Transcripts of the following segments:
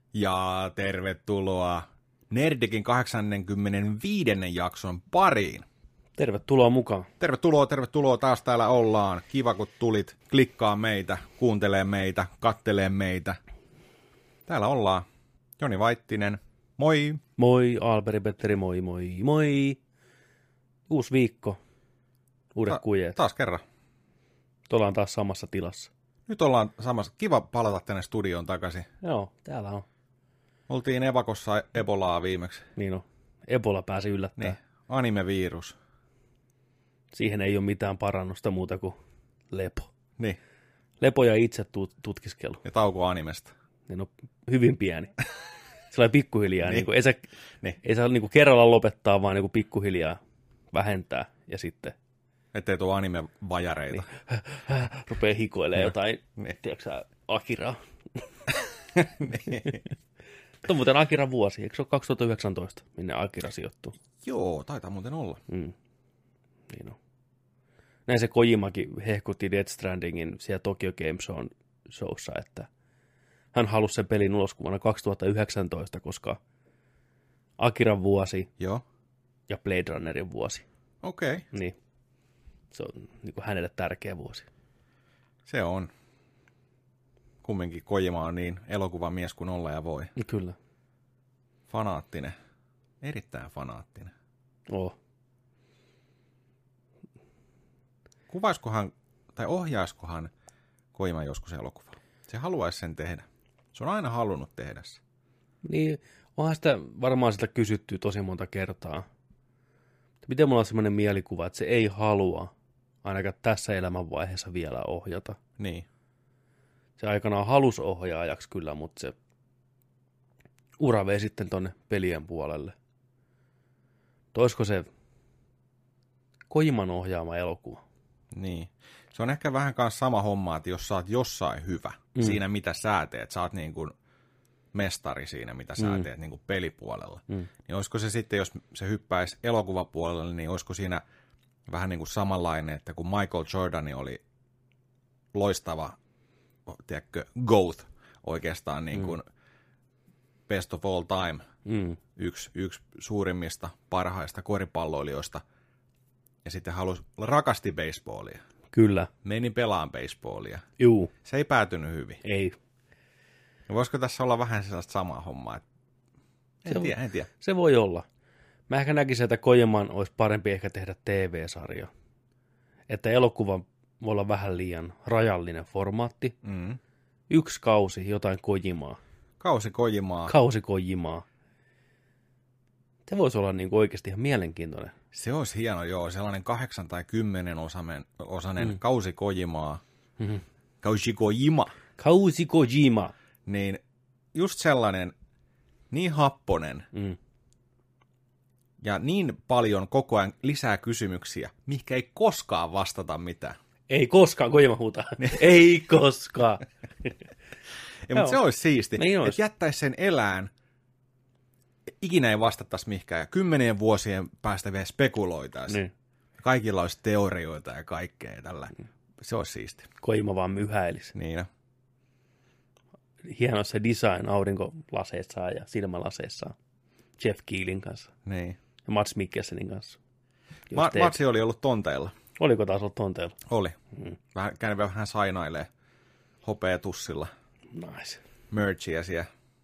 Ja tervetuloa Nerdikin 85. jakson pariin. Tervetuloa mukaan. Tervetuloa. Taas täällä ollaan. Kiva, kun tulit. Klikkaa meitä, kuuntelee meitä, kattelee meitä. Täällä ollaan. Joni Vaittinen. Moi. Moi, Alberi Petteri, moi. Uusi viikko. Uudet kujeet. Taas kerran. Ollaan taas samassa tilassa. Nyt ollaan samassa. Kiva palata tänne studioon takaisin. Joo, täällä on. Oltiin Evakossa Ebolaa viimeksi. Niin on. Ebola pääsi yllättämään. Niin. Anime-virus. Siihen ei ole mitään parannusta muuta kuin lepo. Niin. Lepo ja itse tutkiskelu. Ja tauko animesta. Niin on hyvin pieni. Sellainen pikkuhiljaa. Niin. Ei saa niin kuin kerralla lopettaa, vaan niin kuin pikkuhiljaa vähentää. Ja sitten ettei tuo anime-vajareita. niin. Rupeaa hikoilemaan jotain, niin. tiedätkö sä, Akiraa. Niin. Tuo on muuten Akiran vuosi, eikö se ole 2019, minne Akira sijoittuu? Joo, taitaa muuten olla. Niin on. Näin se Kojimakin hehkutti Death Strandingin siellä Tokyo Game Showssa, että hän halusi sen pelin ulos vuonna 2019, koska Akiran vuosi Joo. ja Blade Runnerin vuosi. Okei. Niin. Se on niin kuin hänelle tärkeä vuosi. Se on. Kumminkin Kojima on niin elokuvamies kuin olla ja voi. Kyllä. Fanaattinen. Erittäin fanaattinen. Kuvaiskohan, tai ohjaiskohan Kojima joskus elokuvaa? Se haluaisi sen tehdä. Se on aina halunnut tehdä se. Niin, onhan sitä varmaan sitä kysytty tosi monta kertaa. Miten mulla on semmoinen mielikuva, että se ei halua ainakaan tässä elämänvaiheessa vielä ohjata. Niin. Se aikanaan halusi ohjaajaksi kyllä, mutta se ura vei sitten tonne pelien puolelle. Olisiko se Kojiman ohjaama elokuva? Niin. Se on ehkä vähän kanssa sama homma, että jos sä oot jossain hyvä siinä, mitä sä teet, sä oot niin kuin mestari siinä, mitä sä teet niin kuin pelipuolella, niin olisiko se sitten, jos se hyppäisi elokuvapuolelle, niin olisiko siinä vähän niin kuin samanlainen, että kun Michael Jordan oli loistava, tiedätkö, GOAT oikeastaan niin kuin best of all time, yksi suurimmista, parhaista koripalloilijoista, ja sitten rakasti baseballia. Kyllä. Meni pelaan baseballia. Juu. Se ei päätynyt hyvin. Ei. Ja voisiko tässä olla vähän sellaista samaa hommaa? En tiedä. Se voi olla. Mä ehkä näkisin, että Kojiman olisi parempi ehkä tehdä TV-sarja. Että elokuva voi olla vähän liian rajallinen formaatti. Yksi kausi, jotain Kojimaa. Kausi Kojimaa. Se voisi olla niin oikeasti ihan mielenkiintoinen. Se olisi hieno, joo. Sellainen 8 tai 10 osainen kausi Kojimaa. Kausi Kojima. Niin just sellainen, niin happonen ja niin paljon koko ajan lisää kysymyksiä, mihinkä ei koskaan vastata mitään. Ei koskaan, Kojima huutaa. Ei koskaan. Mutta se olisi siisti, niin että jättäisi sen elään. Ikinä ei vastattaisi mihinkään ja 10 vuosien päästä vielä spekuloitaisiin. Niin. Kaikilla olisi teorioita ja kaikkea ja tällä. Se olisi siisti. Kojima vaan myhäilisi. Niin. Hieno se design aurinkolaseissaan ja silmälaseissaan. Jeff Keelin kanssa. Niin. Ja Mads Mikkelsenin kanssa. Matsi oli ollut tonteilla. Oliko taas ollut tonteilla? Oli. Vähän sainailee hopeatussilla. Nice. Merchia siellä.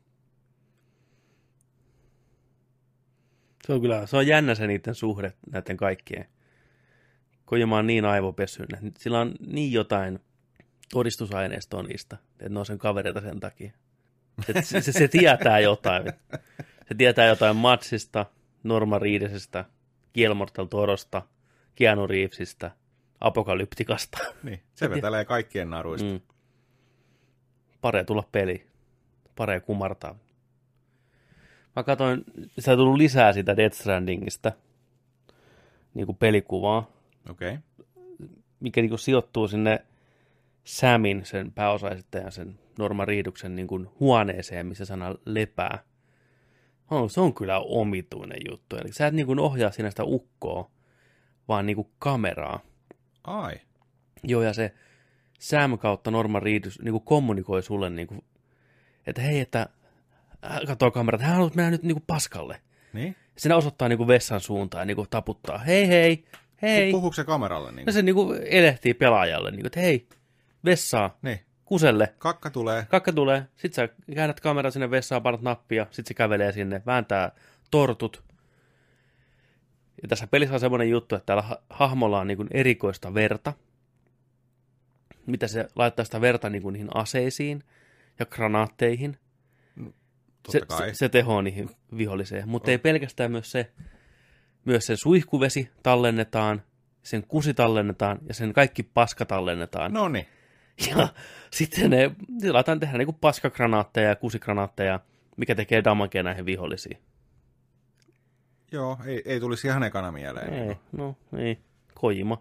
Se on jännä se niiden suhde näiden kaikkien. Kojima on niin aivopesyinen. Sillä on niin jotain todistusaineistoa niistä, että ne on sen kavereita sen takia. Se tietää jotain. Se tietää jotain Madsista, Norman Reedusista, Guillermo del Torosta, Keanu Reevesistä, Apokalyptikasta. Niin, se vetelee kaikkien naruista. Pare tulla peliin. Pare kumartaa. Mä katsoin, sitä on tullut lisää sitä Death Strandingista niin kuin pelikuvaa. Okei. Mikä niin kuin sijoittuu sinne Samin, sen pääosaisittajan, sen Norman Reedusen niin kuin huoneeseen, missä sana lepää. Se on kyllä omituinen juttu. Eli sä et niin kuin ohjaa siinä sitä ukkoa, vaan niin kuin kameraa. Ai. Joo, ja se Sam kautta Norman Reedus niin kuin kommunikoi sulle, niin kuin, että hei, että katsoo kamerat, hän haluaa mennä nyt niinku paskalle. Niin? Siinä osoittaa niinku vessan suuntaan ja niinku taputtaa, hei. Puhuuko se kameralle? Niin Ja se niinku elehtii pelaajalle, niinku, että hei, vessaa, niin. kuselle. Kakka tulee. Sit sä käännät kameran sinne vessaan, painat nappia, sit se kävelee sinne, vääntää tortut. Ja tässä pelissä on semmoinen juttu, että täällä hahmolla on niinku erikoista verta. Mitä se laittaa sitä verta niinku niihin aseisiin ja granaatteihin. Se tehoaa niihin viholliseen. Mutta ei pelkästään myös sen suihkuvesi tallennetaan, sen kusi tallennetaan ja sen kaikki paska tallennetaan. No niin. Ja sitten ne laitetaan tehdä niinku paskagranaatteja ja kusigranaatteja, mikä tekee damagea näihin vihollisiin. Joo, ei tulisi ihan ekana mieleen. Ei. Kojima.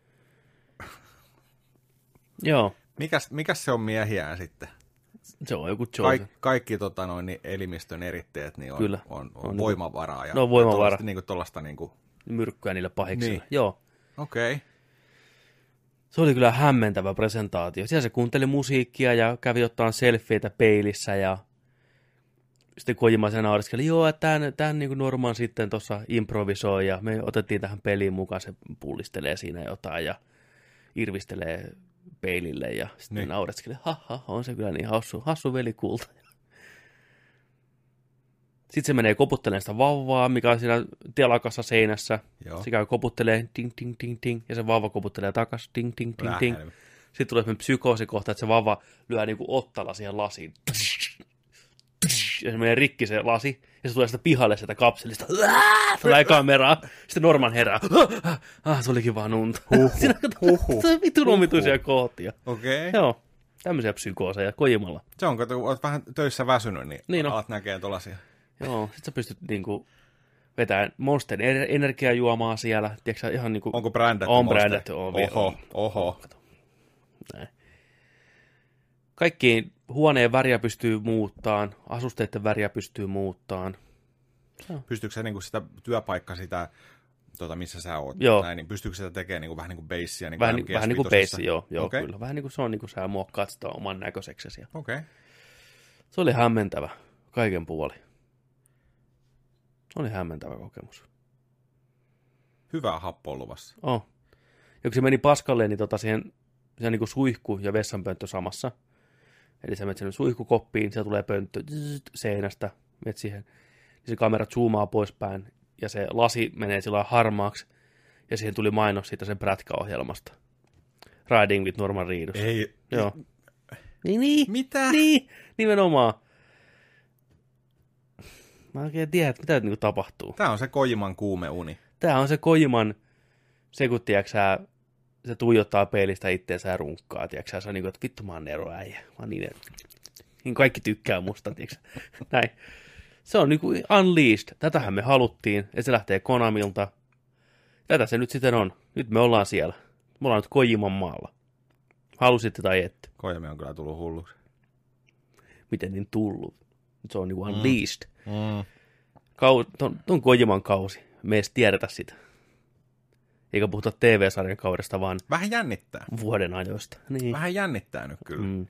Joo. Mikäs se on miehiään sitten? Se on joku Joseph. Kaikki elimistön eritteet niin Kyllä. on voimavaraa. Ja voimavaraa. Tuollaista niinku... Myrkkyä niille pahiksille. Niin. Joo. Okei. Se oli kyllä hämmentävä presentaatio. Siellä se kuunteli musiikkia ja kävi ottaa selfieitä peilissä ja sitten Kojima sen nauriskeli, joo, että tämän niin Norman sitten tuossa improvisoi ja me otettiin tähän peliin mukaan, se pullistelee siinä jotain ja irvistelee peilille ja sitten niin. Naureskeli, on se kyllä niin hassu velikulta. Sitten se menee koputtelemaan sitä vauvaa, mikä on siinä telakassa seinässä. Joo. Se käy koputtelee, ding, ding, ding, ding, ja se vauva koputtelee takaisin, ding, ding, ding, ding. Sitten tulee semmoinen psykoosikohta, että se vauva lyö niin kuin ottalla siihen lasiin. Ja se menee rikki se lasi, ja se tulee sitä pihalle sieltä kapselista. Tulee kameraa. Sitten Norman herää. Se olikin vaan unta. Siinä on vitun omituisia kohtia. Okei. Joo, tämmöisiä psykooseja Kojimalla. Se on, kun olet vähän töissä väsynyt, niin alat näkee tuollaisia. Joo, sit sä pystyt niinku vetämään Monster energiajuomaa siellä. Tiedätkö, ihan niinku... Onko brändätty on Monster? Brändätty, Oho. Näin. Kaikkiin huoneen väriä pystyy muuttaan, asusteiden väriä pystyy muuttaan. Pystyykö se niinku sitä työpaikka sitä, missä sä oot? Joo. Näin, niin pystyykö sitä tekemään niinku, vähän niin kuin basea? Niin vähän niin kuin base, joo okay. Kyllä. Vähän niin kuin se on, niin kuin sä muokkaat sitä oman näköiseksi. Okei. Se oli hämmentävä kaiken puoli. Oli hämmentävä kokemus. Hyvää happoa luvassa. Ja kun se meni paskalle, niin siihen niin kuin suihku ja vessanpönttö samassa. Eli sä menet sinne suihkukoppiin, siellä tulee pönttö seinästä, menet siihen. Ja se kamera zoomaa poispäin ja se lasi menee sillä harmaaksi. Ja siihen tuli mainos siitä sen prätkäohjelmasta. Riding with Norman Reedus. Ei. Joo. Niin. Mitä? Niin, nimenomaan. Mä en oikein tiedä, mitä niinku tapahtuu. Tää on se Kojiman kuumeuni. Tää on se Kojiman, se kun tiiäksä, se tuijottaa peilistä itteensä ja runkkaa, tiiäksä, se on niinku, että vittu mä oon neroäijä. Mä oon niin kaikki tykkää musta, tiiäksä. Näin. Se on niinku unleashed. Tätähän me haluttiin, ja se lähtee Konamilta. Tätä se nyt sitten on. Nyt me ollaan siellä. Me ollaan nyt Kojiman maalla. Halusitte tai ette. Kojima on kyllä tullut hulluksi. Miten niin tullut? Se on niinku unleashed. Tuon Kojiman kausi. Me ei edes tiedetä sitä. Eikä puhuta TV-sarjan kaudesta, vaan vähän jännittää. Vuoden ajoista. Niin. Vähän jännittää nyt kyllä.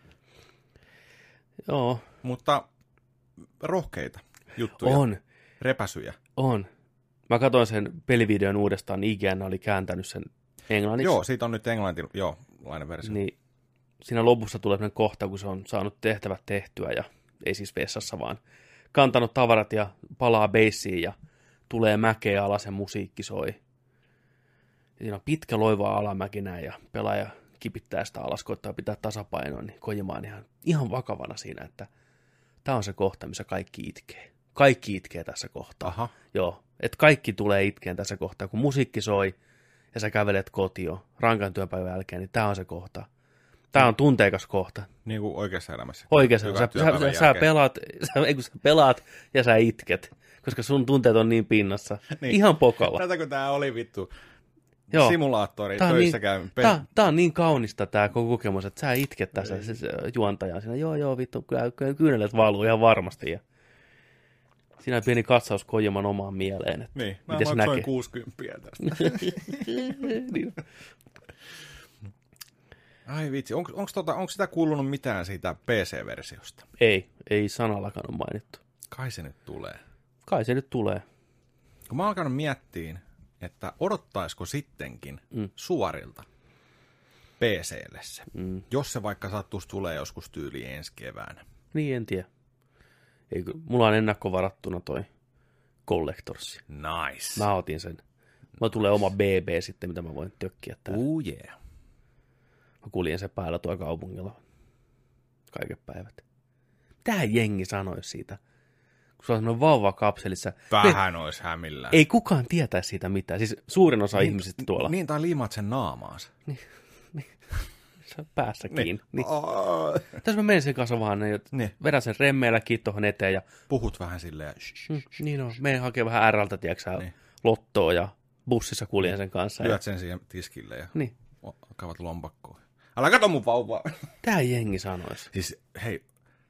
Joo. Mutta rohkeita juttuja. On. Repäsyjä. On. Mä katsoin sen pelivideon uudestaan, niin IGN oli kääntänyt sen englanniksi. Joo, siitä on nyt englantilainen versio. Niin siinä lopussa tulee sellainen kohta, kun se on saanut tehtävät tehtyä, ja ei siis vessassa, vaan kantanut tavarat ja palaa beissiin, ja tulee mäkeä alas ja musiikki soi. Ja siinä on pitkä loiva alamäki näin, ja pelaaja kipittää sitä alas, koittaa pitää tasapainoa, niin Kojima on ihan vakavana siinä, että tämä on se kohta, missä kaikki itkee. Kaikki itkee tässä kohtaa. Aha. Joo, että kaikki tulee itkeen tässä kohtaa, kun musiikki soi, ja sä kävelet kotiin rankan työpäivän jälkeen, niin tämä on se kohta. Tämä on tunteikas kohta. Niin kuin oikeassa elämässä. Oikeassa. Sä pelaat ja sä itket, koska sun tunteet on niin pinnassa. Niin. Ihan pokalla. Tätäkö tää oli vittu Joo. Simulaattori töissä käy. Tää on niin kaunista tää koko kokemus, että sä itket tässä juontajan siinä. Joo, vittu, kyynelet valuu ihan varmasti. Ja siinä on pieni katsaus Kojiman omaan mieleen. Että niin, mä maksoin näkee. 60 tästä. Niin. Ai vitsi, onko sitä kuulunut mitään siitä PC-versiosta? Ei sanallakaan ole mainittu. Kai se nyt tulee. Kai se nyt tulee. Kun mä oon alkanut miettiä, että odottaisiko sittenkin suorilta PC:lle se, jos se vaikka sattuisi tulee joskus tyyliin ensi keväänä. Niin, en tiedä. Mulla on ennakkovarattuna toi Collectorsi. Nice. Mä otin sen. Mä tulee oma BB sitten, mitä mä voin tökkiä täällä. Yeah. Mä kuljen sen päällä tuolla kaupungilla kaiket päivät. Mitähän jengi sanoisi siitä? Kun se on semmoinen vauvakapselissa. Vähän olisi hämillään. Ei kukaan tietäisi siitä mitään. Siis suurin osa ihmisistä tuolla. Niin, tai liimaat sen naamaansa. Niin. Se on päässä kiinni. Niin. Tässä mä menen sen kanssa vaan, vedän sen remmeillä kiinni tuohon eteen. Ja puhut vähän silleen. Niin on. Menen hakemaan vähän RLtä, tiedätkö lottoa ja bussissa kuljen sen kanssa. Lyöt sen siihen tiskille ja kavat lompakkoon. Älä kato mun vauvaa. Tää jengi sanoisi. Siis hei.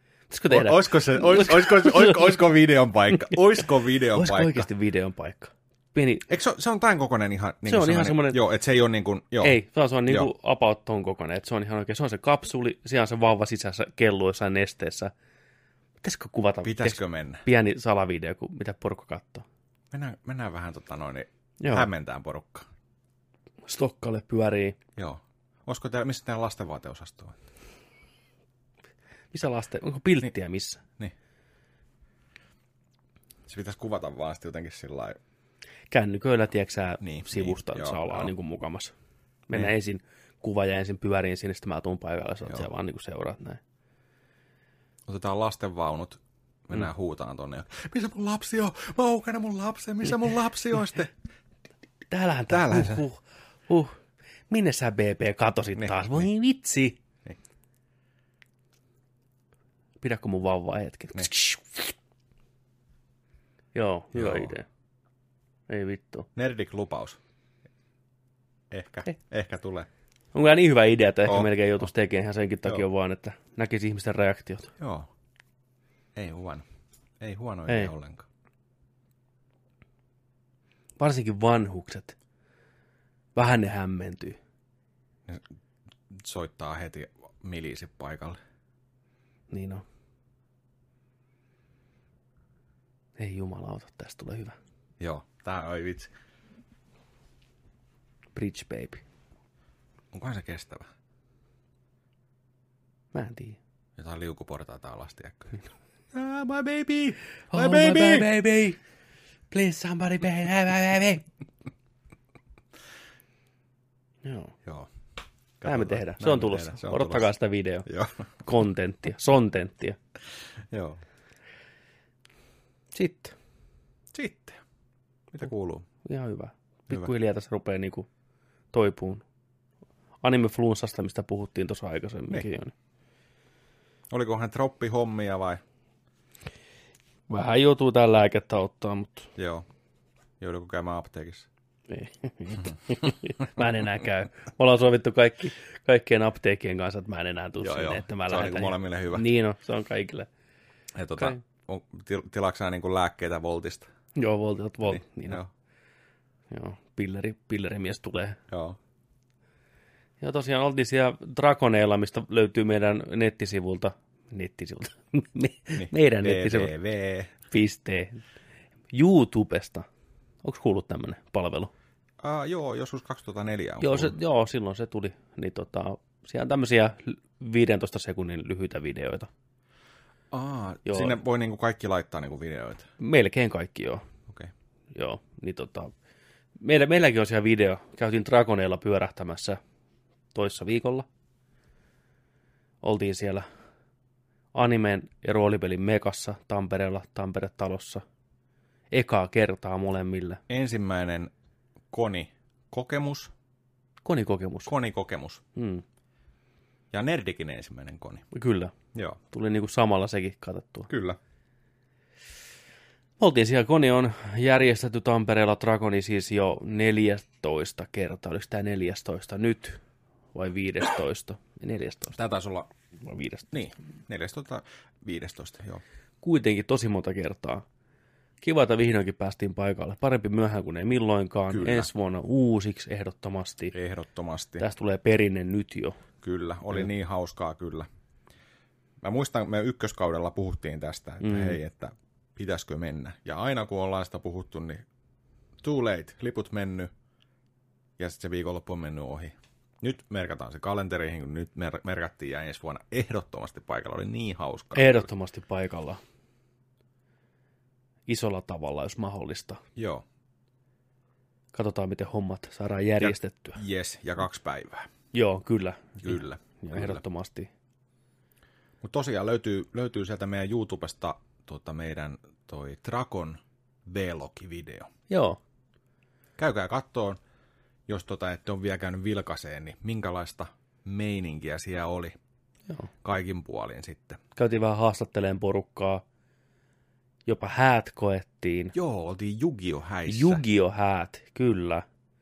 Olisiko videon paikka? Olisiko oikeasti videon paikka? Pieni. Eikö se on tämän kokoinen ihan? Niin se on ihan semmoinen. Joo, että se ei ole niin kuin. Joo. Ei, se on niin kuin about ton kokoinen. Että se on ihan oikein. Se on se kapsuli, siellä on se vauva sisässä kelluu jossain nesteessä. Pitäisikö mennä? Pieni salavideo, mitä porukka katsoo. Mennään vähän hämmentään porukkaa. Stokkalle pyörii. Joo. Olisiko missä teidän lastenvaateosasto on? Missä onko pilttiä missä? Niin. Se pitäisi kuvata vaan sitten jotenkin sillä lailla. Kännyköillä, tiedätkö sivusta salaa niin kuin mukamassa. Mennään ensin kuva ja ensin pyöriin sinne, sitten mä tuun paikalle, sä oot siellä vaan niin kuin seuraat näin. Otetaan lastenvaunut, mennään huutaan tonne. Missä mun lapsi on? Mä oon mun lapsen, missä mun lapsi on sitten? Täällähän se. Minne sä BB katosit taas? Voi vitsi. Niin. Pidäkö mun vauvaa hetken? Niin. Joo, hyvä idea. Ei vittu. Nerdik-lupaus. Ehkä tulee. On kyllä niin hyvä idea, että ehkä melkein joutuisi tekemään ihan senkin takia vaan, että näkisi ihmisten reaktiot. Joo. Ei huono idea ollenkaan. Varsinkin vanhukset. Vähän ne hämmentyy. Ne soittaa heti miliisi paikalle. Niin on. Ei jumalauta, tästä tulee hyvä. Joo, tää on vitsi. Bridge baby. Onkohan se kestävä? Mä en tiedä. Jotain liukuportaita alas, tiedätkö? My baby! My baby! Please somebody baby! Joo. Tämä me tehdään. Se on tulossa. Odottakaa sitä videoa. Joo. Sontenttia. Joo. Sitten. Mitä kuuluu? Ihan hyvä. Pikkuhiljaa tässä rupeaa niinku toipuun. Anime-flunssasta, mistä puhuttiin tuossa aikaisemminkin. Niin. Olikohan troppihommia vai? Vähän joutuu tää lääkettä ottaa, mutta... Joo. Jouduuko käymään apteekissa? Ei. Mä en enää käy. Me ollaan sovittu kaikkien apteekien kanssa, että mä en enää tule sinne. Että mä se on niin molemmille hyvä. Niin on, se on kaikille. Ja tilaatko sä niin lääkkeitä Voltista? Joo, Volt. Niin joo. Pillerimies tulee. Joo. Ja tosiaan oltiin siellä Dragoneilla, mistä löytyy meidän nettisivulta. Meidän nettisivulta. YouTubesta. Onko kuullut tämmöinen palvelu? Joo, joskus 2004 on joo, silloin se tuli. Niin siellä on tämmöisiä 15 sekunnin lyhyitä videoita. Sinne voi niinku kaikki laittaa niinku videoita? Melkein kaikki, joo. Okei. Joo, niin meilläkin on siellä video. Käytiin Dragoneilla pyörähtämässä toissa viikolla. Oltiin siellä animen ja roolipelin Mekassa Tampereella, Tampere-talossa. Ekaa kertaa molemmille. Ensimmäinen konikokemus. Konikokemus. Ja Nerdikin ensimmäinen koni. Kyllä. Joo. Tuli niinku samalla sekin katsottua. Kyllä. Oltiin siellä, koni on järjestetty Tampereella Dragoni siis jo 14 kertaa. Oliko tämä 14 nyt vai 15? 14. Tämä taisi olla... Vai 15? Niin, 14, 15, joo. Kuitenkin tosi monta kertaa. Kiva, että vihdoinkin päästiin paikalle. Parempi myöhään kuin ei milloinkaan. Kyllä. Ensi vuonna uusiksi ehdottomasti. Ehdottomasti. Tästä tulee perinne nyt jo. Kyllä, oli niin hauskaa kyllä. Mä muistan, me ykköskaudella puhuttiin tästä, että hei, että pitäisikö mennä. Ja aina kun ollaan sitä puhuttu, niin too late, liput mennyt, ja sitten se viikonloppu on mennyt ohi. Nyt merkataan se kalenteriin, kun nyt merkattiin ja ensi vuonna ehdottomasti paikalla. Oli niin hauskaa. Ehdottomasti paikalla. Isolla tavalla, jos mahdollista. Joo. Katsotaan, miten hommat saadaan järjestettyä. Ja 2 päivää. Joo, kyllä. Kyllä. Ja ehdottomasti. Mutta tosiaan löytyy sieltä meidän YouTubesta meidän toi Drakon vlog-video. Joo. Käykää kattoon, jos ette ole vielä käynyt vilkaseen, niin minkälaista meininkiä siellä oli. Joo. Kaikin puolin sitten. Käytiin vähän haastatteleen porukkaa. Jopa häät koettiin. Joo, oltiin Yu-Gi-Oh! Yu-Gi-Oh! Kyllä.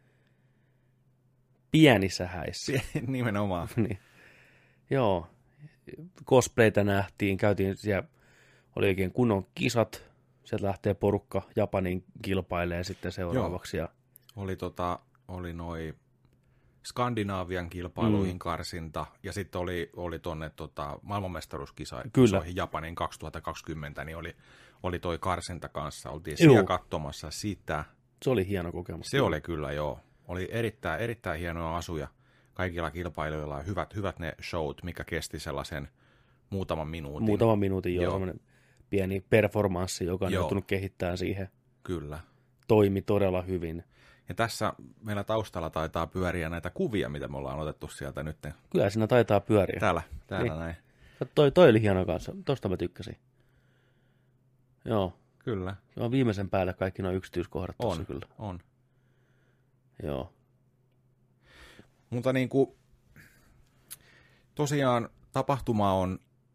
Pienissä häissä. Nimenomaan. Niin. Joo. Cosplaytä nähtiin, käytiin siellä, oli oikein kunnon kisat. Sieltä lähtee porukka Japanin kilpailemaan sitten seuraavaksi. Ja... Oli noi Skandinaavian kilpailuihin karsinta, ja sitten oli tuonne maailmanmestaruuskisoihin Japanin 2020, niin oli toi karsinta kanssa. Oltiin siellä katsomassa sitä. Se oli hieno kokemus. Se oli kyllä, joo. Oli erittäin hienoja asuja kaikilla kilpailijoilla, ja hyvät ne showt, mikä kesti sellaisen muutaman minuutin. Muutaman minuutin, joo. Pieni performanssi, joka on joutunut kehittämään siihen. Kyllä. Toimi todella hyvin. Ja tässä meillä taustalla taitaa pyöriä näitä kuvia, mitä me ollaan otettu sieltä nyt. Kyllä siinä taitaa pyöriä. Täällä niin. Näin. Toi oli hieno kanssa. Tosta mä tykkäsin. Joo. Kyllä. Se on viimeisen päälle kaikki nuo yksityiskohdat tossa kyllä. On. Joo. Mutta niin kuin, tosiaan tapahtuma on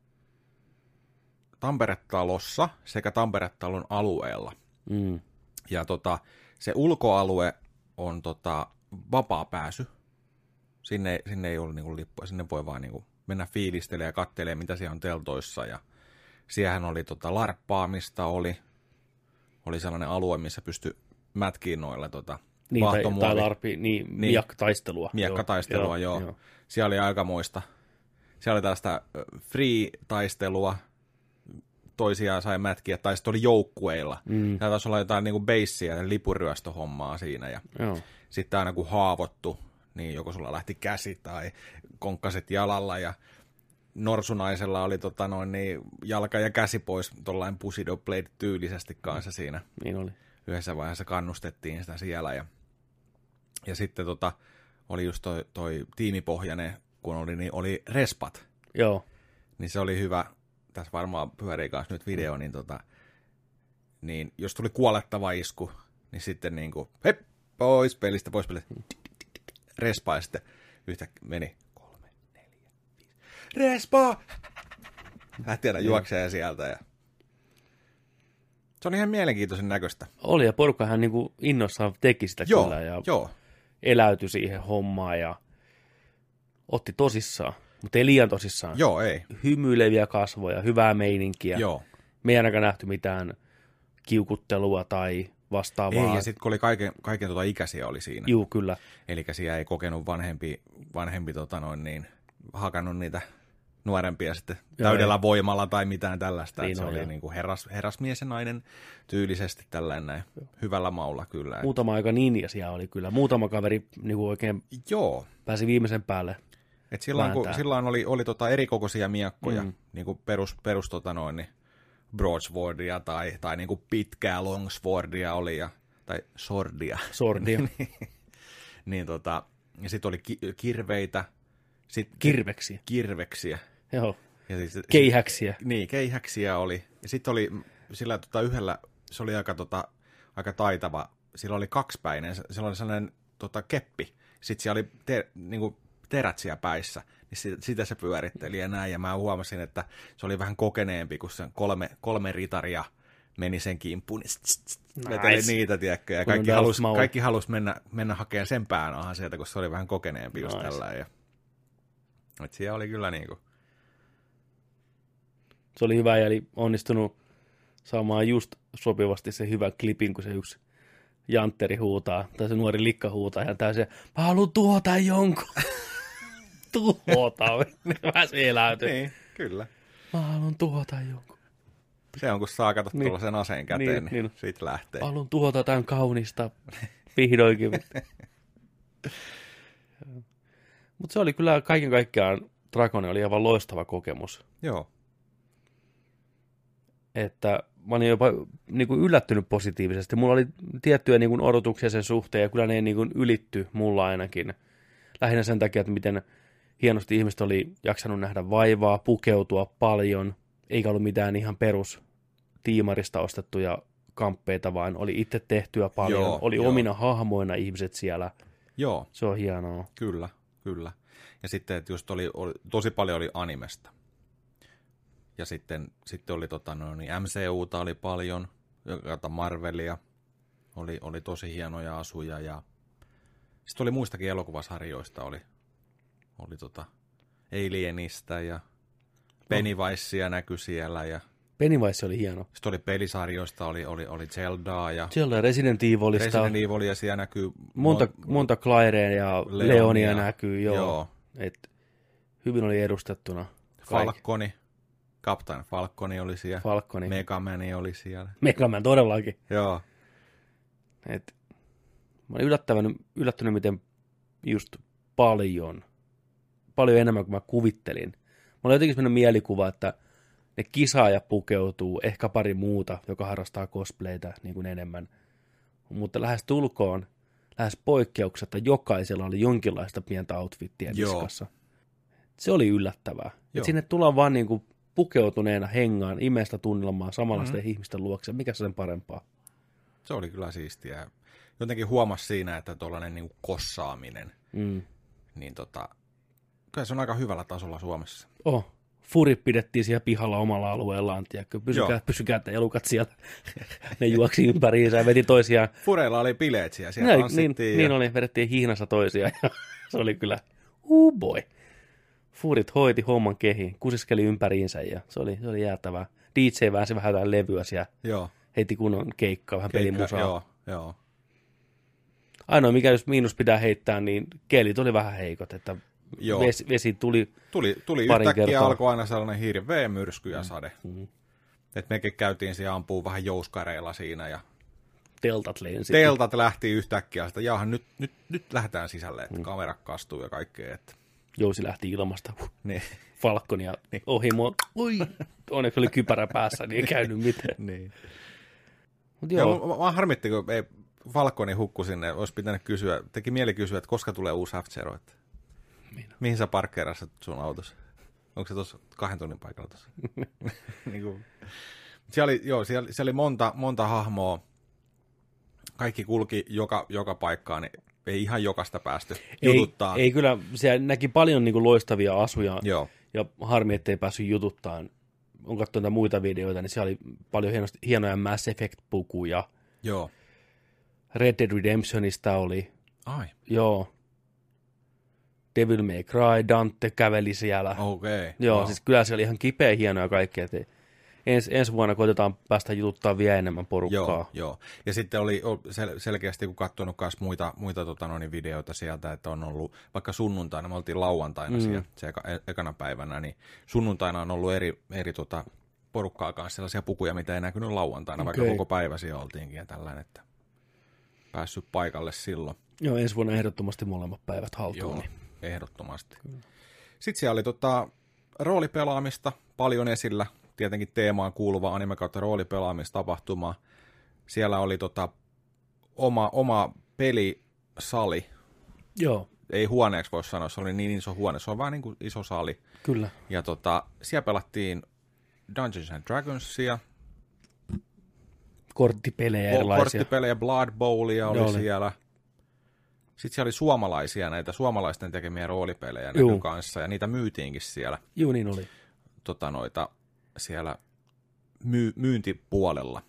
Tampere-talossa sekä Tampere-talon alueella. Ja se ulkoalue on vapaa pääsy. Sinne ei ole niinku lippua, sinne voi vaan niinku mennä fiilistelemään ja katselemaan, mitä siellä on teltoissa. Ja siellähän oli larppaamista, oli sellainen alue, missä pystyi mätkiin noilla tai larpi, miakkataistelua. Miakkataistelua, joo. Siellä oli aikamoista. Siellä oli tällaista free-taistelua, toisiaan sai mätkiä, tai sitten oli joukkueilla. Täällä taisi olla jotain niinku beissiä ja lipuryöstöhommaa siinä. Ja sitten aina kun haavoittu, niin joko sulla lähti käsi tai konkkaset jalalla, ja norsunaisella oli jalka ja käsi pois tuollainen Bushido Blade tyylisesti kanssa siinä. Niin oli. Yhdessä vaiheessa kannustettiin sitä siellä. Ja sitten oli just toi tiimipohjainen, kun oli respat. Joo. Niin se oli hyvä. Tässä varmaan pyörii kanssa nyt video, niin jos tuli kuolettava isku, niin sitten niinku, hep, pois pelistä. Respaa, ja sitten yhtäkkiä meni 3, 4, 5. Respaa! Lähti aina juoksemaan sieltä. Ja... Se oli ihan mielenkiintoisen näköistä. Oli, ja porukkahan niinku innossaan teki sitä kyllä. Ja eläytyi siihen hommaan ja otti tosissaan. Mutta ei liian tosissaan. Joo, ei. Hymyileviä kasvoja, hyvää meininkiä. Joo. Me ei ainakaan nähty mitään kiukuttelua tai vastaavaa. Ei, ja sitten kun oli kaiken ikäisiä oli siinä. Juu, kyllä. Eli siellä ei kokenut vanhempi hakannut niitä nuorempia sitten täydellä voimalla tai mitään tällaista. Niin se oli niin kuin herrasmies ja nainen tyylisesti tällainen näin, hyvällä maulla kyllä. Muutama aika ninja siellä oli kyllä. Muutama kaveri niin kuin oikein pääsi viimeisen päälle. Et silloin oli erikokoisia miakkoja, niin kuin perus broadswordia tai niin kuin pitkää longswordia oli, tai sordia. Ja sitten oli kirveitä. Kirveksiä. Joo. Ja keihäksiä. Niin, keihäksiä oli. Ja sitten oli sillä yhdellä, se oli aika taitava, sillä oli kaksipäinen, sillä oli sellainen keppi. Sitten siellä oli niinku terät siellä päissä, niin sitä se pyöritteli ja näin, ja mä huomasin, että se oli vähän kokeneempi, kun se kolme ritaria meni sen kimppuun, niin veteli niitä, tiedätkö, ja kaikki halusi mennä hakemaan sen päänahan sieltä, kun se oli vähän kokeneempi just tällä, ja että siellä oli kyllä niinku. Se oli hyvä, eli onnistunut saamaan just sopivasti se hyvän klipin, kun se yksi jantteri huutaa, tai se nuori likka huutaa, ja tää se, mä haluun tuhota jonkun. Tuhota, vähän se eläytyy. Niin, kyllä. Mä haluun tuhota jonkun. Se on, kun saa katsot Niin. tuollaisen aseen käteen, niin siitä lähtee. Mä haluun tuhota tämän kaunista, vihdoinkin. Mutta se oli kyllä kaiken kaikkiaan, Dragon oli aivan loistava kokemus. Joo. Että mä olin jopa niin kuin yllättynyt positiivisesti. Mulla oli tiettyjä niin kuin odotuksia sen suhteen, ja kyllä ne niin kuin ylitty mulla ainakin. Lähinnä sen takia, että miten hienosti ihmiset oli jaksanut nähdä vaivaa, pukeutua paljon, eikä ollut mitään ihan perus tiimarista ostettuja kamppeita, vaan oli itse tehtyä paljon. Joo, oli joo. omina hahmoina ihmiset siellä. Joo, Se on hienoa. kyllä, kyllä. Ja sitten, että just oli tosi paljon oli animesta. Ja sitten oli MCUta oli paljon, Marvelia, oli tosi hienoja asuja, ja sitten oli muistakin elokuvasarjoista, oli Alienista, ja Pennywicea näkyi siellä, ja Pennywise oli hieno. sitten oli pelisarjoista, oli Zeldaa, ja Siellä Resident Evilista. Resident Evilia siellä näkyy. Monta Clairea ja Leonia näkyy, joo. Joo. Et hyvin oli edustettuna. Falconi, Captain Falconi oli siellä. Falconi. Megamani oli siellä. Megaman todellakin. Joo. Et, mä olin yllättynyt, miten just paljon enemmän kuin mä kuvittelin. Mä olin jotenkin sellainen mielikuva, että ne kisaaja pukeutuu, ehkä pari muuta, joka harrastaa cosplaytä niin kuin enemmän. Mutta lähes poikkeuksetta jokaisella oli jonkinlaista pientä outfittiä niskassa. Se oli yllättävää. Et sinne tullaan vaan niin kuin pukeutuneena hengaan, imeistä tunnelmaa samanlaisten ihmisten luokse. Mikä se sen parempaa? Se oli kyllä siistiä. Jotenkin huomasi siinä, että tuollainen niin kuin kossaaminen, niin kyllä se on aika hyvällä tasolla Suomessa. Furit pidettiin siellä pihalla omalla alueellaan, tiedätkö? Pysykää te elukat siellä. Ne juoksi ympäriinsä ja veti toisiaan. Fureilla oli bileet siellä tanssittiin. Niin oli, vedettiin hihnassa toisiaan. Ja se oli kyllä, boy. Furit hoiti homman kehiin, kusiskeli ympäriinsä ja se oli jäätävää. DJ väänsi vähän jotain levyä siellä. Joo. Heitti kunnon keikkaa, vähän pelimusaa. Joo. Ainoa mikä jos miinus pitää heittää, niin keelit oli vähän heikot, että vesi tuli yhtäkkiä kertaa. Alkoi aina sellainen hirveä myrsky ja sade. Että mekin käytiin siellä ampuu vähän jouskareilla siinä ja teltat lensi. Teltat lähti yhtäkkiä, että jaha, nyt lähdetään sisälle, että kamera kastuu ja kaikkea. Että Jousi lähti ilmasta. Niin. Falconia ohi mua. Oi, onneksi oli kypärä päässä, niin ei käynyt mitään. Niin. Mut joo. Mä harmitti, kun ei Falconi hukku sinne, olisi pitänyt kysyä, teki mieli kysyä, että koska tulee uusi F-Zero. Mihin sä parkkeerasit sun autossa? Onko se tuossa 2 tunnin paikalla tuossa? Niin siellä oli monta hahmoa. Kaikki kulki joka paikkaan, niin ei ihan jokaista päästy jututtaa. Ei kyllä, siellä näki paljon niin kuin loistavia asuja. Joo. Ja harmi, ettei päässyt jututtaan. On katsonut muita videoita, niin siellä oli paljon hienoja Mass Effect-pukuja. Joo. Red Dead Redemptionista oli. Ai. Joo. Devil May Cry, Dante käveli siellä. Okei. Joo, wow. Siis kyllä siellä oli ihan kipeä hienoja kaikkea. Ensi vuonna koitetaan päästä jututtaa vielä enemmän porukkaa. Joo. Ja sitten oli selkeästi, kun katsonut myös muita videoita sieltä, että on ollut, vaikka sunnuntaina, me oltiin lauantaina siellä ekana päivänä, niin sunnuntaina on ollut eri porukkaa kanssa sellaisia pukuja, mitä ei näkynyt lauantaina, vaikka koko päivä siellä oltiinkin ja tällainen, että päässyt paikalle silloin. Joo, ensi vuonna ehdottomasti molemmat päivät haltuun. Joo, ehdottomasti. Kyllä. Sitten siellä oli roolipelaamista paljon esillä. Tietenkin teemaan kuuluva anime kautta roolipelaamistapahtuma. Siellä oli oma pelisali. Joo. Ei huoneeksi voi sanoa, se oli niin iso huone. Se on vähän niin kuin iso sali. Kyllä. Ja siellä pelattiin Dungeons and Dragonsia. Korttipelejä erilaisia. Korttipelejä, Blood Bowlia oli siellä. Sitten siellä oli suomalaisia, näitä suomalaisten tekemiä roolipelejä näkyy kanssa. Ja niitä myytiinkin siellä. Joo, niin oli. Siellä myyntipuolella.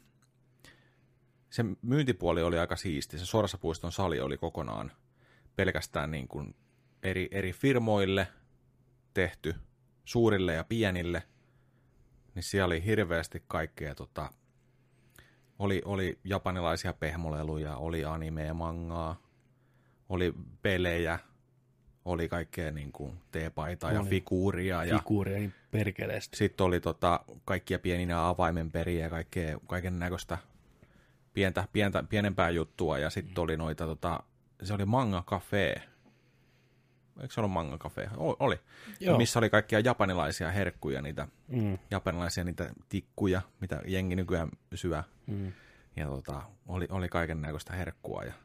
Se myyntipuoli oli aika siisti. Se Sorsapuiston sali oli kokonaan pelkästään niin kuin eri firmoille tehty, suurille ja pienille. Niin siellä oli hirveästi kaikkea Oli japanilaisia pehmoleluja, oli animea, mangaa, oli pelejä, oli kaikkea niin kuin teepaitaa ja figuuria. Figuuria niin perkeleesti. Sitten oli kaikkia pieninä avaimenperiä ja kaiken näköistä pienempää juttua. Ja sitten oli noita, se oli Manga Cafe. Eikö se ollut Manga Cafe? Oli. Missä oli kaikkia japanilaisia herkkuja, niitä japanilaisia niitä tikkuja, mitä jengi nykyään syö. Ja oli kaiken näköistä herkkua. Ja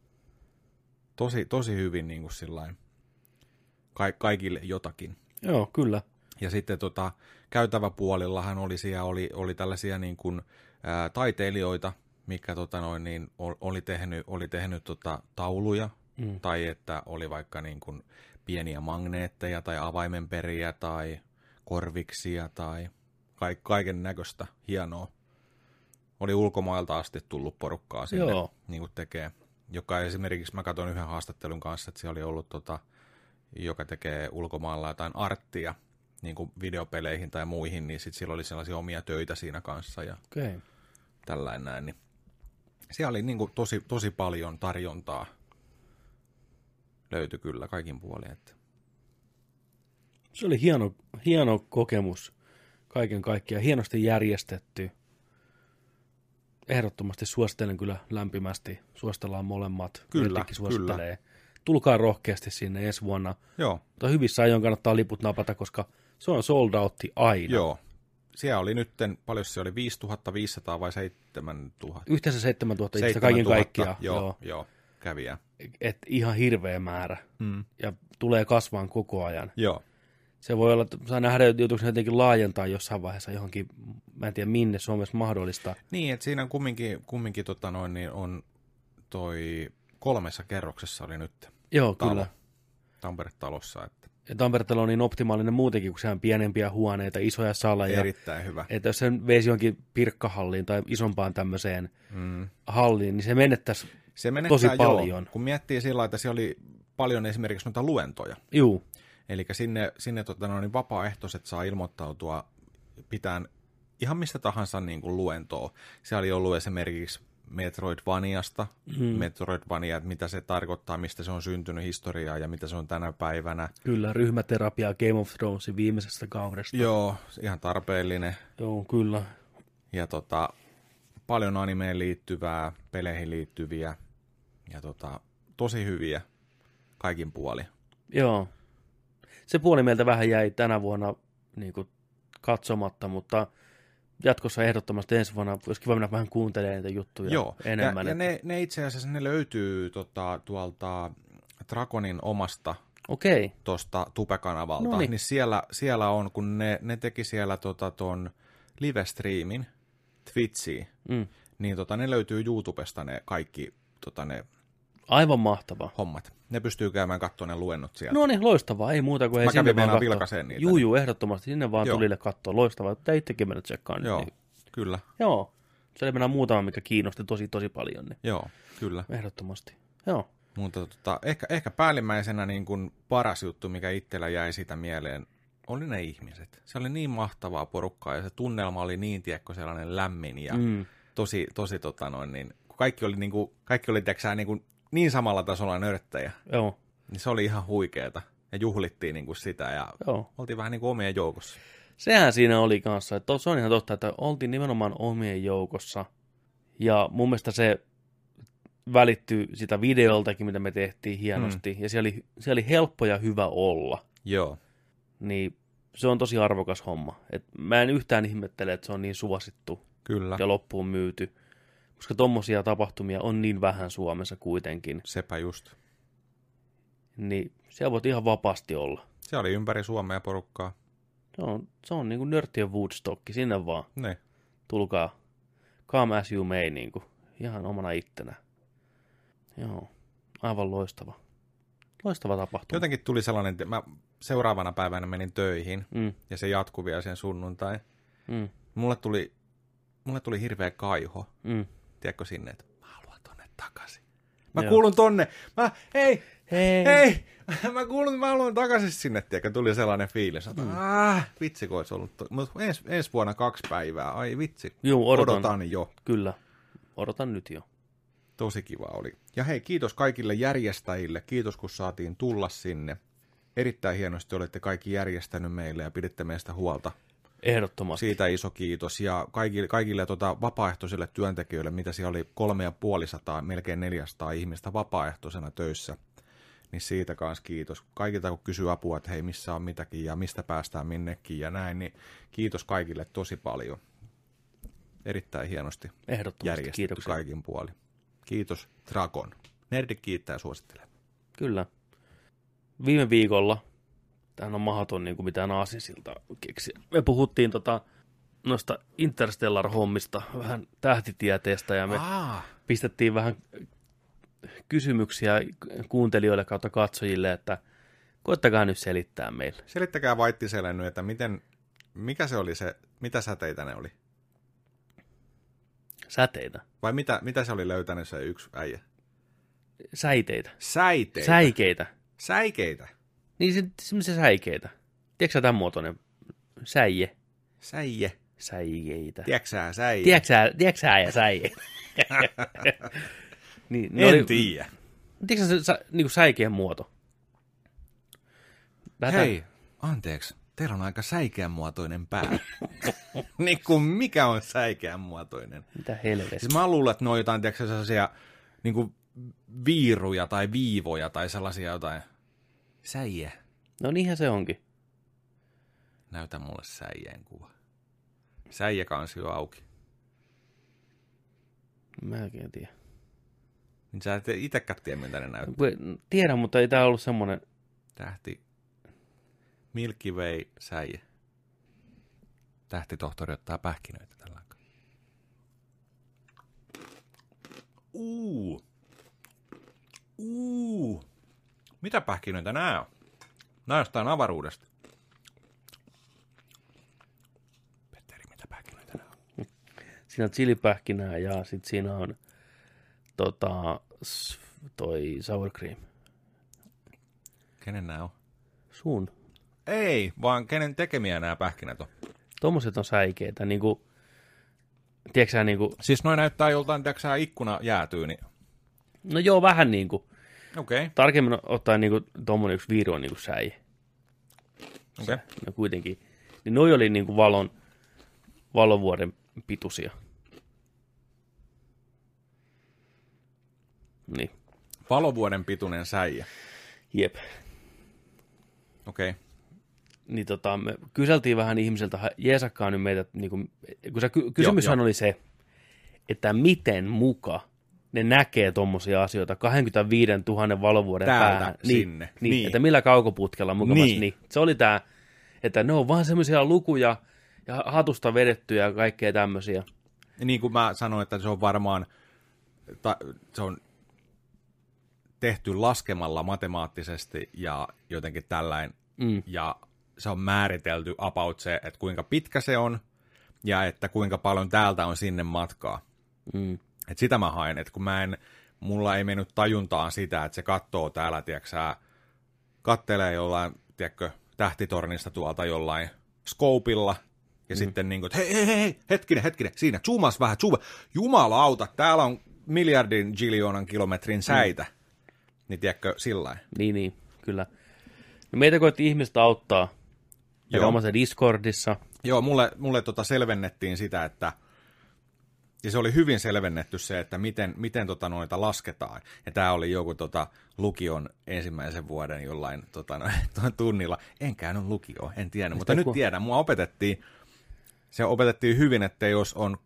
tosi hyvin niin kuin sillain. Kaikille jotakin. Joo, kyllä. Ja sitten käytäväpuolillahan oli tällaisia niin kuin, taiteilijoita, mikä oli tehnyt tauluja, tai että oli vaikka niin kuin pieniä magneetteja tai avaimenperiä tai korviksia tai kaiken näköistä hienoa. Oli ulkomailta asti tullut porukkaa sinne niin kuin tekee. Joka esimerkiksi mä katsoin yhden haastattelun kanssa, että siellä oli ollut joka tekee ulkomailla jotain arttia niin kuin videopeleihin tai muihin, niin sitten sillä oli sellaisia omia töitä siinä kanssa ja tällainen näin. Niin siellä oli niin kuin tosi paljon tarjontaa. Löytyi kyllä kaikin puolin. Että. Se oli hieno kokemus kaiken kaikkiaan. Hienosti järjestetty. Ehdottomasti suosittelen kyllä lämpimästi. Suositellaan molemmat. Kyllä. Tulkaa rohkeasti sinne ensi vuonna. Joo. Mutta hyvissä ajoin kannattaa liput napata, koska se on sold outti aina. Joo. Siellä oli nyt, paljon se oli, 5500 vai 7000? Yhteensä 7000 itse kaiken kaikkiaan. Joo, kävijää. Et ihan hirveä määrä. Ja tulee kasvaan koko ajan. Joo. Se voi olla, että saa nähdä, joutuuko se jotenkin laajentaa jossain vaiheessa johonkin, mä en tiedä minne se on myös mahdollista. Niin, että siinä kumminkin niin on toi 3 kerroksessa oli nyt. Joo, kyllä. Tampere-talossa. Että. Ja Tampere-talo on niin optimaalinen muutenkin, kun se on pienempiä huoneita, isoja saleja. Erittäin hyvä. Että jos sen veisi johonkin pirkkahalliin tai isompaan tämmöiseen halliin, niin se menettäisi tosi paljon. Kun miettii sillä että siellä oli paljon esimerkiksi noita luentoja. Juu. Eli sinne niin vapaaehtoiset saa ilmoittautua pitään ihan mistä tahansa niin kuin luentoa. Siellä oli ollut esimerkiksi Metroidvaniasta, Metroidvania, että mitä se tarkoittaa, mistä se on syntynyt historiaa ja mitä se on tänä päivänä. Kyllä, ryhmäterapiaa Game of Thronesin viimeisestä kaudesta. Joo, ihan tarpeellinen. Joo, kyllä. Ja paljon animeen liittyvää, peleihin liittyviä ja tosi hyviä kaikin puolin. Joo. Se puoli meiltä vähän jäi tänä vuonna niin kuin katsomatta, mutta jatkossa ehdottomasti ensi vuonna olisi kiva mennä vähän kuuntelemaan niitä juttuja enemmän. Ja ne itse asiassa ne löytyy tuolta Dragonin omasta tuosta Tube-kanavalta. Noniin. Niin siellä on, kun ne teki siellä ton live-streamin Twitchiin, niin ne löytyy YouTubesta ne kaikki ne aivan mahtavaa. Hommat. Ne pystyy käymään katsomaan ne luennot sieltä. No niin, loistavaa. Ei muuta kuin mä kävin mennä vilkaiseen niitä. Juu, ehdottomasti. Sinne vaan tulille katsoa. Loistavaa. Pitää itsekin mennä tsekkaan. Joo, niin. kyllä. Joo. Se oli mennä muutama, mikä kiinnosti tosi paljon. Niin. Joo, kyllä. Ehdottomasti. Joo. Mutta ehkä päällimmäisenä niin kuin paras juttu, mikä itsellä jäi siitä mieleen, oli ne ihmiset. Se oli niin mahtavaa porukkaa ja se tunnelma oli niin, tiedätkö, sellainen lämmin ja tosi niin, kaikki oli niin samalla tasolla nörttejä. Joo. Niin se oli ihan huikeeta. Ja juhlittiin niin kuin sitä ja oltiin vähän niin kuin omien joukossa. Sehän siinä oli kanssa. Että se on ihan totta, että oltiin nimenomaan omien joukossa. Ja mun mielestä se välittyi sitä videoltakin, mitä me tehtiin hienosti. Ja siellä oli helppo ja hyvä olla. Joo. Niin se on tosi arvokas homma. Et mä en yhtään ihmettele, että se on niin suosittu. Kyllä. Ja loppuun myyty. Koska tommosia tapahtumia on niin vähän Suomessa kuitenkin. Sepä just. Niin siellä voit ihan vapaasti olla. Se oli ympäri Suomea porukkaa. Se on niin kuin nörttien Woodstock, sinne vaan. Ne. Tulkaa, come as you may, niin kuin, ihan omana ittenä. Joo, aivan loistava. Loistava tapahtuma. Jotenkin tuli sellainen, että mä seuraavana päivänä menin töihin, ja se jatkui vielä sen sunnuntai. Mulle tuli hirveä kaiho, tiedätkö sinne, että mä haluan tonne takaisin. Mä kuulun tonne, hei, mä haluan takaisin sinne, tiedätkö, tuli sellainen fiilis, että vitsi kun olisi ollut, mutta ensi vuonna 2 päivää, ai vitsi, Juu, odotan jo. Kyllä. Odotan nyt jo. Tosi kiva oli. Ja hei, kiitos kaikille järjestäjille. Kiitos, kun saatiin tulla sinne. Erittäin hienosti olette kaikki järjestänyt meille ja piditte meistä huolta. Ehdottomasti. Siitä iso kiitos. Ja kaikille vapaaehtoisille työntekijöille, mitä siellä oli 350, melkein 400 ihmistä vapaaehtoisena töissä. Niin siitä kanssa kiitos. Kaikilta, kun kysyy apua, että hei, missä on mitäkin ja mistä päästään minnekin ja näin, niin kiitos kaikille tosi paljon. Erittäin hienosti järjestetty kiitoksia. Kaikin puolin. Kiitos Dragon. Nerdik kiittää ja suosittelee. Kyllä. Viime viikolla, tämähän on mahdoton niin kuin mitään aasinsilta keksiä. Me puhuttiin noista Interstellar-hommista, vähän tähtitieteestä ja me pistettiin vähän kysymyksiä kuuntelijoille kautta katsojille, että koettakaa nyt selittää meille. Selittäkää Vaittiselle nyt, että mikä se oli se, mitä säteitä ne oli? Säteitä. Vai mitä se oli löytänyt se yksi äijä? Säiteitä. Säiteitä. Säikeitä. Säikeitä. Niin semmoisia säikeitä. Tiedätkö sä tämän muotoinen? Säije. Säije. Säikeitä. Tiedätkö sä säije? Tiedätkö sä ja säije? Niin, en tiedä. Tiedätkö sä niin säikeen muoto? Hei, anteeksi. Teillä on aika säikeän muotoinen pää. Niin kuin mikä on säikeän muotoinen? Mitä helvettiä? Siis mä luulen, että ne on jotain, tiedätkö, sellaisia niin kuin viiruja tai viivoja tai sellaisia jotain. Säijä. No niinhän se onkin. Näytä mulle säijän kuva. Säijä kansi jo auki. Mä en tiedä. Niin sä et itekään tiedä, miltä ne näyttää. Tiedän, mutta ei tää ollut semmonen. Tähti. Milky Way säijä. Tähtitohtori ottaa pähkinöitä tällä aikaa. Mitä pähkinöitä nää on? Nää on jostain avaruudesta. Petteri, mitä pähkinöitä nää on? Siinä on chilipähkinää ja sit siinä on toi sour cream. Kenen nää on? Sun. Ei, vaan kenen tekemiä nämä pähkinät on. Tommoset on säikeitä, niinku, tiedätkö sä niinku... Siis noi näyttää joltain, tiedätkö sä, ikkuna jäätyy, niin... No joo, vähän niinku. Okei. Okay. Tarkemmin ottaen niinku tommonen yksi viiru on niinku säie. Okei. Okay. No kuitenkin. Niin noi oli niinku valovuoden pituisia. Niin. Valovuoden pituinen säijä. Jep. Okei. Okay. Niin me kyseltiin vähän ihmiseltä, jeesakkaa nyt meitä, niinku, kun se kysymyshän oli se, että miten muka ne näkee tommosia asioita 25 000 valovuoden päähän. Sinne. Niin, että millä kaukoputkella mukavasti. Niin. Se oli tää, että ne on vaan semmoisia lukuja ja hatusta vedettyjä ja kaikkea tämmöisiä. Niin kuin mä sanoin, että se on varmaan, se on tehty laskemalla matemaattisesti ja jotenkin tällainen, ja se on määritelty about se, että kuinka pitkä se on, ja että kuinka paljon täältä on sinne matkaa. Että sitä mä haen, että kun mulla ei mennyt tajuntaan sitä, että se katsoo täällä, tiedätkö, kattelee jollain, tiedätkö, tähtitornista tuolta jollain scopeilla, ja sitten niin kuin, että hei, hetkinen, siinä, zoomas vähän, jumalauta, täällä on miljardin giljoonan kilometrin säitä. Niin tiedätkö, sillain. Niin, kyllä. No meitä koetti ihmistä auttaa. Ja omassa Discordissa. Joo, mulle selvennettiin sitä, että ja se oli hyvin selvennetty se, että miten noita lasketaan. Ja tämä oli joku lukion ensimmäisen vuoden jollain tunnilla. En käynyt lukioon, en tiedä, mutta nyt tiedän. Mua se opetettiin hyvin, että jos on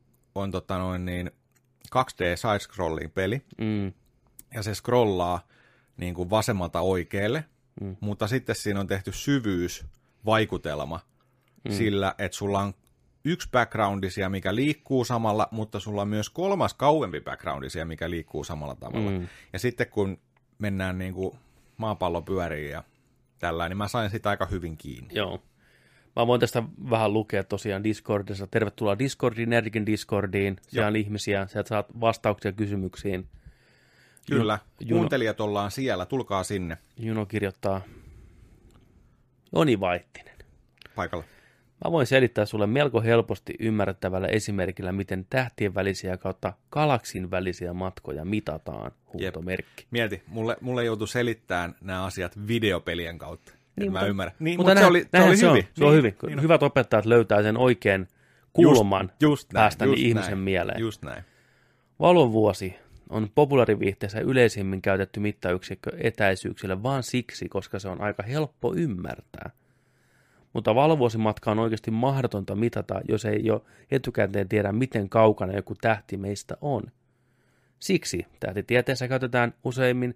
2D side-scrolling peli, ja se scrollaa niin kuin vasemmalta oikealle, mutta sitten siinä on tehty syvyysvaikutelma sillä, että sulla on yksi backgroundisia, mikä liikkuu samalla, mutta sulla on myös kolmas kauempi backgroundisia, mikä liikkuu samalla tavalla. Ja sitten kun mennään niin kuin maapallo pyörii ja tällainen, niin mä sain sitä aika hyvin kiinni. Joo. Mä voin tästä vähän lukea tosiaan Discordissa. Tervetuloa Discordiin, Nerdikin Discordiin. Siellä on ihmisiä, sieltä saat vastauksia kysymyksiin. Kyllä, kuuntelijat ollaan siellä, tulkaa sinne. Juno kirjoittaa, Joni Vaittinen. Paikalla. Mä voin selittää sulle melko helposti ymmärrettävällä esimerkillä, miten tähtien välisiä kautta galaksin välisiä matkoja mitataan, huutomerkki. Mieti, mulle joutui selittämään nämä asiat videopelien kautta. Niin, mä ymmärrän. Niin, mutta se oli hyvin. Se on hyvin. Niin. Hyvät opettajat löytää sen oikean kulman päästä ihmisen mieleen. Just näin. Valovuosi on populaariviihteessä yleisimmin käytetty mittayksikkö etäisyyksille vaan siksi, koska se on aika helppo ymmärtää. Mutta valovuosimatka on oikeasti mahdotonta mitata, jos ei jo etukäteen tiedä, miten kaukana joku tähti meistä on. Siksi tähtitieteessä käytetään useimmin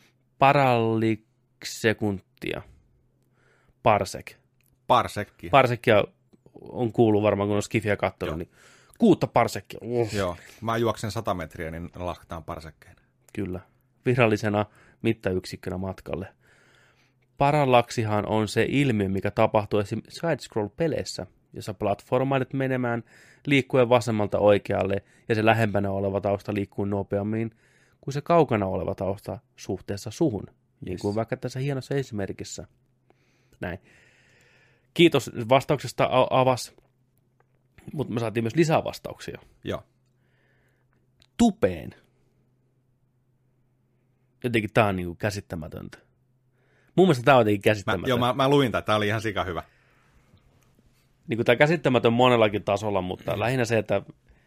paralliksekuntia. Parsek. Parsekkia on kuullut varmaan, kun on Skifiä katsonut, niin 6 parsekkia. Joo, mä juoksen 100 metriä, niin lasketaan parsekkeina. Kyllä, virallisena mittayksikkönä matkalle. Parallaksihan on se ilmiö, mikä tapahtuu esimerkiksi side-scroll-peleissä, jossa platformailet menemään liikkuen vasemmalta oikealle ja se lähempänä oleva tausta liikkuu nopeammin kuin se kaukana oleva tausta suhteessa suhun, niin kuin vaikka tässä hienossa esimerkissä. Näin. Kiitos vastauksesta Avas, mutta me saatiin myös lisää vastauksia. Joo. Tupeen. Jotenkin tää on niinku käsittämätöntä. Mun mielestä tää on jotenkin käsittämätöntä. Mä luin tää oli ihan sika hyvä. Niinku tää käsittämätön monellakin tasolla, mutta lähinnä se, että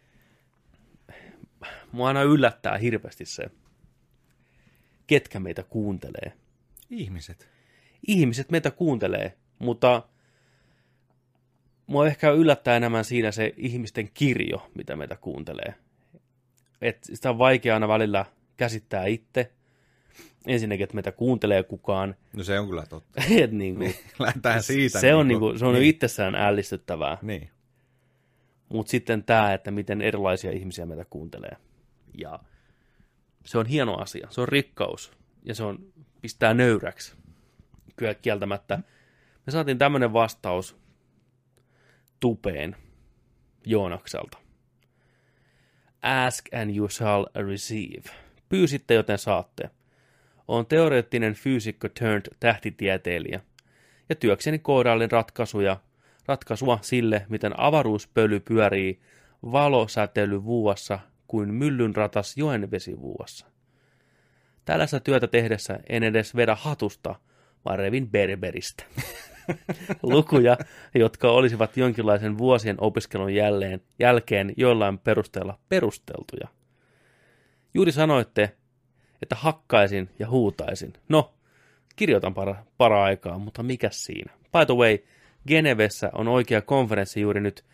mua aina yllättää hirveästi se, ketkä meitä kuuntelee. Ihmiset meitä kuuntelee, mutta mua ehkä yllättää enemmän siinä se ihmisten kirjo, mitä meitä kuuntelee. Et sitä on vaikea aina välillä käsittää itse. Ensinnäkin, että meitä kuuntelee kukaan. No se on kyllä totta. Niinku, lähdetään siitä. Se on, se on itsessään ällistyttävää. Niin. Mutta sitten tämä, että miten erilaisia ihmisiä meitä kuuntelee. Ja se on hieno asia. Se on rikkaus. Ja se on pistää nöyräksi. Kyllä kieltämättä. Me saatiin tämmöinen vastaus Tupeen Joonakselta. Ask and you shall receive. Pyysitte, joten saatte. Olen teoreettinen fyysikko turned tähtitieteilijä. Ja työkseni koodailin ratkaisua sille, miten avaruuspöly pyörii valosäteilyvuossa kuin myllynratas joenvesivuossa. Tällaista työtä tehdessä en edes vedä hatusta, vaan revin berberistä. Lukuja, jotka olisivat jonkinlaisen vuosien opiskelun jälkeen jollain perusteella perusteltuja. Juuri sanoitte, että hakkaisin ja huutaisin. No, kirjoitan para-aikaa, mutta mikäs siinä? By the way, Genevessä on oikea konferenssi juuri nyt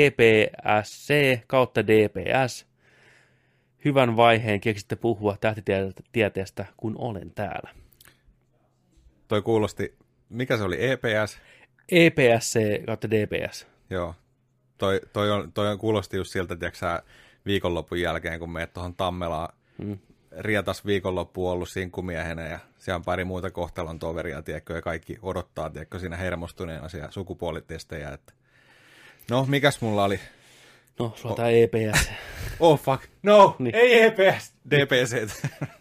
EPSC/DPS. Hyvän vaiheen keksitte puhua tähtitieteestä, kun olen täällä. Toi kuulosti, mikä se oli, EPS? EPSC/DPS. Joo, toi kuulosti just siltä, tiiäksä, viikonlopun jälkeen, kun meet tuohon Tammelaan, rietas viikonloppu ollut sinkkumiehenä ja siellä on pari muuta kohtalon toveria, tiedätkö, ja kaikki odottaa, tiedätkö, siinä hermostuneena siellä sukupuolitestejä, että no, mikäs mulla oli? No, sulla tää EPS. Oh fuck, no, niin. Ei EPS, DPC.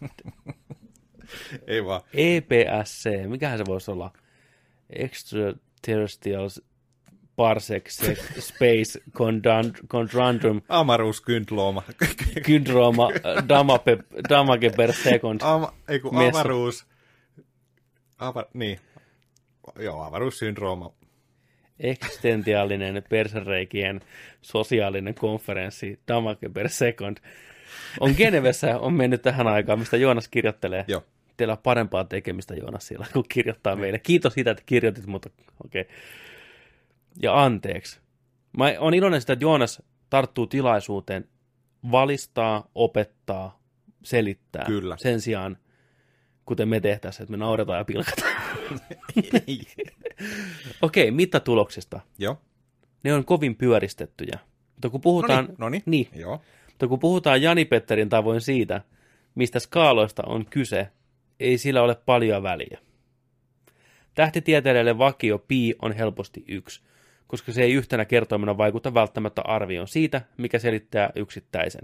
Ei vaan. EPSC, mikähän se voisi olla? Extraterrestrial Parsec Space Conundrum. Avaruuskyndlooma. Kyndrooma damage per second. Avaruus. Niin. Joo, avaruussyndrooma. Eksistentiaalinen persereikien sosiaalinen konferenssi damage per second. On Genevessä on mennyt tähän aikaan, mistä Joonas kirjoittelee. Joo. Teillä on parempaa tekemistä, Joonas, siellä, kun kirjoittaa meille. Kiitos siitä, että kirjoitit, mutta okei. Okay. Ja anteeksi. Mä oon iloinen sitä, että Joonas tarttuu tilaisuuteen valistaa, opettaa, selittää. Kyllä. Sen sijaan, kuten me tehtäisiin, että me nauretaan ja pilkataan. Okei, mittatuloksista. Joo. Ne on kovin pyöristettyjä. Mutta kun puhutaan, niin. Joo. Mutta kun puhutaan Jani-Petterin tavoin siitä, mistä skaaloista on kyse, ei sillä ole paljon väliä. Tähtitieteilijöille vakio pi on helposti 1, koska se ei yhtenä kertoimena vaikuta välttämättä arvioon siitä, mikä selittää yksittäisen.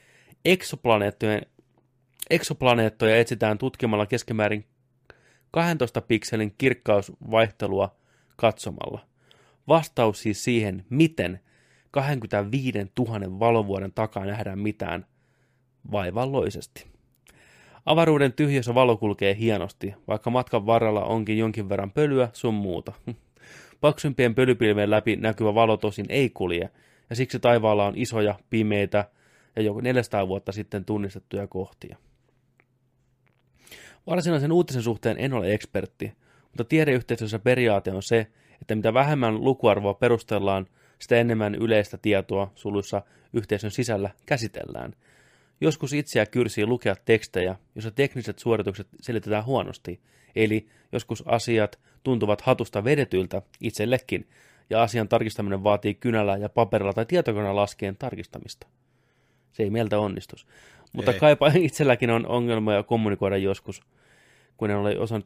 Eksoplaneettoja etsitään tutkimalla keskimäärin 12 pikselin kirkkausvaihtelua katsomalla. Vastaus siis siihen, miten 25 000 valovuoden takaa nähdään mitään vaivalloisesti. Avaruuden tyhjössä valo kulkee hienosti, vaikka matkan varrella onkin jonkin verran pölyä sun muuta. Paksumpien pölypilvien läpi näkyvä valo tosin ei kulje, ja siksi taivaalla on isoja, pimeitä ja jo 400 vuotta sitten tunnistettuja kohtia. Varsinaisen uutisen suhteen en ole ekspertti, mutta tiedeyhteisössä periaate on se, että mitä vähemmän lukuarvoa perustellaan, sitä enemmän yleistä tietoa suluissa yhteisön sisällä käsitellään. Joskus itseä kyrsii lukea tekstejä, joissa tekniset suoritukset selitetään huonosti, eli joskus asiat tuntuvat hatusta vedetyltä itsellekin, ja asian tarkistaminen vaatii kynällä ja paperilla tai tietokoneella laskien tarkistamista. Se ei meiltä onnistus. Mutta kaipa itselläkin on ongelmia kommunikoida joskus, kun en ole osannut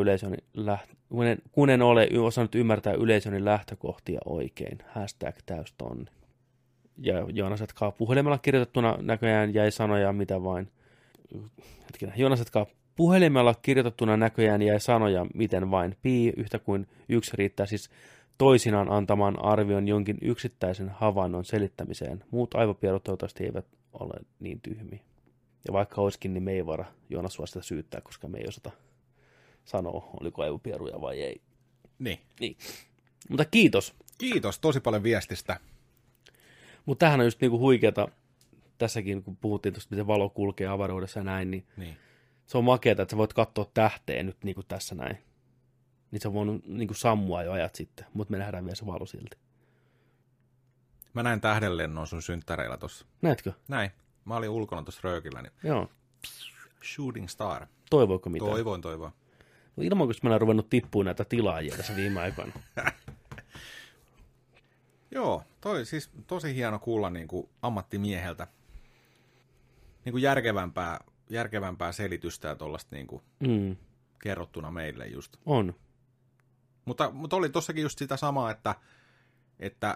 ymmärtää yleisöni lähtökohtia oikein. #täystonni. Ja Joonas jatkaa, puhelimella kirjoitettuna näköjään jäi sanoja mitä vain. Joonas jatkaa, puhelimella kirjoitettuna näköjään jäi sanoja miten vain. Yhtä kuin yksi riittää siis toisinaan antamaan arvion jonkin yksittäisen havainnon selittämiseen. Muut aivopierut toivottavasti eivät ole niin tyhmiä. Ja vaikka olisikin, niin me ei vara Joonas sua sitä syyttää, koska me ei osata sanoa, oliko aivopieruja vai ei. Niin. Mutta kiitos. Kiitos tosi paljon viestistä. Mutta tämähän on just niinku huikeata, tässäkin kun puhuttiin tuosta, miten valo kulkee avaruudessa ja näin, niin se on makeata, että sä voit katsoa tähteen nyt niinku tässä näin. Niin se on voinut niinku sammua jo ajat sitten, mutta me nähdään vielä se valo silti. Mä näin tähdenlennon sun synttäreillä tossa. Näetkö? Näin. Mä olin ulkona tuossa röökillä. Niin... Joo. Shooting star. Toivoiko mitään? Toivoin. No ilman, kun mä olen ruvennut tippuun näitä tilaajia tässä viime aikoina. Joo, siis tosi hieno kuulla niin kuin ammattimieheltä niin kuin järkevämpää selitystä ja tuollaista niin kuin kerrottuna meille just. On. Mutta oli tossakin just sitä samaa, että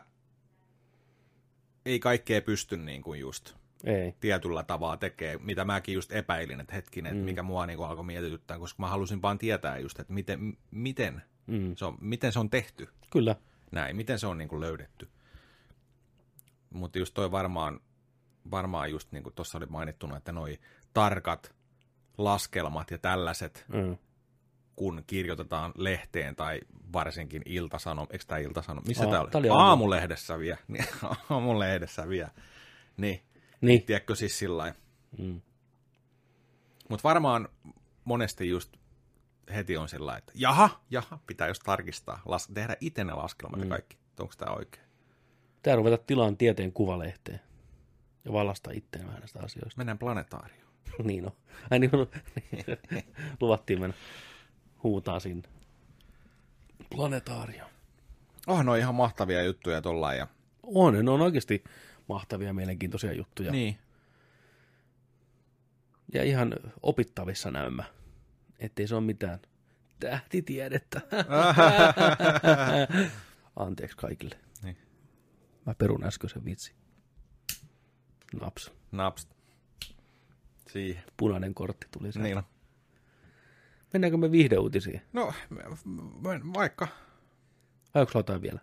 ei kaikkea pysty niin kuin just tietyllä tavalla tekee, mitä mäkin just epäilin, että hetkinen, että mikä mua niin kuin alkoi mietityttää, koska mä halusin vaan tietää just, että miten se on tehty. Kyllä. Näin, miten se on niin kuin löydetty. Mutta just toi varmaan just niin kuin tuossa oli mainittuna, että noi tarkat laskelmat ja tällaiset, kun kirjoitetaan lehteen tai varsinkin Ilta-Sanom, eikö tämä Ilta-Sanom? Missä tämä oli? Aamulehdessä vielä. Aamulehdessä vielä. Niin. Tiedätkö siis sillain. Mutta varmaan monesti just heti on sillä että jaha, pitää just tarkistaa, tehdä itse ne laskelmat ja kaikki. Onko tämä oikein? Pitää ruveta tilaan tieteen kuvalehteen ja valasta itteen vähän näistä asioista. Mennään planetaarioon. Niin on. Luvattiin mennä huutaa sinne. Planetaario. Ne on ihan mahtavia juttuja tollain. Ja... Ne on oikeasti mahtavia, mielenkiintoisia juttuja. Niin. Ja ihan opittavissa näymmä. Ettei se ole mitään tähtitiedettä. Anteeksi kaikille. Niin. Mä perun äskeisen vitsi. Naps. Siihen. Punainen kortti tuli sieltä. Niin on. Mennäänkö me viihdeuutisiin? No, vaikka. Onko jotain vielä?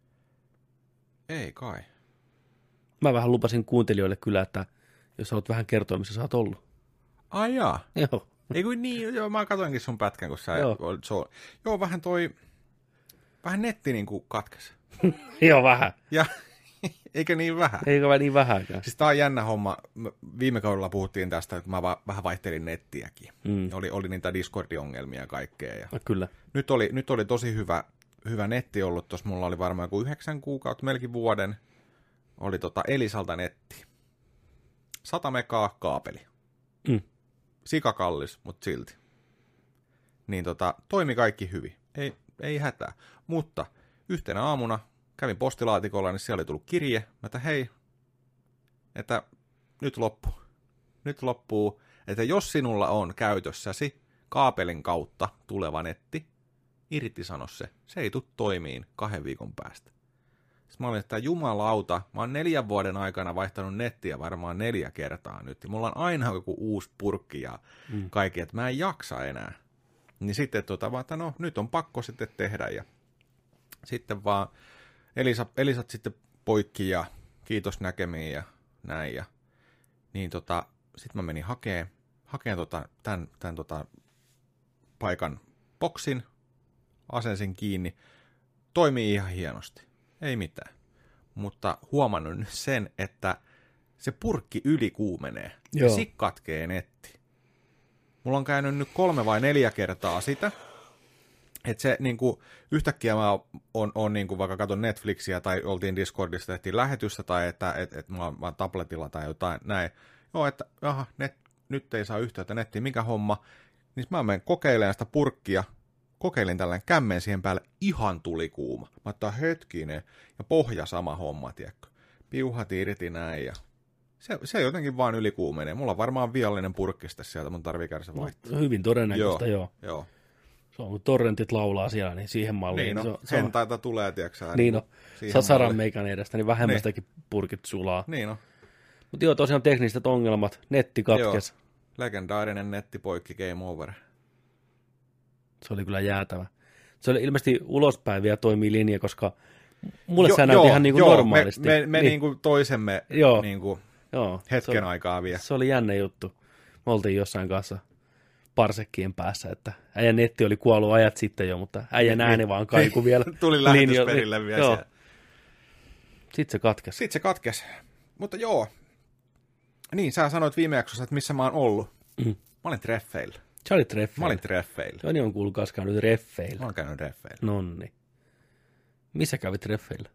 Ei kai. Mä vähän lupasin kuuntelijoille kyllä, että jos haluat vähän kertoa, missä sä oot ollut. Ai jaa. Joo. Ei kun niin, joo, mä katoinkin sun pätkän, kun sä Joo, vähän netti niinku katkesi. Joo, vähän. Ja eikä niin vähän. Eikä niin vähäkään. Siis tää on jännä homma. Viime kaudella puhuttiin tästä, että mä vähän vaihtelin nettiäkin. Oli niitä Discord-ongelmia ja kaikkea. Ja kyllä. Nyt oli tosi hyvä netti ollut. Tuossa mulla oli varmaan joku 9 kuukautta, melkein vuoden. Oli Elisalta netti. 100 megaa kaapeli. Sikakallis, mutta silti. Niin toimi kaikki hyvin. Ei hätää. Mutta yhtenä aamuna kävin postilaatikolla, niin siellä oli tullut kirje. Mä että hei, että nyt loppuu. Että jos sinulla on käytössäsi kaapelin kautta tuleva netti, irtisano se. Se ei tule toimiin 2 viikon päästä. Sitten mä olin, että jumalauta, mä oon 4 vuoden aikana vaihtanut nettiä varmaan 4 kertaa nyt. Ja mulla on aina joku uusi purkki ja kaikki, että mä en jaksa enää. Niin sitten vaan, että no nyt on pakko sitten tehdä. Ja sitten vaan Elisat sitten poikki ja kiitos näkemiin ja näin. Ja, niin sitten mä menin hakeen tämän paikan boksin, asensin kiinni. Toimii ihan hienosti, ei mitään. Mutta huomannut nyt sen, että se purkki ylikuumenee ja sit katkee netti. Mulla on käynyt nyt 3 vai 4 kertaa sitä, että se niinku, yhtäkkiä mä on niinku, vaikka katon Netflixiä tai oltiin Discordissa, tehtiin lähetystä tai että mä oon tabletilla tai jotain näin. Joo, että jaha, nyt ei saa yhteyttä nettiin, mikä homma. Niin mä menen kokeilemaan sitä purkkia, kokeilin tällainen kämmen siihen päälle, ihan tuli kuuma. Mä ottaa hetkinen ja pohja sama homma, tiedätkö. Piuhat irti näin ja se jotenkin vaan ylikuumenee. Mulla on varmaan viallinen purkkiste sieltä, mun tarvii käydä se vaihtaa. No, hyvin todennäköistä, joo. Se on, kun torrentit laulaa siellä, niin siihen malliin. Niin hentaita tulee, tiedätkö niin no, sä saran meikän edestä, niin vähemmästäkin purkit sulaa. Niin no. Mutta joo, tosiaan tekniset ongelmat, netti katkesi. Legendaarinen nettipoikki, game over. Se oli kyllä jäätävä. Se oli ilmeisesti ulospäin vielä toimii linja, koska mulle sä näyt ihan niin kuin normaalisti. Me niin kuin toisemme niin kuin hetken aikaa vielä. Se oli jännä juttu. Me oltiin jossain kanssa parsekkien päässä, että äijän netti oli kuollut ajat sitten jo, mutta äijän ääni vaan kaiku vielä. Tuli lähetysperille vielä siellä. Sitten se katkesi. Mutta joo. Niin, sä sanoit viime jaksossa, että missä mä oon ollut. Mä olin treffeillä. Sä olit treffeillä? Mä olin treffeillä. Joni on kuulkaas käynyt treffeillä. Mä oon käynyt treffeillä. Nonni. Missä kävit treffeillä?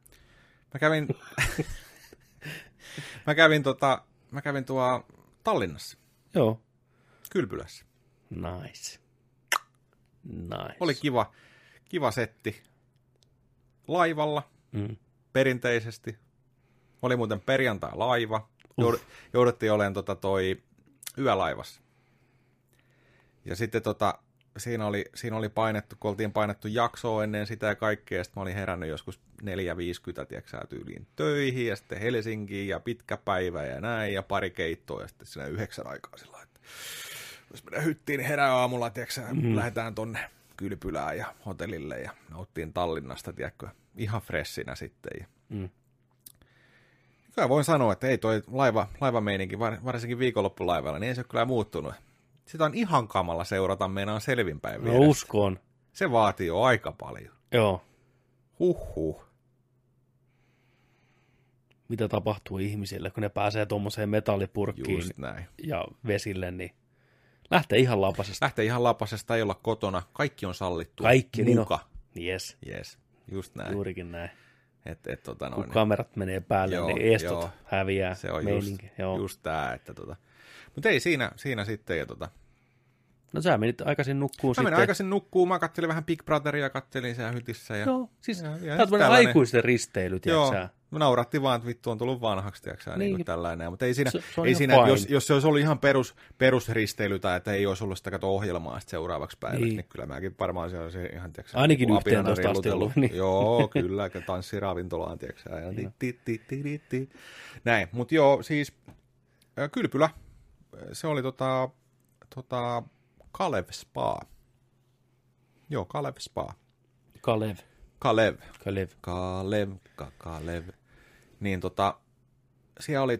Mä kävin Tallinnassa. Joo. Kylpylässä. Nice. Oli kiva setti. Laivalla. Perinteisesti. Oli muuten perjantai-laiva. Jouduttiin olemaan toi yölaivassa. Ja sitten siinä oli painettu, kun oltiin painettu jaksoa ennen sitä ja kaikkea, ja sitten mä olin herännyt joskus 4:50, tiedätkö tyyliin töihin, ja sitten Helsinkiin, ja pitkä päivä ja näin, ja pari keittoa, ja sitten siinä 9 aikaa sillä että jos mennään hyttiin, niin herää aamulla, tiedätkö lähdetään tonne Kylpylään ja hotellille, ja nauttiin Tallinnasta, tiedätkö, ihan freshinä sitten. Ja kyllä voin sanoa, että ei toi laivameininki, varsinkin viikonloppulaivalla, niin ei se ole kyllä muuttunut. Sitä on ihan kamala seurata meinaan selvinpäin vierestä. No uskon. Se vaatii jo aika paljon. Joo. Huhhuh. Mitä tapahtuu ihmisille, kun ne pääsee tuommoiseen metallipurkkiin ja vesille, niin lähtee ihan lapasesta. Ei olla kotona. Kaikki on sallittu. Kaikki, muka. Yes. Just näin. Juurikin näin. Kun kamerat menee päälle, niin estot häviää. Se on just tää, että Mutta ei siinä sitten. Ja No sä menit aikaisin nukkuun sitten. Mä menin aikaisin nukkuun, mä kattelin vähän Big Brotheria, kattelin siellä hytissä. Joo, siis tää on aikuisten risteily, tiedätkö sä? Me naurattiin vaan, että vittu on tullut vanhaksi, tiedätkö niin tällainen. Mutta ei siinä, jos se olisi ollut ihan perusristeily tai että ei olisi ollut sitä ohjelmaa sitten seuraavaksi päiväksi, niin kyllä mäkin varmaan se olisi ihan, tiedätkö ainakin 11 asti ollut. Niin. Joo, kyllä, tanssiravintolaan, tiedätkö näin, mutta joo, siis Kylpylä, se oli Kalev Spa. Joo, Kalev Spa. Kalev. Niin siellä oli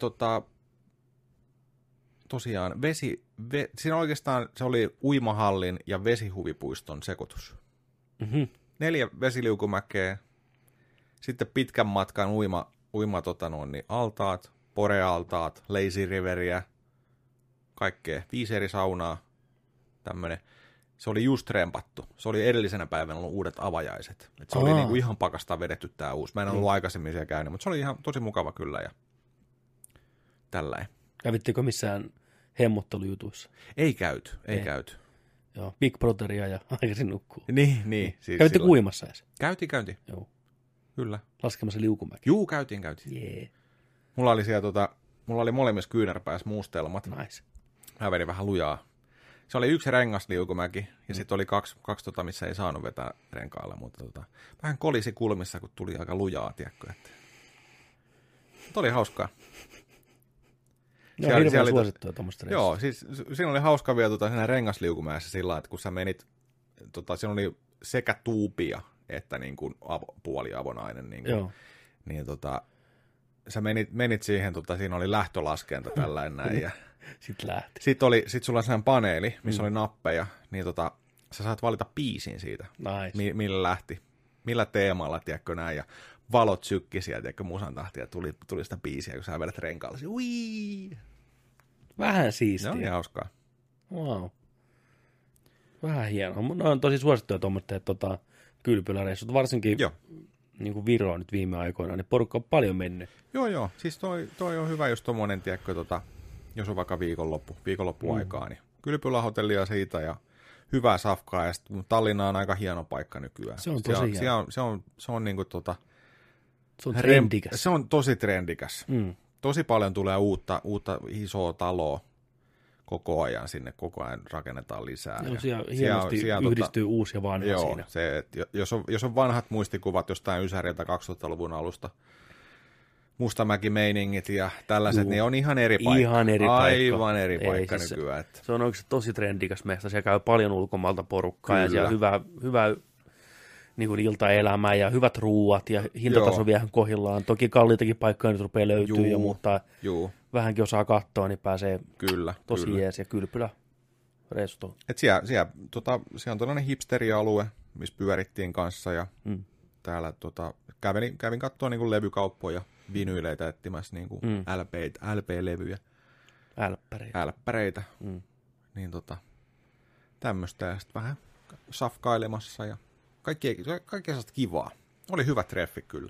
tosiaan siinä oikeastaan se oli uimahallin ja vesihuvipuiston sekoitus. 4 vesiliukumäkeä, sitten pitkän matkan altaat, porealtaat, lazy riveria, kaikkea, 5 eri saunaa. Tämmönen. Se oli just rempattu. Se oli edellisenä päivänä ollut uudet avajaiset. Et se oli niinku ihan pakastaan vedetty tää uusi. Mä en ollut aikaisemmin siellä käynyt, mutta se oli ihan tosi mukava kyllä ja tälläin. Kävittekö missään hemmottelujutuissa? Ei käyty. Joo, Big Brotheria ja aikaisin nukkuu. Niin. Siis kävitte uimassa edes? Käytiin. Joo. Kyllä. Laskemassa liukumäki? Juu, käytiin. Jee. Mulla oli siellä mulla oli molemmissa kyynärpäässä muustelmat. Nice. Mä vedin vähän lujaa. Se oli 1 rengasliukumäki ja sitten oli kaksi missä ei saanut vetää renkaalla, mutta vähän kolisi kulmissa, kun tuli aika lujaa, tiedätkö, että oli hauskaa. Joo, hirveän suosittua tuommoista reissua. Joo, siis siinä oli hauska vielä siinä rengasliukumäessä sillä että kun sä menit, siinä oli sekä tuupia, että niin kuin puoliavonainen. Niin, Joo. Niin sä menit siihen, siinä oli lähtölaskenta tällainen näin. Ja Sitten lähti. Sitten sulla on sellainen paneeli, missä oli nappeja, niin sä saat valita biisin siitä, Nice. millä lähti, millä teemalla, tiedätkö näin, ja valot sykki sieltä, tiedätkö, musan tahtia, ja tuli sitä biisiä, kun sä vedät renkaallasi. Ui! Vähän siistiä. No, niin hauskaa. Wow. Vähän hienoa. No on tosi suosittuja tuommoitteet kylpyläreissut, varsinkin niin kuin Viroon nyt viime aikoina, niin porukka on paljon mennyt. Joo. Siis toi on hyvä, jos tommonen, tiedätkö, jos on vaikka viikonloppuaikaa, niin kylpylähotellia siitä ja hyvää safkaa, ja sitten Tallinna on aika hieno paikka nykyään. Se on tosi hieno. Se on niinku se on trendikäs. Se on tosi trendikäs. Tosi paljon tulee uutta isoa taloa koko ajan, sinne koko ajan rakennetaan lisää. Joo, siellä hienosti yhdistyy uusi ja vanha joo, siinä. Se, jos on vanhat muistikuvat jostain Ysäriltä 2000-luvun alusta, Mustamäki-meiningit ja tällaiset, niin on ihan eri paikka. Ihan eri paikka. Aivan eri paikka siis nykyään. Se on oikeasti tosi trendikäs mesta. Siellä käy paljon ulkomailta porukkaa. Kyllä. Ja siellä hyvä niin kuin iltaelämää ja hyvät ruuat ja hintataso vielä kohdillaan. Toki kalliitakin paikkoja nyt rupeaa löytyy, mutta vähänkin osaa katsoa, niin pääsee tosi jees ja kylpylä reissuun. Siellä on tällainen hipsterialue, missä pyörittiin kanssa ja täällä kävin katsoa niin kuin levykauppoja, vinyyleitä etsimässä niin kuin LP-levyjä. Älppäreitä. Niin tämmöistä ja sitten vähän safkailemassa ja kaikkea sellaista kivaa. Oli hyvä treffi kyllä.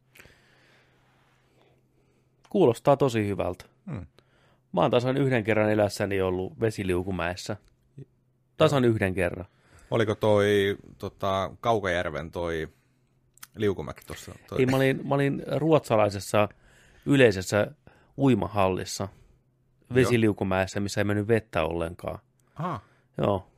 Kuulostaa tosi hyvältä. Mä oon tasan yhden kerran elässäni ollut Vesiliukumäessä. Tasan yhden kerran. Oliko toi Kaukajärven toi Liukumäki tuossa? Ei, mä olin ruotsalaisessa yleisessä uimahallissa Vesiliukumäessä, missä ei mennyt vettä ollenkaan. Aha. Joo.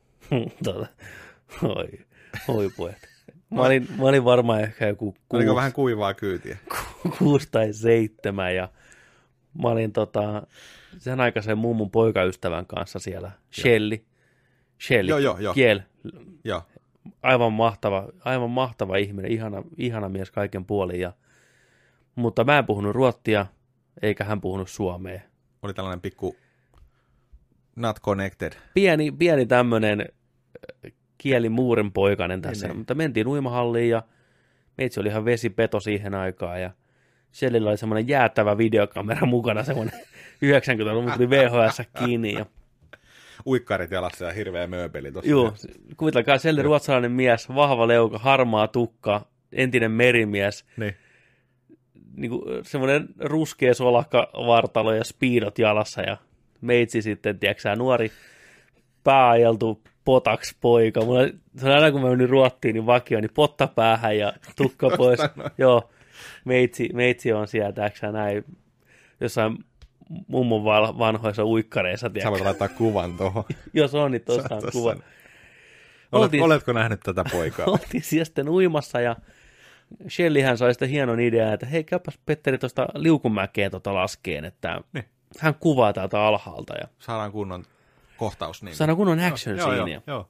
Oi pojat. Mä olin varmaan ehkä joku 6. Oliko vähän kuivaa kyytiä? 6 tai 7 ja mä olin sen aikaisen mummun poikaystävän kanssa siellä. Shelly. Joo. Kiel. Joo. Aivan mahtava ihminen, ihana mies kaiken puolin. Mutta mä en puhunut ruottia, eikä hän puhunut suomea. Oli tällainen pikku not connected. Pieni tämmöinen kielimuurin poikainen tässä. Niin. Mutta mentiin uimahalliin ja meitsi oli ihan vesipeto siihen aikaan. Ja Shellillä oli semmoinen jäätävä videokamera mukana, semmoinen 90-luvun tuli VHS kiinni. Ja uikkarit jalassa ja hirveä mööpeli tossa. Joo, kuvitelkaa Shelly ruotsalainen mies, vahva leuka, harmaa tukka, entinen merimies. Niin kuin semmoinen ruskea solakka vartalo ja speedot jalassa ja meitsi sitten, tiedätkö nuori pääajeltu potaks poika. Se on aina kun mä menin Ruottiin, niin vakio, niin potta päähän ja tukka pois. Joo, meitsi on siellä, tiedätkö näin, jossain mummon vanhoissa uikkareissa. Sä voit laittaa kuvan tuohon. Jos on, niin tuossa on kuva. Oletko nähnyt tätä poikaa? Oltiin siellä sitten uimassa ja Shellyhän sai sitten hienon idean, että hei, käypäs Petteri tuosta Liukumäkeen laskeen, että hän kuvaa täältä alhaalta. Ja saadaan kunnon kohtaus. Niin. Saadaan kunnon action siinä. Joo.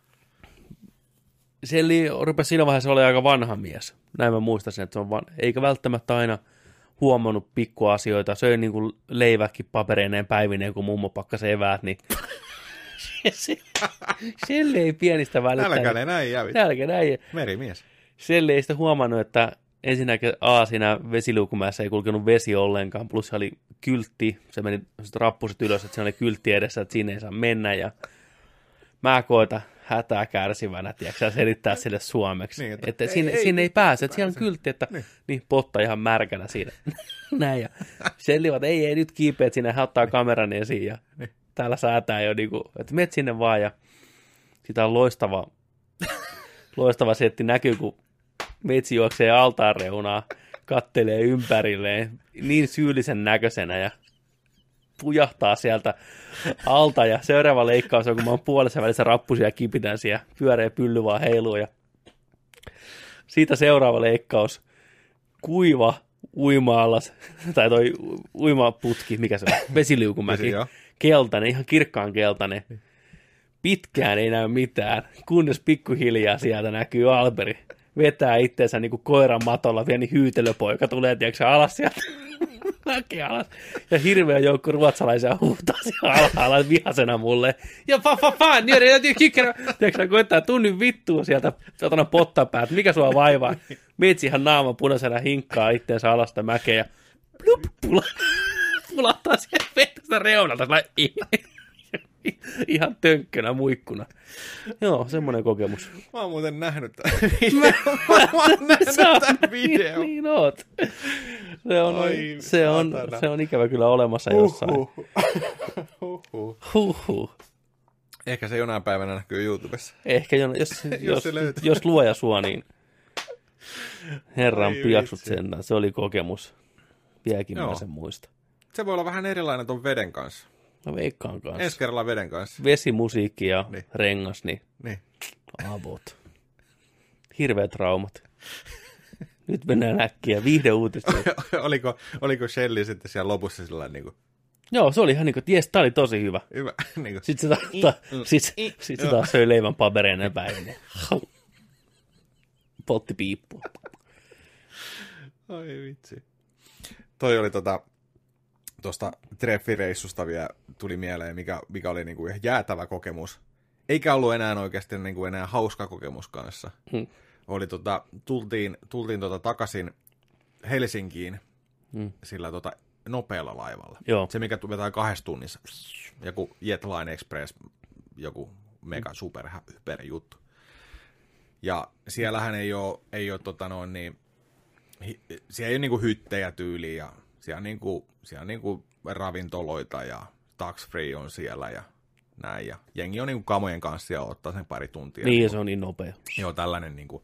Shelly rupesi siinä vaiheessa olla aika vanha mies. Näin mä muistasin, että se on eikä välttämättä aina huomannut pikkuasioita. Söi niin kuin leiväkin papereineen päivineen, kun mummo pakkasi eväät, niin Shelly ei pienistä välittää. Nälkäinen näin jävi. Merimies. Shelly ei sitä huomannut, että ensinnäkin siinä Vesiliukumäessä ei kulkenut vesi ollenkaan, plus se oli kyltti, se meni rappuset ylös, että siinä oli kyltti edessä, että siinä ei saa mennä, ja mä koitan hätää kärsivänä, tiedätkö, selittää sille suomeksi, niin, että sinne ei pääse, että siellä on kyltti, että niin potta ihan märkänä siinä, näin, ja Shelly että ei nyt kiipeät sinne, hän ottaa kameran esiin, ja täällä säätää jo, niin kuin, että menet sinne vaan, ja sitä on loistava setti, näkyy, kun meitsi juoksee altaan reunaa, kattelee ympärilleen niin syyllisen näköisenä ja pujahtaa sieltä alta. Ja seuraava leikkaus on, kun mä oon puolessa välissä rappusia ja kipitän siellä, pyöreä pylly vaan heiluu. Ja siitä seuraava leikkaus, kuiva uima-allas, tai toi uimaputki, mikä se on, Vesiliukumäki, keltainen, ihan kirkkaan keltainen. Pitkään ei näy mitään, kunnes pikkuhiljaa sieltä näkyy Alberi vetää itteensä niin kuin koiran matolla, pieni hyytelöpoika tulee, tiedätkö, alas sieltä. Mäkeä alas. Ja hirveä joukko ruotsalaisia huutaa siellä alhaalla vihasena mulle. Ja tiedätkö, koittaa tunnin vittua sieltä pottapäät. Mikä sua vaivaa? Meitsi ihan naama punaisena hinkkaa itteensä alasta mäkeä ja plup, pulahtaa sieltä vettästä reunalta. Ihan tönkkönä muikkuna. Joo, semmoinen kokemus. Mä oon muuten nähnyt tämän videon. Niin oot. Se on ikävä kyllä olemassa jossain. Ehkä se jonain päivänä näkyy YouTubessa. Ehkä jos luoja sua, herran piaksut sentään. Se oli kokemus. Vieläkin mä sen muista. Se voi olla vähän erilainen ton veden kanssa. No veikkaan kanssa. Ensi kerralla veden kanssa. Vesimusiikki ja rengas, niin. Avot. Hirveät traumat. Nyt mennään äkkiä. Viihdeuutista. oliko Shelly sitten siellä lopussa sillä niin kuin... Joo, se oli ihan niin kuin, jes, tää oli tosi hyvä. Hyvä. Niin kuin... Sitten se taas söi leivän papereen päin. Poltti piippua. Ai vitsi. Toi oli tuosta treffireissusta vielä tuli mieleen, mikä oli niinku ihan jäätävä kokemus. Eikä ollut enää oikeasti niinku enää hauska kokemus kanssa. Oli tultiin takaisin Helsinkiin sillä nopealla laivalla. Joo. Se, mikä vetää 2 tunnissa. Joku Jetline Express, joku mega super juttu. Ja siellähän ei ole siellä ei ole niinku hyttejä tyyliä ja siellä on niinku ravintoloita ja tax free on siellä ja näin. Ja jengi on niinku kamojen kanssa ja ottaa sen pari tuntia. Niin, se on niin nopea. Joo, tällainen niinku.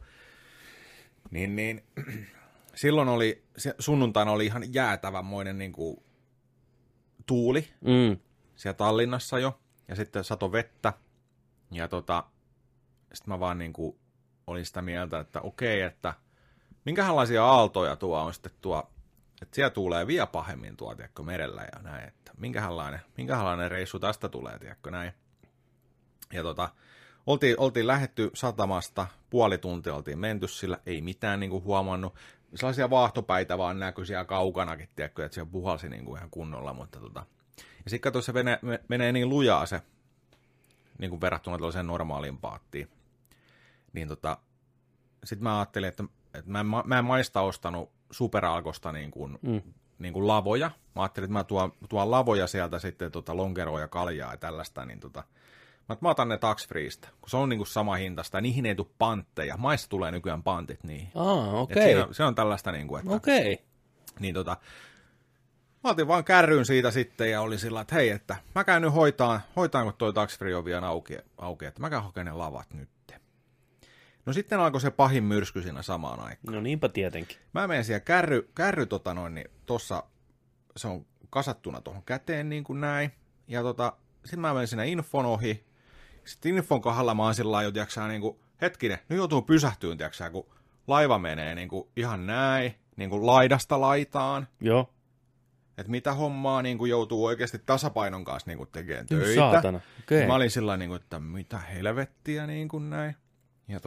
Niin. Silloin sunnuntaina oli ihan jäätävänmoinen niinku tuuli siellä Tallinnassa jo. Ja sitten sato vettä. Ja sitten mä vaan niinku olin sitä mieltä, että okei, että minkälaisia aaltoja tuo on sitten että siellä tulee vielä pahemmin tiedätkö, merellä ja näin, että minkälainen reissu tästä tulee, tiedätkö, näin. Ja oltiin lähdetty satamasta, puoli tuntia oltiin menty sillä, ei mitään niinku huomannut. Sellaisia vaahtopäitä vaan näkyi siellä kaukanakin, tiedätkö, että siellä puhalsi niinku ihan kunnolla, mutta ja sitten katso, se menee niin lujaa se, niinku verrattuna tällaiseen normaaliin paattiin. Niin sitten mä ajattelin, että mä en maista ostanut Superalkosta niin kuin lavoja. Mä ajattelin, että mä tuon lavoja sieltä sitten lonkeroa ja kaljaa ja tällaista, niin mä otan ne tax freestä, kun se on niin kuin sama hintasta, ja niihin ei tule pantteja. Maissa tulee nykyään pantit niihin. Okei. Se on tällaista niin kuin, että... Okei. Niin mä otin vaan kärryn siitä sitten ja oli sillä, että hei, että mä käyn nyt hoitaanko toi tax free on vielä auki, että mä käyn hakemaan ne lavat nyt. No sitten alkoi se pahin myrsky siinä samaan aikaan. No niinpä tietenkin. Mä menen siellä kärry niin tossa se on kasattuna tuohon käteen niin kuin näin. Ja sitten mä menen siinä infon ohi. Sitten infon kohdalla mä oon sillä jo, niin kuin, hetkinen, nyt joutuu pysähtyyn, tiiäksä, kun laiva menee niin kuin ihan näin, niin kuin laidasta laitaan. Joo. Että mitä hommaa niin kuin joutuu oikeasti tasapainon kanssa niin kuin tekemään töitä. Saatana, okei. Okay. Mä olin sillä niin kuin, että mitä helvettiä niin kuin näin. Ja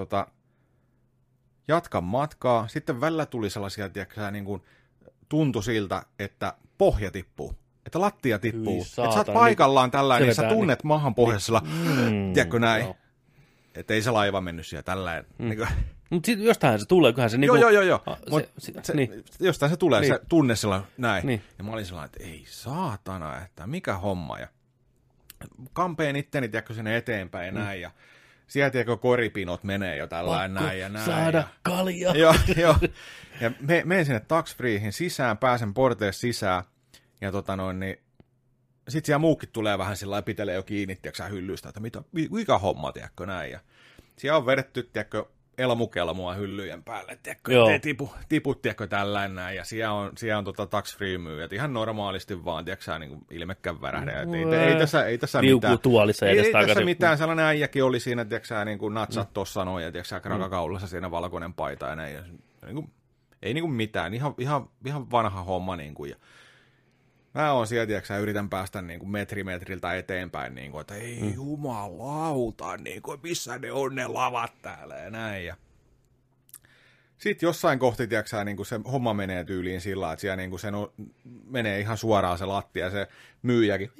jatkan matkaa. Sitten välillä tuli sellaisia, tiedätkö, niin kuin tuntui siltä, että pohja tippuu. Että lattia tippuu. Että sä oot paikallaan tällainen, niin sä tunnet mahan pohjassa, tiedätkö näin. No. Että ei se laiva mennyt siellä tällainen. Niin mutta sitten jostain se tulee, kunhan se niinku... Joo. Niin. Jostain se tulee, niin. Se tunne sillä näin. Niin. Ja mä olin sellainen, että ei saatana, että mikä homma. Ja kampeen itteni, tiedätkö, sinne eteenpäin ja näin. Ja sieltä, tiedätkö, koripinot menee jo tällainen näin ja näin. Saada kaljaa. Joo. Ja menen sinne tax freehin sisään, pääsen porteessa sisään. Ja niin sit siellä muukin tulee vähän sillä lailla, pitelee jo kiinni, tiedätkö, hyllystä, että mikä homma, tiedätkö, näin. Ja siellä on vedetty, tiedätkö, elmukella mua hyllyjen päälle, tiedätkö, ettei tipu, tiedätkö, tällainen näin. Ja siellä on tax free myyjät ihan normaalisti vaan, tiedätkö, niin kuin ilmekään värähdä. Ei tässä mitään. Ei tässä mitään, sellainen äijäkin oli siinä, tiedätkö, niin kuin natsat tossa noin, ja tiedätkö, krakakaulassa siinä valkoinen paita ja näin. Ja, niin kuin, ei niin kuin mitään, ihan vanha homma niin kuin, ja mä oon siellä, tiedätkö, yritän päästä niin kuin metriltä eteenpäin, niin kuin, että ei jumalauta, niin kuin, missä ne on ne lavat täällä ja näin. Ja Sitten jossain kohti, tiiäksä, niin se homma menee tyyliin sillä, että siellä niin se menee ihan suoraan se lattia ja se myyjäkin.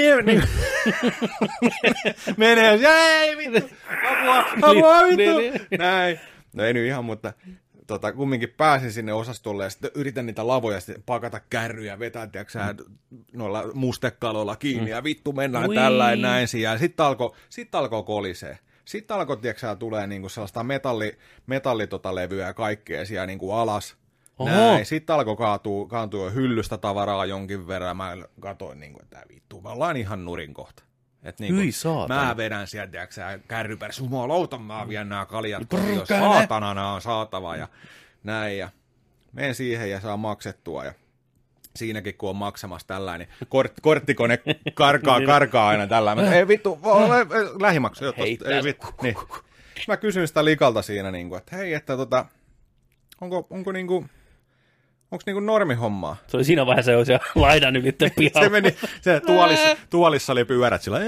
menee, ei vittu, apua vittu. Näin. No ei nyt ihan, mutta kumminkin pääsin sinne osastolle ja sitten yritän niitä lavoja sitten pakata kärryjä, vetää, tiiäksä, noilla mustekaloilla kiinni ja vittu mennään tällainen näin siihen. Sitten alkoi kolisee. Sitten alkoi, tiiäksä, tulee niinku sellaista metallitolevyä ja kaikkea siellä niinku alas. Näin. Sitten alkoi kaatua hyllystä tavaraa jonkin verran. Mä katsoin, niinku, että vittu, me ollaan ihan nurin kohta. Et niinku, mä vedän sieltä, tiiäksä, kärryperässä, jumalauta, mä vien nää kaljat, jos saatana nää on saatava ja näin. Ja menen siihen ja saa maksettua ja siinäkin, kun on maksamassa tällainen, korttikone karkaa aina tällainen. Ei vittu, lähimaksu. Ei vittu. Niin. Mä kysyn sitä likalta siinä, että hei, että onko normihommaa? Se oli siinä vaiheessa jo siellä laidan ylitteen pihalla. Se meni, tuolissa oli pyörät sillä.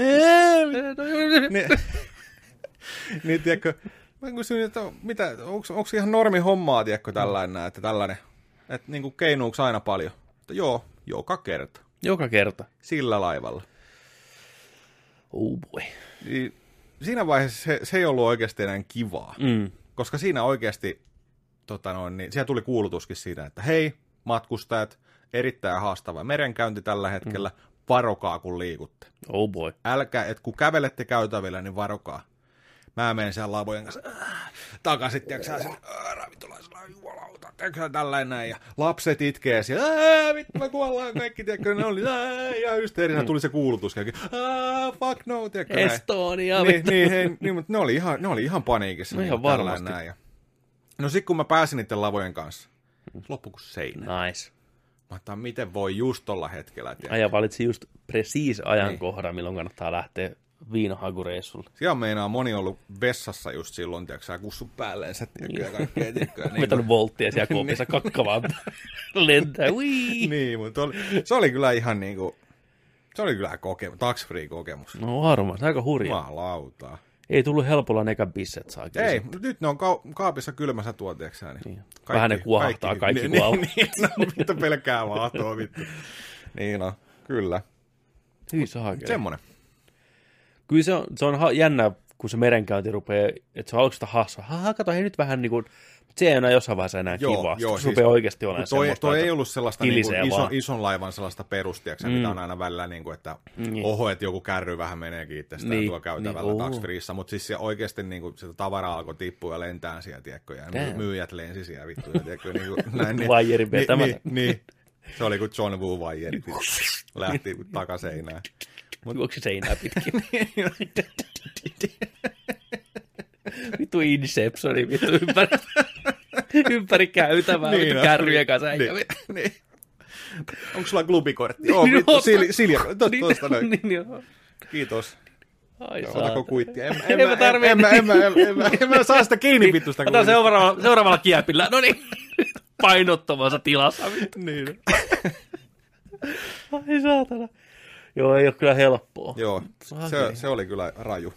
Niin, tiedätkö, mä kysyin, että onko ihan normihommaa, tiedätkö, tällainen, että niin keinuuko aina paljon? Joo, joka kerta. Joka kerta? Sillä laivalla. Oh boy. Niin, siinä vaiheessa se ei ollut oikeasti enää kivaa, koska siinä oikeasti, niin, siellä tuli kuulutuskin siitä, että hei, matkustajat, erittäin haastava merenkäynti tällä hetkellä, varokaa kun liikutte. Oh boy. Älkää, että kun kävelette käytävillä, niin varokaa. Mä menen siellä lavojen kanssa takaisin, tiiäksä, ravintolaisella, jumalauta, tiiäksä, tällainen näin, ja lapset itkee siellä, vittu me kuollaan kaikki, tiiäksä, ne oli ihan hysteerinä, tuli se kuulutus, fuck no, tiiäksä, näin. Estonia, niin, mutta ne oli ihan paniikissa. No ihan varmasti. Näin, ja no sit kun mä pääsin niiden lavojen kanssa, loppu kuin seinä. Nice. Mä ajattelin, miten voi just tolla hetkellä. Ja valitsi just ajankohdan, milloin kannattaa lähteä viinahakureissulle. Siellä meinaa moni ollut vessassa just silloin, tiiäksä, kussut päälleensä, ja kaikkea, tiiäksä. Vetänyt volttia siellä koopissa kakkavaan lentää, Niin, mutta se oli kyllä ihan niinku, se oli kyllä tax-free-kokemus. No varmaan, aika hurjaa. Jumalautaa. Ei tullut helpolla nekään bisset saa. Ei, nyt ne on kaapissa kylmässä tuotiaksään. Niin. Vähän ne kuohahtaa kaikki kun auto. No, vittu pelkää vaatoa, vittu. Niin no, kyllä. Hyi saakeli. Semmonen. Kyllä se on jännä, kun se merenkäynti rupeaa, että se on aluksi hassua. kato, hei nyt vähän niin kuin, se ei enää jossain vaiheessa enää kivaa. Joo, se rupeaa oikeasti olemaan semmoista. Toi ei ollut sellaista niin ison laivan sellaista perustiaksä, mitä on aina välillä, niin kuin, että oho, että joku kärry vähän meneekin itsestään tuo käytävällä tax-freessa, mutta siis se oikeasti niin kuin, sitä tavaraa alkoi tippua ja lentää siellä, tiedätkö, ja myyjät lensi siellä vittuja, tiedätkö, niin kuin näin. Vaijerin vetämään. Niin. Se oli kuin John Woo vaijeri, lähti takaseinään. Juoksi seinää pitkin. Vittu Inceptioni, vittu ympäri käytävää, niin, vittu kärryjen kanssa. Niin. Onko sulla klubikortti? Joo, vittu, Silja, tuosta noin. Niin, kiitos. Ai otako kuittia? En mä saa sitä kiinni vittusta. Ota seuraavalla kiepillä. No niin, painottomassa tilassa. Niin. Ai saatana. Joo, ei ole kyllä helppoa. Joo, se oli kyllä raju.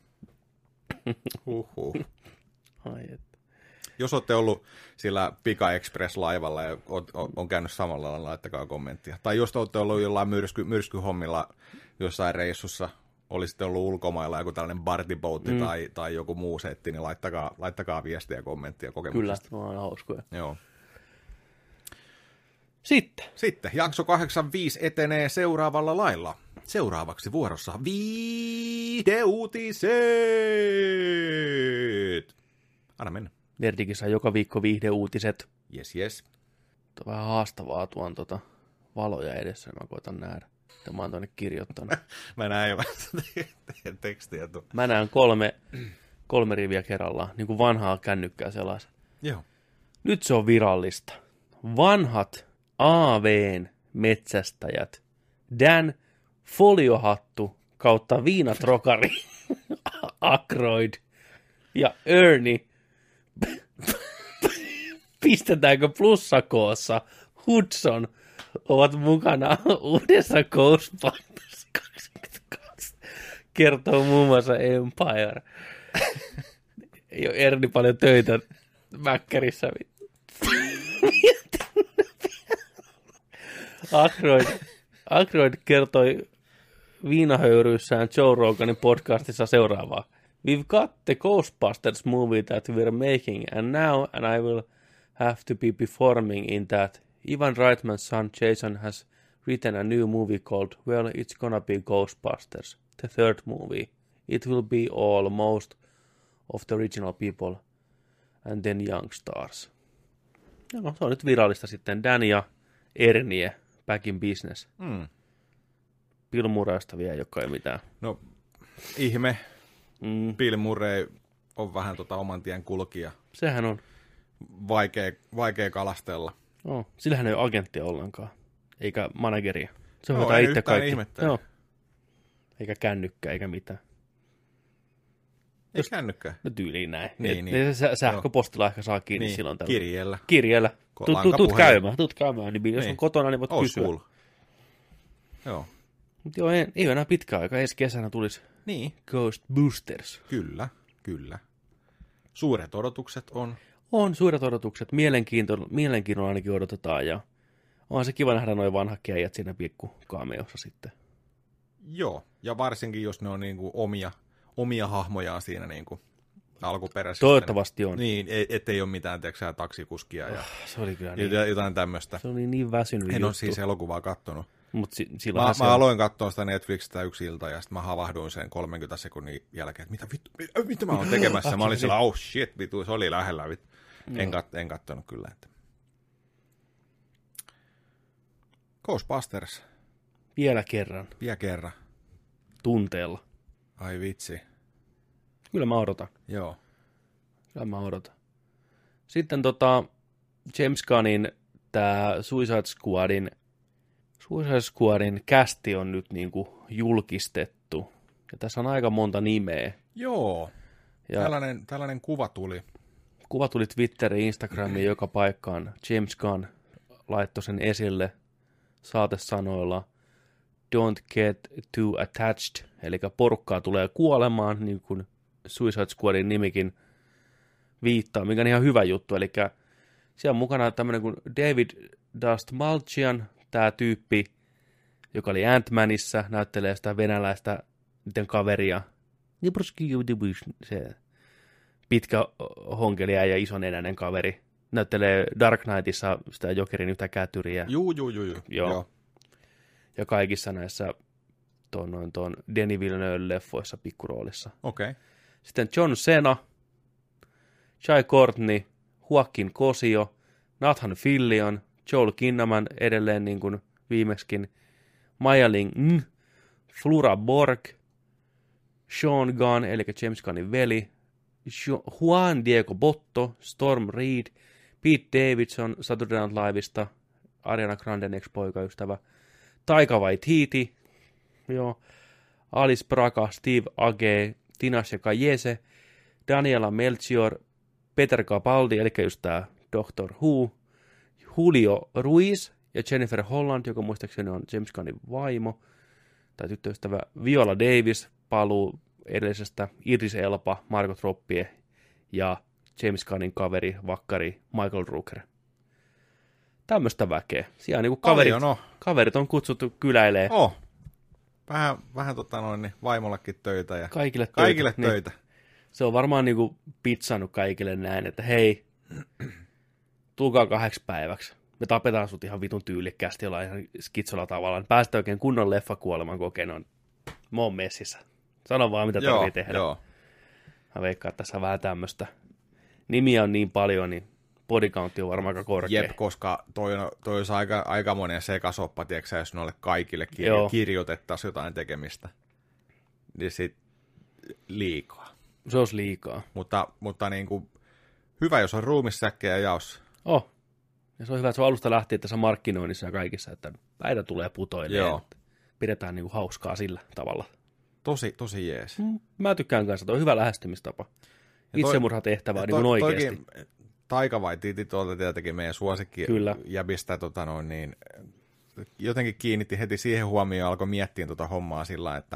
Ai että. Jos olette ollut sillä Pika Express-laivalla ja on käynyt samalla lailla, laittakaa kommenttia. Tai jos olette ollut jollain myrskyhommilla jossain reissussa, olisitte ollut ulkomailla joku tällainen partyboutti tai joku muu setti, niin laittakaa viestiä ja kommenttia kokemuksesta. Kyllä, on hauskoja. Joo. Sitten. Jakso 85 etenee seuraavalla lailla. Seuraavaksi vuorossa viihdeuutiset. Anna mennä. Nerdikin saa joka viikko viihdeuutiset. Yes. On vähän haastavaa tuon valoja edessä, mä koitan nähdä. Mä oon tuonne kirjoittanut. Mä näen tekstiä. Mä näen kolme riviä kerrallaan, niin kuin vanhaa kännykkää sellaisen. Joo. Nyt se on virallista. Vanhat AV:n metsästäjät, Dan Foliohattu kautta viinatrokari, Ackroyd ja Ernie, pistetäänkö plussakoossa, Hudson, ovat mukana uudessa Ghostbusters 22, kertoo muun muassa Empire. Ei ole Ernie paljon töitä Mäkkärissä. Aykroyd kertoi viinahöyryissään Joe Roganin podcastissa seuraavaa. We've got the Ghostbusters movie that we're making, and I will have to be performing in that. Ivan Reitman's son Jason has written a new movie called, well, it's gonna be Ghostbusters, the third movie. It will be all most of the original people, and then young stars. No, se on nyt virallista sitten. Dan ja Ernie, back in business. Bill Murraysta vielä, joka ei mitään. No, ihme. Bill Murray on vähän oman tien kulkija. Sehän on. Vaikea kalastella. No, sillähän ei ole agenttia ollenkaan, eikä manageria. Se No, hoitaa ei itse yhtään kaikki. ihmettele. Joo. Eikä kännykkää, eikä mitään. Ei kännykkää. No tyyliin näin. Niin. Sähköpostilla ehkä saa kiinni Niin, silloin. kirjeellä. Tuut käymään. Niin jos on kotona, niin voit kysyä. Cool. Joo. Mutta joo, ei enää pitkä aika. Ensi kesänä tulisi Niin. Ghostbusters. Kyllä. Suuret odotukset on. On suuret odotukset. Mielenkiinnolla ainakin odotetaan. Ja onhan se kiva nähdä noin vanhat keijät siinä pikku cameossa sitten. Joo, ja varsinkin jos ne on niinku omia hahmojaan siinä niinku alkuperäisessä. Toivottavasti on. Niin, ettei ole mitään taksikuskia ja Se oli kyllä niin. jotain tämmöistä. Se oli niin väsynyt En juttu. ole siis elokuvaa kattonut. Mut Mä aloin katsoa sitä Netflixistä yksi ilta ja sitten mä havahduin sen 30 sekunnin jälkeen, että mitä mä oon tekemässä. Mä olin siellä, oh shit, vitu, se oli lähellä. En kattonut kyllä. Että. Ghostbusters. Vielä kerran. Tunteella. Ai vitsi. Kyllä mä odotan. Joo. Sitten James Gunnin tää Suicide Squadin kästi on nyt niinku julkistettu. Ja tässä on aika monta nimeä. Joo. Ja Tällainen kuva tuli. Kuva tuli Twitteriin, Instagramiin, joka paikkaan. James Gunn laittoi sen esille saatesanoilla "Don't get too attached", eli porukkaa tulee kuolemaan, niin kuin Suicide Squadin nimikin viittaa, mikä on ihan hyvä juttu. Eli siellä on mukana tämmöinen kuin David Dastmalchian, tämä tyyppi, joka oli Ant-Manissa, näyttelee sitä venäläistä niiden kaveria. Se pitkä honkelia ja ison enäinen kaveri. Näyttelee Dark Knightissa sitä Jokerin yhtä kätyriä. Joo. Ja kaikissa näissä tuon Denis Villeneuven leffoissa pikkuroolissa. Okei. Sitten John Cena, Jai Courtney, Joaquin Cosio, Nathan Fillion, Joel Kinnaman edelleen niin kuin viimeksikin, Maya Ling, Flora Borg, Sean Gunn, eli James Gunnin veli, Juan Diego Botto, Storm Reed, Pete Davidson Saturday Night Liveista, Ariana Granden ex-poikaystävä, Taika Waititi, joo, Alice Braga, Steve Agee, Tinashe Kajese, Daniela Melchior, Peter Capaldi, eli just tämä Doctor Who, Julio Ruiz ja Jennifer Holland, joka muistaakseni on James Gunnin vaimo, tai tyttöystävä, Viola Davis, paluu edellisestä, Idris Elba, Margot Robbie ja James Gunnin kaveri, vakkari Michael Rooker. Tämmöistä väkeä. Siellä niinku kaverit on kutsuttu kyläilee. Vähän niin vaimollekin töitä ja Kaikille töitä. Niin. Se on varmaan niinku pitsannut kaikille näin, että hei, tulkaa 8 päiväksi. Me tapetaan sut ihan vitun tyylikkäästi jollain ihan skitsolla tavalla. Päästä oikein kunnon leffakuoleman kokeinoon. Mä oon messissä. Sano vaan, mitä tarvii tehdä. Joo. Mä veikkaan, että tässä on vähän tämmöistä. Nimiä on niin paljon, niin bodycountti on varmaan aika korkea. Jep, koska toi olisi aikamoinen sekasoppa, tiedätkö, jos noille kaikille kirjoitettaisiin jotain tekemistä. Niin sit liikaa. Se olisi liikaa. Mutta niin kuin, hyvä, jos on ruumissäkkejä jaossa. Ja se on hyvä, että se on alusta lähtien tässä markkinoinnissa ja kaikissa, että päitä tulee putoilemaan. Pidetään niin kuin hauskaa sillä tavalla. Tosi jees. Mä tykkään kanssa, että on hyvä lähestymistapa. Itsemurhatehtävää niin kuin oikeasti. Taika Waititi tuolta tietenkin meidän suosikki jäbistä niin jotenkin kiinnitti heti siihen huomioon ja alkoi miettiä hommaa sillä, että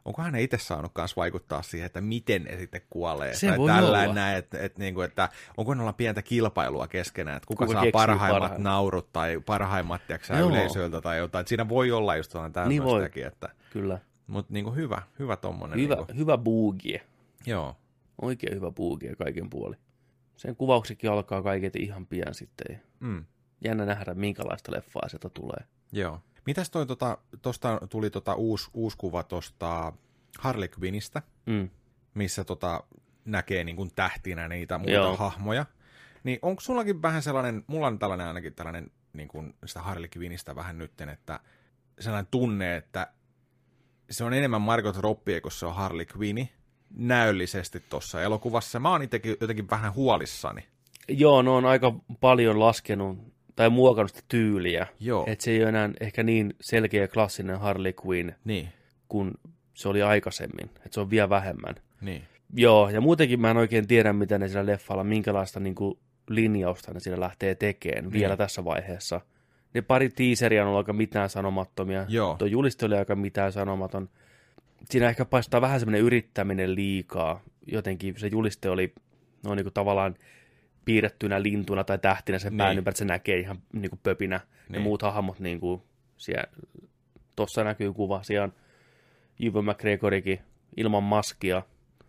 onkohan ne itse saanut kanssa vaikuttaa siihen, että miten ne sitten kuolee. Se tai voi tällainen olla. näin, että onko ne olla pientä kilpailua keskenään, että kuka saa keksii parhaimmat naurut tai parhaimmat yleisöiltä tai jotain. Että siinä voi olla just tämmöistäkin. Että, Kyllä. mutta niin hyvä tommonen. Hyvä boogie. Joo. Oikein hyvä boogie kaiken puoli. Sen kuvauksikin alkaa kaiket ihan pian sitten. Jännä nähdä, minkälaista leffaa sieltä tulee. Joo. Mitäs tuosta tuli uusi kuva tuosta Harley Quinnistä, missä näkee niin kuin tähtinä niitä muita hahmoja. Niin onko sullakin vähän sellainen, mulla on ainakin tällainen niin kuin sitä Harley Quinnistä vähän nytten, että sellainen tunne, että se on enemmän Margot Robbie, kun se on Harley Quinn näöllisesti tuossa elokuvassa. Mä oon itsekin jotenkin vähän huolissani. Joo, ne on aika paljon laskenut tai muokannut sitä tyyliä. Joo. Että se ei ole enää ehkä niin selkeä klassinen Harley Quinn, kun se oli aikaisemmin. Että se on vielä vähemmän. Niin. Joo, ja muutenkin mä en oikein tiedä, mitä ne sillä leffalla, minkälaista niin kuin linjausta ne sillä lähtee tekemään vielä tässä vaiheessa. Ne pari teaseria on ollut aika mitään sanomattomia. Joo. Tuo juliste oli aika mitään sanomaton. Siinä ehkä paistaa vähän semmoinen yrittäminen liikaa. Jotenkin se juliste oli no, niin kuin tavallaan piirrettynä lintuna tai tähtinä sen pään ympäri, että se näkee ihan niin kuin pöpinä. Ja muut hahmot, niin kuin tuossa näkyy kuva. Siellä on Ewan McGregorikin ilman maskia.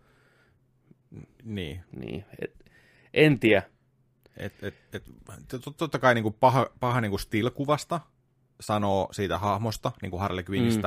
Niin. En tiedä. Totta kai niin kuin paha niin kuin still-kuvasta sanoo siitä hahmosta, niin kuin Harley Quinnistä,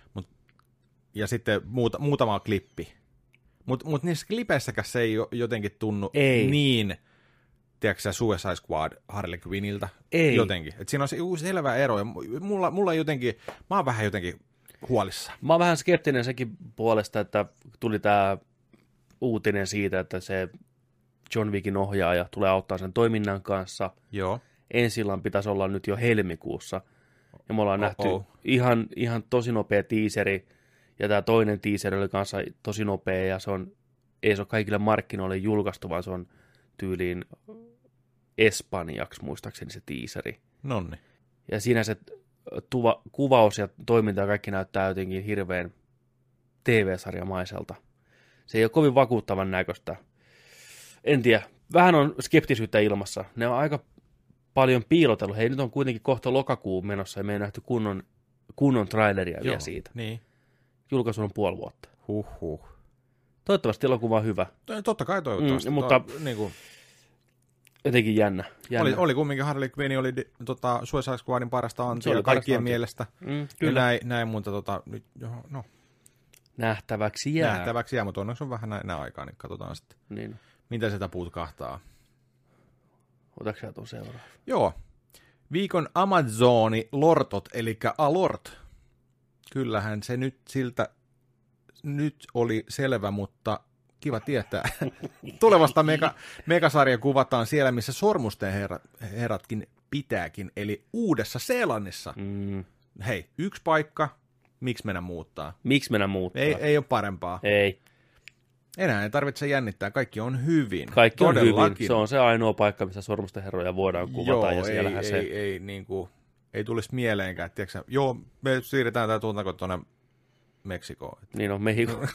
ja sitten muutama klippi. Mut niissä klipeissäkään se ei jotenkin tunnu niin, tiedätkö Suicide Squad Harley Quinniltä. Ei. Jotenkin. Et siinä on selvä ero, ja mulla jotenkin, mä oon vähän jotenkin huolissa. Mä oon vähän skeptinen sekin puolesta, että tuli tää uutinen siitä, että se John Wickin ohjaaja tulee auttaa sen toiminnan kanssa. Joo. Ensi illan pitäisi olla nyt jo helmikuussa. Ja me ollaan nähty ihan tosi nopea teaseri. Ja tämä toinen teaseri oli kanssa tosi nopea. Ja ei se ole kaikille markkinoille julkaistu, vaan se on tyyliin espanjaksi muistaakseni se teaseri. Nonni. Ja siinä se kuvaus ja toiminta ja kaikki näyttää jotenkin hirveän TV-sarjamaiselta. Se ei ole kovin vakuuttavan näköistä. En tiedä. Vähän on skeptisyyttä ilmassa. Ne on aika paljon piilotellut. Hei, nyt on kuitenkin kohta lokakuu menossa ja me ei nähty kunnon traileria vielä siitä. Niin. Julkaisu on 5 vuotta. Huhhuh. Toivottavasti elokuva on hyvä. Totta kai toivottavasti. Mutta niin kuin jotenkin jännä. Oli kumminkin Harley Quinn, oli Suicide Squadin parasta antia kaikkien mielestä. Kyllä. Ja näin muuta nyt, no. Nähtäväksi jää, mutta onneksi on vähän näin aikaa, niin katsotaan sitten. Niin. Mitä sitä puutkahtaa? Otatko sä tuon seuraava? Joo. Viikon Amazoni Lortot, eli Alort. Kyllähän se nyt oli selvä, mutta kiva tietää. Tulevasta megasarja kuvataan siellä, missä Sormusten herratkin pitääkin, eli Uudessa-Seelannissa. Hei, 1 paikka, miksi mennä muuttaa? Ei ole parempaa. Ei. Enää ei tarvitse jännittää, kaikki on hyvin. Kaikki on hyvin, se on se ainoa paikka, missä Sormusten herroja voidaan kuvata. Joo, ja siellähän ei tulisi mieleenkään, tiedätkö, joo, me siirretään tämä tuotanto tuonne Meksikoon. Niin on Mehiko.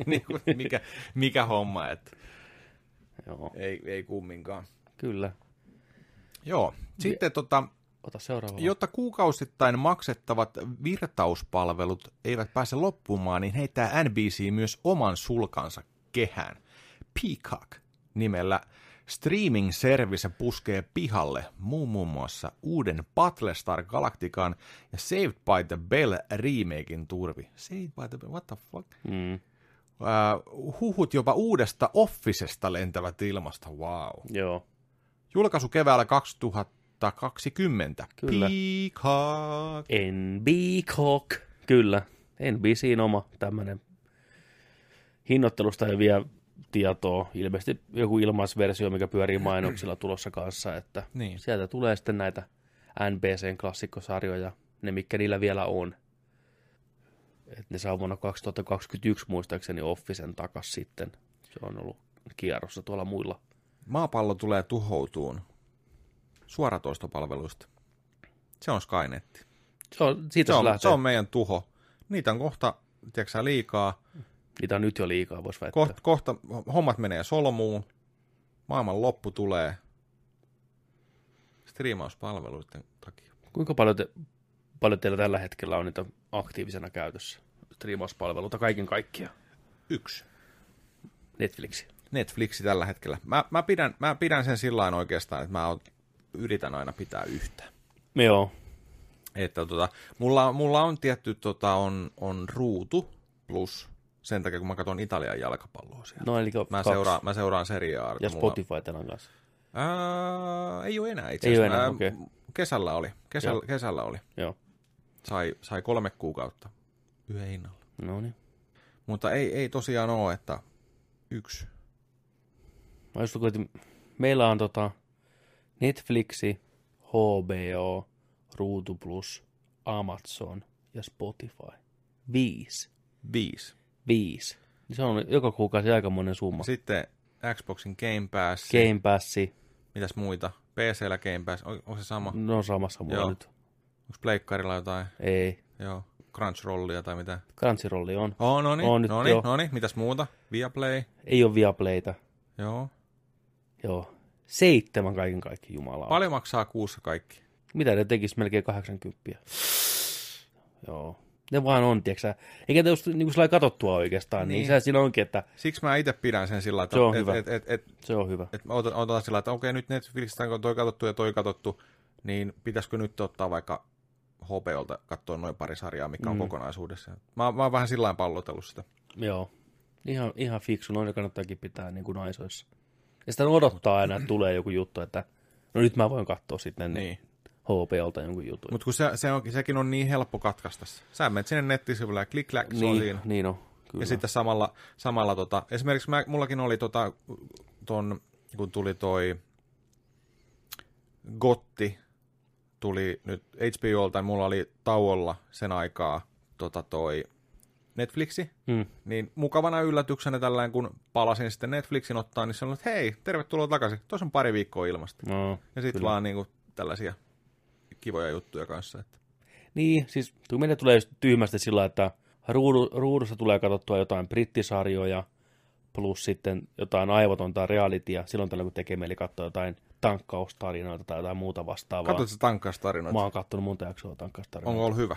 mikä homma, että joo. Ei kumminkaan. Kyllä. Joo, sitten ota seuraava. Jotta kuukausittain maksettavat virtauspalvelut eivät pääse loppumaan, niin heittää NBC myös oman sulkansa kehään. Peacock nimellä streaming-service puskee pihalle muun muassa uuden Battlestar Galactican ja Saved by the Bell remakein turvi. Saved by the Bell, what the fuck? Huhut jopa uudesta Officesta lentävät ilmasta, wow. Joo. Julkaisu keväällä 2020. Kyllä. Peacock. NBcock. Kyllä. NBCin oma tämmöinen. Hinnoittelusta ei vielä tietoa. Ilmeisesti joku ilmaisversio, mikä pyörii mainoksilla tulossa kanssa. Että niin. Sieltä tulee sitten näitä NBCn klassikkosarjoja, ne mikä niillä vielä on. Et ne saa vuonna 2021 muistaakseni Officen takas sitten. Se on ollut kierrossa tuolla muilla. Maapallo tulee tuhoutuun suoratoistopalveluista. Se on Skynet. Se on meidän tuho. Niitä on kohta tiedätkö sä, liikaa. Niitä on nyt jo liikaa, vois väittää. Kohta hommat menee solmuun, maailman loppu tulee striimauspalveluiden takia. Kuinka paljon teillä tällä hetkellä on niitä aktiivisena käytössä? Striimauspalveluita kaiken kaikkiaan. 1. Netflixi tällä hetkellä. Mä pidän sen sillain oikeastaan, että yritän aina pitää yhtä. Joo. Että mulla on tietty on ruutu plus sen takia, kun mä katson Italian jalkapalloa siellä. No eli mä seuraan Serie A. Ja Spotify telan kanssa. Ei ole enää itse asiassa. Ei ole enää, okei. Kesällä oli. Kesällä oli. Joo. Sai 3 kuukautta yhden hinnalla. No niin. Mutta ei tosiaan ole, että 1. Mä just lukuin, että meillä on Netflixi, HBO, Ruutu Plus, Amazon ja Spotify. 5. Niin se on joka kuukausi aikamoinen summa. Sitten Xboxin Game Pass. Game Passi. Mitäs muita? PC:llä Game Pass. Onko se sama? No samassa mulla nyt. Onko Pleikkarilla jotain? Ei. Joo. Crunchyrollia tai mitä? Crunchyrolli on. No niin. Mitäs muuta? Viaplay? Ei ole Viaplayta. Joo. 7 kaiken kaikki, jumalaa. Paljon maksaa kuussa kaikki? Mitä ne tekis? Melkein 80. Joo. Ne vaan on, tiiäksä. Eikä te just niin kuin katsottua oikeastaan, niin sehän siinä onkin, että... Siksi mä itse pidän sen sillä, että... Se on hyvä. Että otetaan sillä, että okei, nyt Netflixistä on toi katsottu, niin pitäisikö nyt ottaa vaikka HBOlta katsoa noin pari sarjaa, mikä on kokonaisuudessa. Mä oon vähän sillain pallotellut sitä. Joo. Ihan fiksu, noin kannattaakin pitää niin kuin aisoissa. Ja sitä odottaa aina, että tulee joku juttu, että no nyt mä voin katsoa sitten HBOlta jonkun jutun. Mutta kun sekin on niin helppo katkaista. Sä menet sinne nettisivuille ja klik-kläk, se on siinä. Niin on, kyllä. Ja sitten samalla esimerkiksi mullakin oli kun tuli toi Gotti, tuli nyt HBOlta, ja mulla oli tauolla sen aikaa toi Netflixi, niin mukavana yllätyksenä tällään, kun palasin sitten Netflixin ottaa, niin sanoin, että hei, tervetuloa takaisin, tuossa on pari viikkoa ilmasta. No, ja sitten vaan niinku tällaisia kivoja juttuja kanssa. Että. Niin, siis meille tulee just tyhmästi sillä, että ruudussa tulee katsottua jotain brittisarjoja, plus sitten jotain aivotonta realitya, silloin tällä kun tekee mieli katsoa jotain tankkaustarinoita tai jotain muuta vastaavaa. Katsotko tankkaustarinoita? Mä oon katsonut monta jaksoa tankkaustarinoita. Onko ollut hyvä?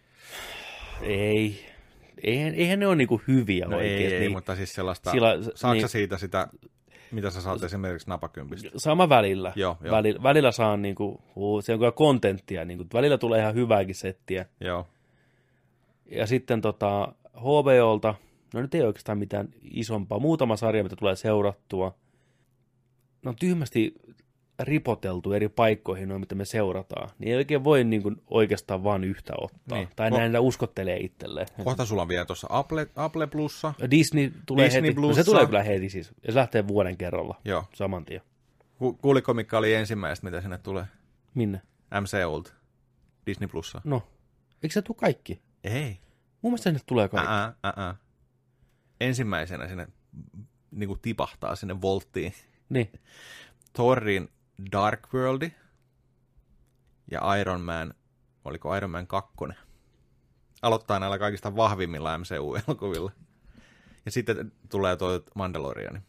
Eihän ne ole niinku hyviä oikeasti. Ei, mutta siis sellaista, saatko siitä sitä, mitä sä saat esimerkiksi napakympistä? Sama välillä. Joo. Välillä saan niinku, se on kyllä kontenttia, niinku, välillä tulee ihan hyvääkin settiä. Joo. Ja sitten HBOlta, no nyt ei oikeastaan mitään isompaa, muutama sarja, mitä tulee seurattua. No tyhmästi ripoteltu eri paikkoihin, noin mitä me seurataan, niin ei oikein voi niin kuin oikeastaan vaan yhtä ottaa. Niin. Tai näillä uskottelee itselleen. Kohta sulla on vielä tuossa Apple Plussa. Disney tulee heti. Plussa. No se tulee kyllä heti siis. Ja se lähtee vuoden kerralla. Joo. Saman tien. Kuuliko, mikä oli ensimmäistä, mitä sinne tulee? Minne? MCUlta. Disney Plussa. No. Eikö se tule kaikki? Ei. Mun mielestä sinne tulee kaikki. Ensimmäisenä sinne niin kuin tipahtaa sinne volttiin. Niin. Thorin Dark World ja Iron Man, oliko Iron Man 2? Aloittaa näillä kaikista vahvimmilla MCU-elokuvilla. Ja sitten tulee tuo Mandalorian.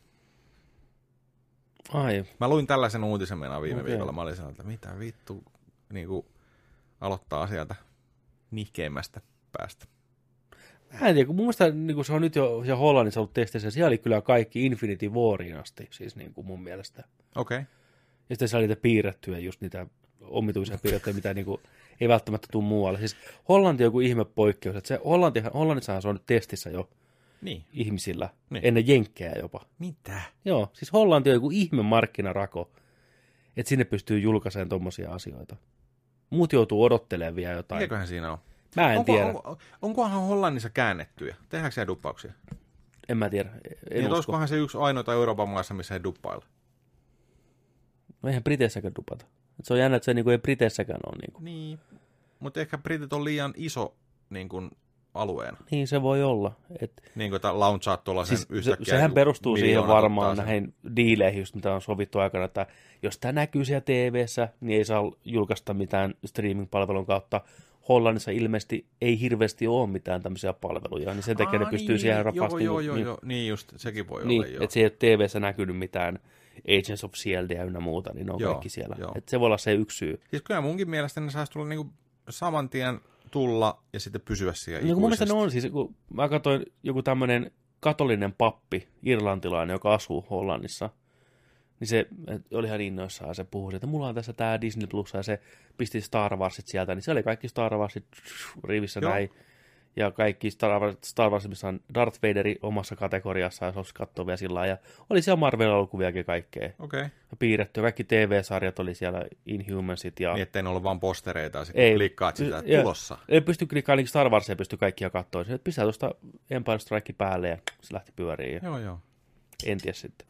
Ai. Mä luin tällaisen uutisen mennään viime viikolla. Mä olin sanonut, että mitä vittu niin kuin aloittaa sieltä nihkeimmästä päästä. Mä en tiedä, kun mun mielestä niin se on nyt jo Hollannissa ollut testissä, siellä oli kyllä kaikki Infinity Wariin asti, siis niin kuin mun mielestä. Okei. Okay. Ja sitten siellä oli niitä piirrettyjä, just niitä omituisia piirrettyjä, mitä niin kuin ei välttämättä tule muualle. Siis Hollanti on joku ihme poikkeus, että se Hollannissahan se on nyt testissä jo ihmisillä, ennen jenkkejä jopa. Mitä? Joo, siis Hollanti on joku ihme markkinarako, että sinne pystyy julkaisemaan tommosia asioita. Muut joutuu odottelemaan vielä jotain. Mikäköhän siinä on? Mä en tiedä. Onkohan Hollannissa käännettyjä? Tehdäänkö siellä duppauksia? En mä tiedä. Niin olisikohan se yksi ainoita Euroopan maassa, missä ei duppailla? No eihän Briteissäkään dupata. Se on jännä, että se ei Briteissäkään ole. Niin, mutta ehkä Britit on liian iso alueena. Niin se voi olla. Niin kuin launchaat tuollaisen siis yhtäkkiä. Sehän perustuu siihen varmaan näihin diileihin, just mitä on sovittu aikana, että jos tämä näkyy siellä TV:ssä, niin ei saa julkaista mitään streaming-palvelun kautta. Hollannissa ilmeisesti ei hirveästi ole mitään tämmöisiä palveluja, niin sen takia ne pystyy siihen rapaasti. Joo, niin just, sekin voi niin, olla, joo. Että se ei ole TV-ssä näkynyt mitään Agents of S.H.I.E.L.D. ja ynnä muuta, niin ne on kaikki siellä. Että se voi olla se yksi syy. Siis kyllä munkin mielestä ne saisi tulla niinku saman tien tulla ja sitten pysyä siellä ikuisesti. Mun mielestä ne on siis, kun mä katsoin joku tämmöinen katolinen pappi, irlantilainen, joka asuu Hollannissa, niin se oli ihan innoissaan ja se puhui, että mulla on tässä tää Disney Plus ja se pisti Star Warsit sieltä, niin se oli kaikki Star Warsit rivissä näin. Ja kaikki Star Wars, missä on Darth Vaderi omassa kategoriassa ja se olisi katsoa vielä sillä lailla. Ja oli siellä Marvel-elokuviakin kaikkea. Okay. Ja piirretty. Kaikki TV-sarjat oli siellä Inhumansit. Ja... Niin, ettei ne ollut vaan postereita ja sitten klikkaat sitä tulossa. Ei pysty klikkaamaan, niin Star Warsia pysty kaikkia katsoa. Se pistää tuosta Empire Strike päälle ja se lähti pyöriin. Ja... Joo. En tiedä sitten.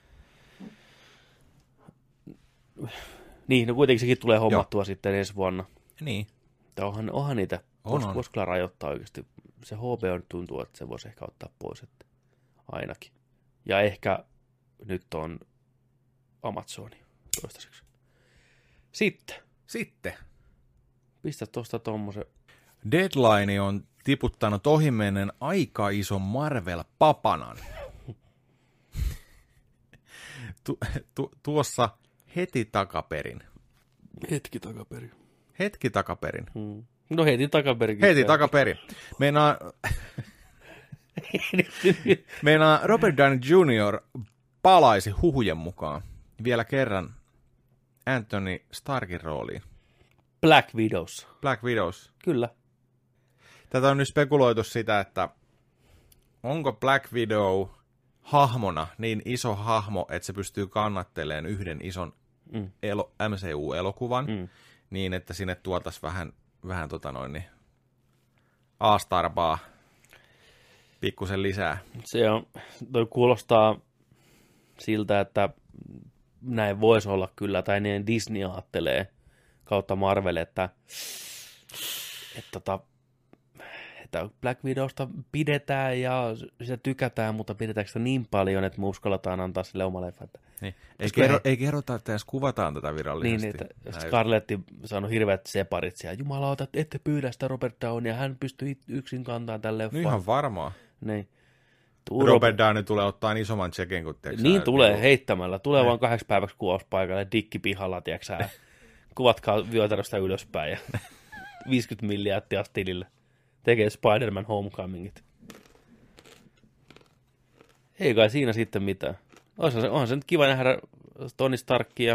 Niin, no kuitenkin sekin tulee hommattua sitten ensi vuonna. Niin. Onhan niitä. Voisi kyllä rajoittaa oikeasti. Se HBO tuntuu, että se voisi ehkä ottaa pois, että ainakin. Ja ehkä nyt on Amazoni toistaiseksi. Sitten. Pistä tuosta tommosen. Deadline on tiputtanut ohimennen aika ison Marvel-papanan. Tuossa heti takaperin. Hetki takaperin. No heti takaperin. Meinaa Robert Downey Jr. palaisi huhujen mukaan vielä kerran Anthony Starkin rooliin. Black Widows. Kyllä. Tätä on nyt spekuloitu sitä, että onko Black Widow hahmona niin iso hahmo, että se pystyy kannattelemaan yhden ison MCU-elokuvan, niin että sinne tuotaisiin vähän A-starbaa pikkusen lisää. Toi kuulostaa siltä, että näin voisi olla kyllä, tai niin Disney ajattelee kautta Marvel, että Black Widowsta pidetään ja sitä tykätään, mutta pidetäänkö sitä niin paljon, että me uskalletaan antaa sille oma leffa. Niin. Ei kerrota, että edes kuvataan tätä virallisesti. Niin, että Scarletti saanut hirveät separit siellä. Jumalauta, ette pyydä sitä Robert Downeya, hän pystyy yksin kantamaan tälle leffaan. No ihan varmaa. Niin. Robert Downey tulee ottaa isomman tsekin kuin teksää. Niin tulee heittämällä. Tulee vaan 8 päiväksi kuvauspaikalle, dikki pihalla, tiiäksä. Kuvatkaa vyötäröstä ylöspäin ja 50 miljardia tilille. Tekee Spider-Man Homecomingit. Ei kai siinä sitten mitään. Onhan se nyt kiva nähdä Tony Starkia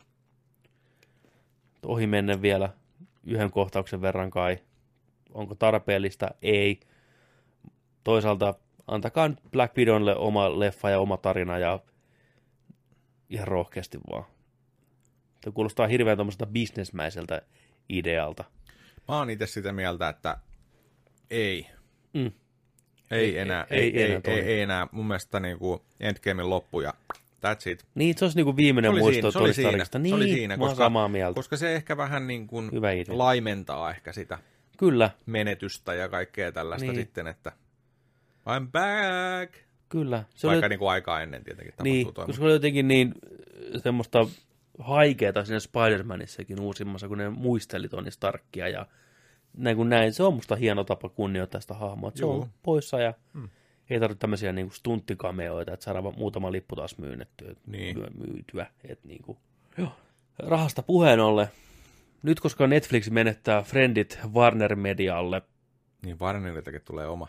ohi menne vielä yhden kohtauksen verran kai. Onko tarpeellista? Ei. Toisaalta antakaa Black Widowlle oma leffa ja oma tarina ja ihan rohkeasti vaan. Se kuulostaa hirveän tuommoiselta bisnesmäiseltä idealta. Mä oon itse sitä mieltä, että ei. Ei enää. Mun mielestä niinku Endgamein loppu ja that's it. Niin, se olisi niinku viimeinen muisto Tony Starkista. Niin, se oli siinä, samaa mieltä. Koska se ehkä vähän niin kuin laimentaa ehkä sitä kyllä menetystä ja kaikkea tällaista sitten, että I'm back. Kyllä. Se vaikka oli niin kuin aikaa ennen tietenkin tapahtuu niin, koska se oli jotenkin niin semmoista haikeeta siinä Spider-Manissakin uusimmassa, kun ne muisteli Tony Starkia ja näin. Se on musta hieno tapa kunnioittaa sitä hahmoa, että se on poissa ja ei tarvitse tämmöisiä niin kuin stunttikameoita, että saadaan muutama lippu taas myytyä. Että niin kuin. Rahasta puheen ollen. Nyt koska Netflix menettää Friendit Warner Medialle. Niin Warneriltakin tulee oma.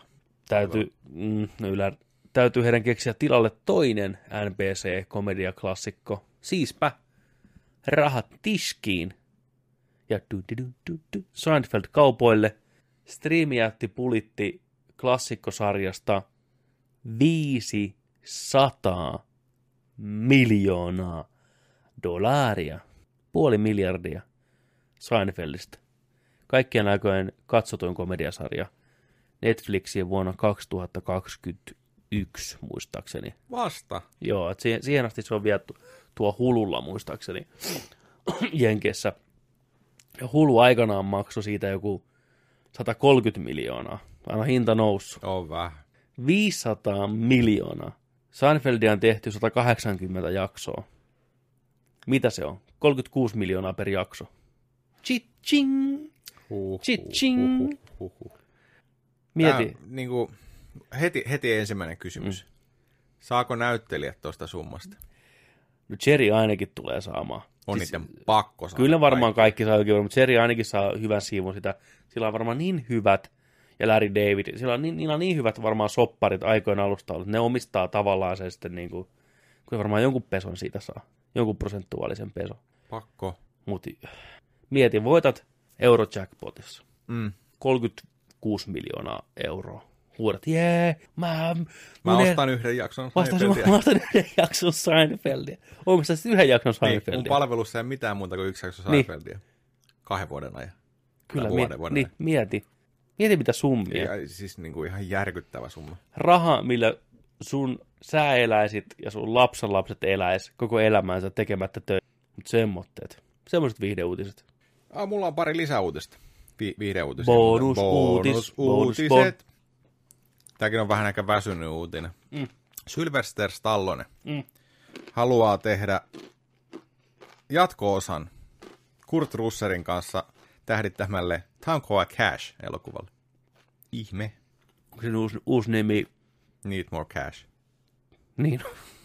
Täytyy heidän keksiä tilalle toinen NBC-komediaklassikko. Siispä rahat tiskiin. Ja Seinfeld kaupoille. Striimijätti pulitti klassikkosarjasta $500 miljoonaa. $500 miljardia Seinfeldistä. Kaikkien aikojen katsotuin komediasarja Netflixiin vuonna 2021, muistaakseni. Vasta? Joo, että siihen asti se on vielä tuo Hululla, muistaakseni, Jenkeissä. Ja Hulu aikanaan maksoi siitä joku 130 miljoonaa. Aina hinta noussut. On vähän. 500 miljoonaa. Seinfeldia on tehty 180 jaksoa. Mitä se on? 36 miljoonaa per jakso. Chi-ching! Chiching. Mieti. Niinku, heti ensimmäinen kysymys. Saako näyttelijät tuosta summasta? No Jerry ainakin tulee saamaan. On siis, niiden pakko saada. Kyllä varmaan kaikki saa oikein, mutta Jerry ainakin saa hyvän siivun sitä. Sillä on varmaan niin hyvät, ja Larry David, niillä on niin hyvät varmaan sopparit aikoina alusta ollut. Ne omistaa tavallaan sen sitten niin kuin, kun varmaan jonkun peson siitä saa. Jonkun prosentuaalisen peson. Pakko. Mutta mieti, voitat Eurojackpotissa. 36 miljoonaa euroa. Huudat, mä ostan yhden jakson Seinfeldia. Mä ostan yhden jakson Seinfeldia. Onko se sitten yhden jakson Seinfeldia? Mun palvelussa ei ole mitään muuta kuin yksi jakso Seinfeldia. Niin. 2 vuoden ajan. Kyllä, niin, mieti. Mieti mitä summia. Ja, siis niinku ihan järkyttävä summa. Raha, millä sä eläisit ja sun lapsenlapset eläis koko elämänsä tekemättä töitä. Mutta semmoiset viihdeuutiset. Mulla on pari lisäuutista. Viihdeuutisia. Bonusuutiset. Tämäkin on vähän aika väsynyt uutinen. Sylvester Stallone haluaa tehdä jatko-osan Kurt Russerin kanssa tähdittämälle Tango & Cash-elokuvalle. Ihme. Onko se uusi nimi? Need More Cash. Niin.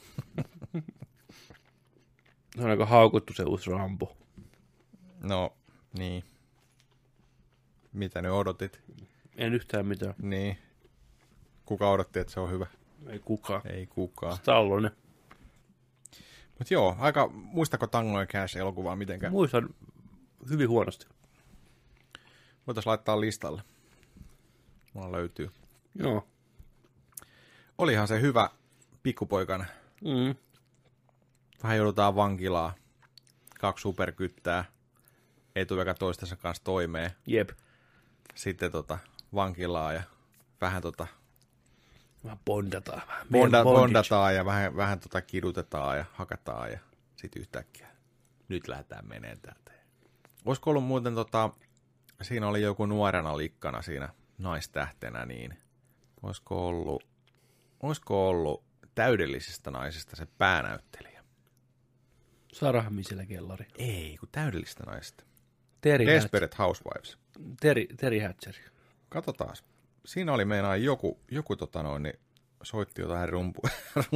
Se on aika haukuttu se uusi Rambo. No, niin. Mitä ne odotit? En yhtään mitään. Niin. Kuka odotti, että se on hyvä? Ei kukaan. Stallone. Mut joo, muistako Tango & Cash-elokuvaa mitenkään? Muistan hyvin huonosti. Voitaisiin laittaa listalle. Mulla löytyy. Joo. Olihan se hyvä pikkupoikana. Vähän joudutaan vankilaa. 2 superkyttää. Etuväkä toistensa kanssa toimeen. Jep. Sitten vankilaa ja vähän Vähän bondataan. Bondataan ja vähän kidutetaan ja hakataan ja sitten yhtäkkiä nyt lähdetään meneen täältä. Olisiko ollut muuten siinä oli joku nuorena likkana siinä naistähtenä, niin olisiko ollut täydellisistä naisista se päänäyttelijä? Sarah Michelle Gellar. Ei, kun täydellistä naisista. Desperate Housewives. Terry Hatcher. Katsotaan. Siinä oli meinaa joku niin soitti jotain rumpuja.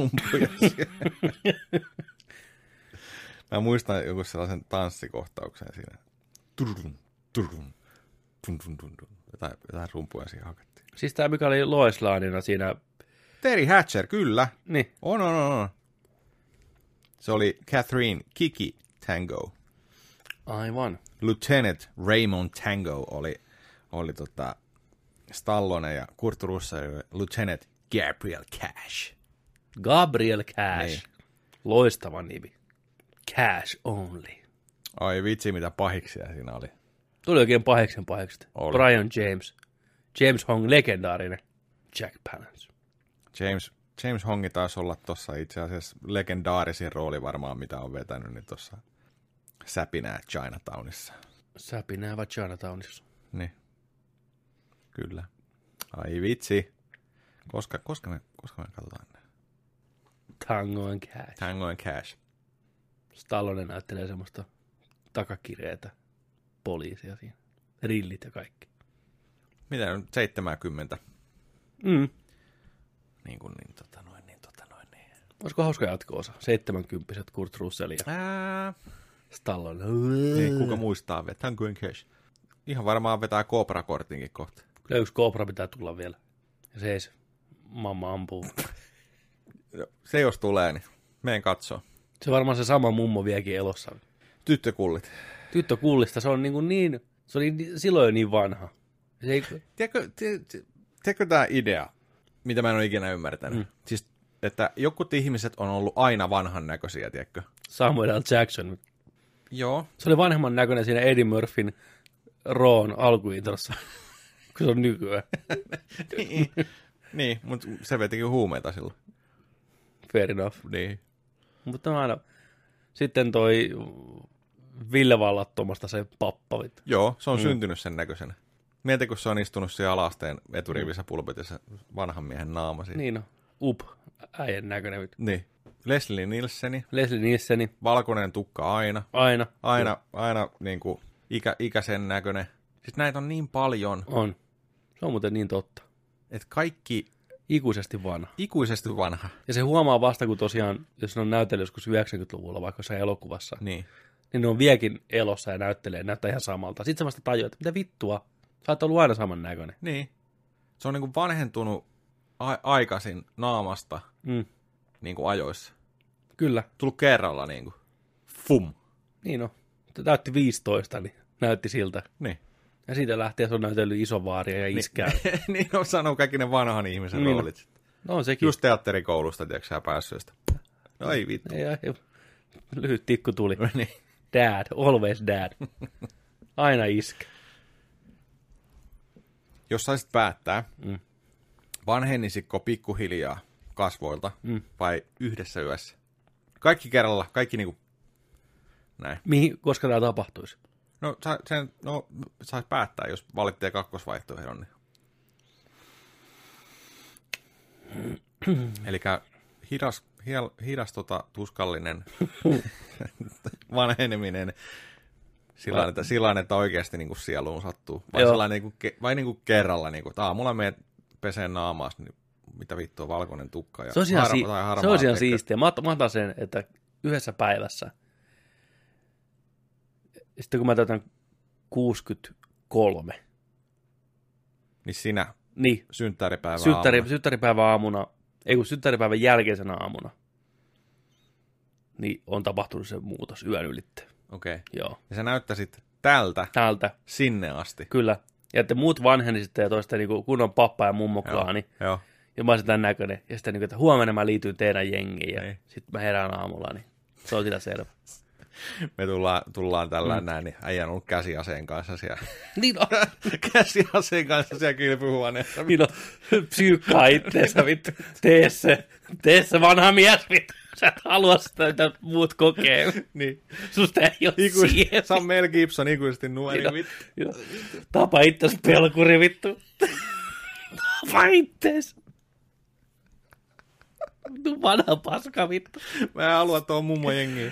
Mä muistan joku sellaisen tanssikohtauksen siinä. Jotain rumpuja siinä hakattiin. Siis tämä mikä oli Lois Laneina siinä. Terry Hatcher, kyllä. Niin. On. Se oli Catherine Kiki Tango. Aivan. Lieutenant Raymond Tango oli Stallone ja Kurt Russell Lieutenant Gabriel Cash. Gabriel Cash. Niin. Loistava nimi. Cash only. Ai vitsi, mitä pahiksia siinä oli. Tuli oikein pahikset. Oli. Brian James. James Hong, legendaarinen. Jack Palance. James Hongi taisi olla tuossa itse asiassa legendaarisin rooli varmaan, mitä on vetänyt, niin tuossa Säpinää Chinatownissa. Säpinää vai Chinatownissa? Niin. Kyllä. Ai vitsi. Koska me katsotaan ne? Tango & Cash. Tango & Cash. Stallone näyttelee semmoista takakireetä poliisia siinä. Rillit ja kaikki. Mitä nyt 70? Niin. Olisiko hauska jatko-osa? 70 Kurt Russell ja Stallone. Niin, kuka muistaa vielä? Tango & Cash. Ihan varmaan vetää Cobra-kortinkin kohta. Kyllä yksi Cobra pitää tulla vielä. Ja se mamma ampuu. Se jos tulee, niin meen katsoo. Se varmaan se sama mummo vieläkin elossa. Tyttökullit. Tyttökullista, se on niin se oli silloin jo niin vanha. Se ei... Tiedätkö tämä idea, mitä mä en ole ikinä ymmärtänyt? Siis, että jokut ihmiset on ollut aina vanhan näköisiä, tiedätkö? Samuel L. Jackson. Joo. Se oli vanhemman näköinen siinä Eddie Murphyn Roon alkuintrossa, kun se on nykyään. Niin, mutta se vetikin huumeita silloin. Fair enough. Niin. Mutta on aina... Sitten toi Ville Vallattomasta se pappa. Joo, se on syntynyt sen näköisenä. Mieti, kun se on istunut siellä alasteen eturivissä pulpetissa vanhan miehen naama siinä. Niin äijän näköinen. Niin. Leslie Nielseni. Valkoinen tukka aina. Aina Niin kuin ikäisen näköinen. Siis näitä on niin paljon, On. Se on muuten niin totta. että kaikki Ikuisesti vanha. ikuisesti vanha. Ja se huomaa vasta, kun tosiaan, jos ne on näytellyt joskus 90-luvulla, vaikka jossain elokuvassa, Niin. niin ne on vieläkin elossa ja näyttää ihan samalta. Sitten sä vasta tajuat, että mitä vittua, sä oot ollut aina saman näköinen. Niin. Se on niinku vanhentunut aikaisin naamasta niinku ajoissa. Kyllä. Tullut kerralla niinku. Fum. Niin on. Se täytti 15, niin näytti siltä. Niin. Ja siitä lähtien se on näytellyt isovaaria ja iskää. Niin on sanonut kaikki ne vanhan ihmisen Niin. roolit. No on sekin. Just teatterikoulusta, tiedätkö sä päässyt sitä. No ei vittu. Ei. Lyhyt tikku tuli. Niin. Dad, always dad. Aina iskä. Jos saisit päättää, vanhenisitko pikkuhiljaa kasvoilta vai yhdessä yössä? Kaikki kerralla, kaikki niinku näin. Koska tämä tapahtuisi? No, sais päättää, jos valitsee kakkosvaihtoehdon. Niin. Elikkä hidas tuskallinen vanheneminen sillä että oikeasti niinku sieluun sattuu. Vai niinku kerralla, niinku, että aamulla meet peseen naamaas, niin mitä vittua, valkoinen tukka ja se olisi ihan siistiä. Mä otan sen, että yhdessä päivässä, sitten kun mä täytän 63, niin sinä niin, synttäripäivän aamuna, ei kun synttäripäivän jälkeisenä aamuna, niin on tapahtunut se muutos yön ylitteen. Okei. Joo. Ja sä näyttäisit tältä sinne asti. Kyllä. Ja että muut vanhenisitte ja toista niin kunnon pappa ja mummoklaani. Joo. Ja mä olisin tämän näköinen. Ja sitten, että huomenna mä liityn teidän jengiin. Ja sitten mä herään aamulla, niin se on sitä selvä. Me tullaan tällä näin, niin äijä on ollut käsiaseen kanssa siellä. Niin on. Käsiaseen kanssa siellä kylpyhuoneessa. Niin on. Psyykkaa itteensä, vittu. Tee se vanha mies, vittu. Sä et halua sitä, mitä muut kokee. Niin. Susta ei ole siihen. Sä on Mel Gibson ikuisesti nuori, Niin vittu. Tapa itses pelkuri, vittu. Tapa itses. Vanha paska, vittu. Mä en halua tuohon mummo jengiin.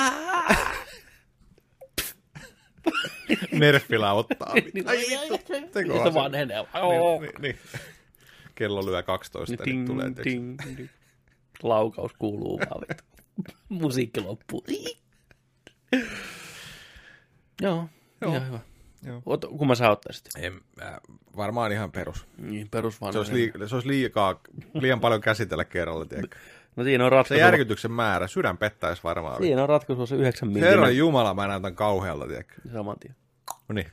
Nerfillä ottaa. Ai vittu. Se vanhenee. Niin. Kello lyö 12, niin tulee ding. Laukaus kuuluu vaan, vittu. Musiikki loppuu. Joo. Ihan hyvä. Joo. Kumma sä ottaisit? Varmaan ihan perus. Niin, perusvanha. Se olisi liian paljon käsitellä kerralla, tiedätkö? No siinä on ratkaisu. Se järkytyksen määrä, sydän pettäisi varmaan. Siinä on ratkaisu se 9 miljoonaa. Herran Jumala, mä näytän kauhealta, tiedätkö? Saman tien. No niin.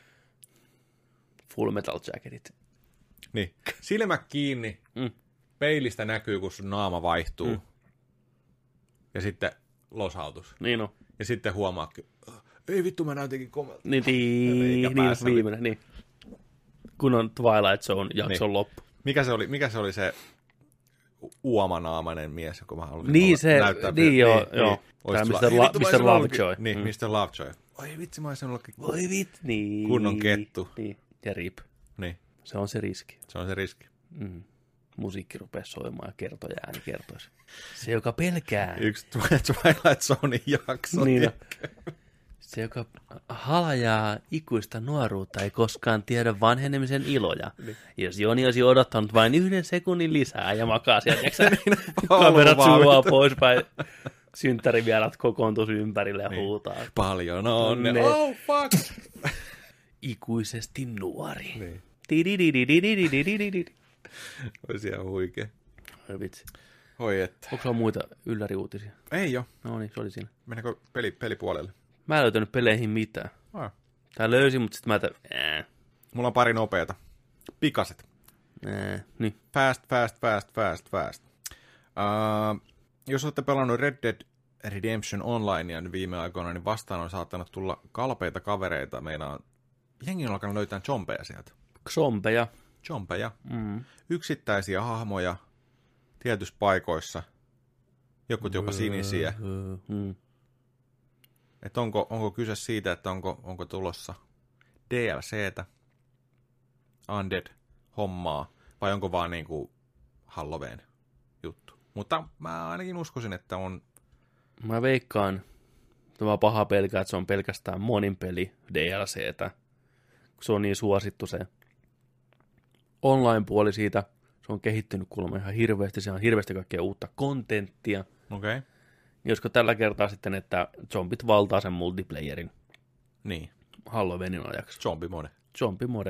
Full Metal Jacketit. Niin. Silmä kiinni. Peilistä näkyy, kun sun naama vaihtuu. Ja sitten losautus. Niin on. Ja sitten huomaa, ei vittu, mä näytinkin komelta. Niin, viimeinen, niin. Kun on Twilight Zone jakson loppu. Mikä se oli se uomanaamainen mies, joka mä halusin näyttää. Niin, joo. Tämä Mr. Lovejoy. Niin, Mr. Lovejoy. Oi vitsi, mä olisin ollutkin niin. kunnon kettu. Niin, ja rip. Niin. Se on se riski. Se on se riski. Musiikki rupeaa soimaan ja kertoja ääni kertoisi. Se, joka pelkää. Yksi Twilight Zonein jakso. Niin, se, joka halajaa ikuista nuoruutta, ei koskaan tiedä vanhenemisen iloja. Niin. Jos Joni olisi odottanut vain 1 sekunnin lisää ja makaa sieltä, kamerat suuaa poispäin, synttärivierat kokoontuisi ympärille ja huutaa. Paljon onnea. Oh, fuck! Ikuisesti nuori. Niin. Olisi ihan huikea. Oi vitsi. Hoi että. Onko sulla muita ylläriuutisia? Ei oo. No niin, se oli siinä. Mennäänkö pelipuolelle? Mä en löytänyt peleihin mitään. Tää löysin, mutta sitten mä Mulla on pari nopeata. Pikaset. Niin. Fast. Jos olette pelannut Red Dead Redemption Onlinea niin viime aikoina, niin vastaan on saattanut tulla kalpeita kavereita. Meillä jengi on alkanut löytää zombeja sieltä. Zombeja. Yksittäisiä hahmoja tietyissä paikoissa. Jokut jopa sinisiä. Että onko kyse siitä, että onko tulossa DLCtä, Undead-hommaa, vai onko vaan niinku Halloween juttu. Mutta mä ainakin uskoisin, että on... Mä veikkaan, tämä paha pelkää, että se on pelkästään monin peli DLCtä, se on niin suosittu se online-puoli siitä. Se on kehittynyt kuulemma ihan hirveästi. Siellä on hirveästi kaikkea uutta kontenttia. Okei. Niin olisiko tällä kertaa sitten, että zombit valtaa sen multiplayerin Niin. Halloweenin ajaksi. Zombimode.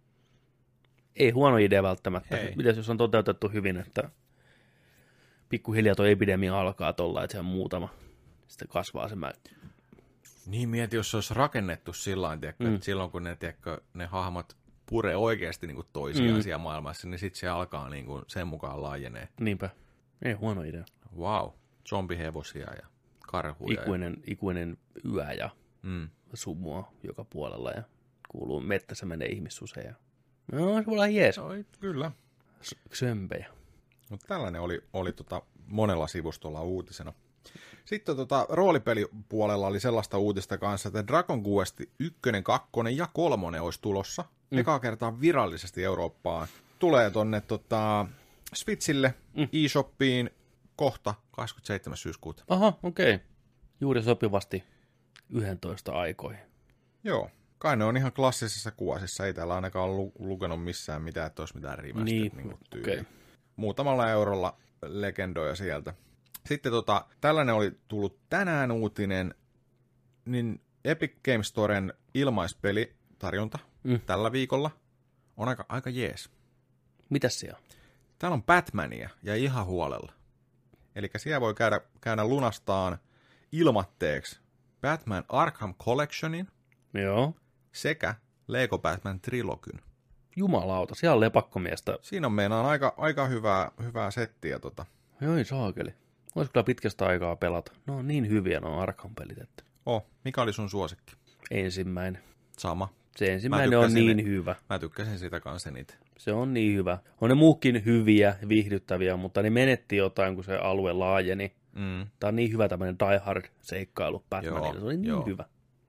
Ei huono idea välttämättä. Ei. Mitäs jos on toteutettu hyvin, että pikkuhiljaa tuo epidemia alkaa tuolla, että se on muutama. Sitten kasvaa se Niin mieti, jos se olisi rakennettu sillain, että silloin kun ne hahmot puree oikeasti niin kuin toisiaan siellä maailmassa, niin sitten se alkaa niin kuin sen mukaan laajenee. Niinpä. Ei huono idea. Wow. Zombihevosia ja karhuja. Ikuinen yö ja sumua joka puolella ja kuuluu mettässä menee ihmissuseja. No, se voi olla jees. Oi, kyllä. Sömpejä. Mutta tällainen oli monella sivustolla uutisena. Sitten roolipelipuolella oli sellaista uutista kanssa, että Dragon Quest 1, 2 ja 3 olisi tulossa. Ekaa kertaa virallisesti Eurooppaan. Tulee tonne Switchille, eShopiin kohta 27. syyskuuta. Aha, okei. Juuri sopivasti 11 aikoihin. Joo. Kai ne on ihan klassisessa kuosissa. Ei täällä ainakaan ole lukenut missään mitään, että olisi mitään rimästä. Niin, okei. Muutamalla eurolla legendoja sieltä. Sitten tällainen oli tullut tänään uutinen, niin Epic Games Storen ilmaispelitarjonta tällä viikolla on aika jees. Mitäs siellä on? Täällä on Batmania ja ihan huolella. Eli siellä voi käydä lunastaan ilmatteeksi Batman Arkham Collectionin Joo. sekä Lego Batman Trilogyn. Jumalauta, siellä on lepakkomiestä. Siinä on meinaan aika hyvää settiä. Joi saakeli. Olisi kyllä pitkästä aikaa pelata. No niin hyviä nuo Arkham-pelit. Että. Mikä oli sun suosikki? Ensimmäinen. Sama. Se ensimmäinen on niin hyvä. Mä tykkäsin sitä kanssa eniten. Se on niin hyvä. On ne muukin hyviä, viihdyttäviä, mutta ne menetti jotain, kun se alue laajeni. Tämä on niin hyvä tämmöinen Die Hard-seikkailu Batmanilla. Se oli niin hyvä.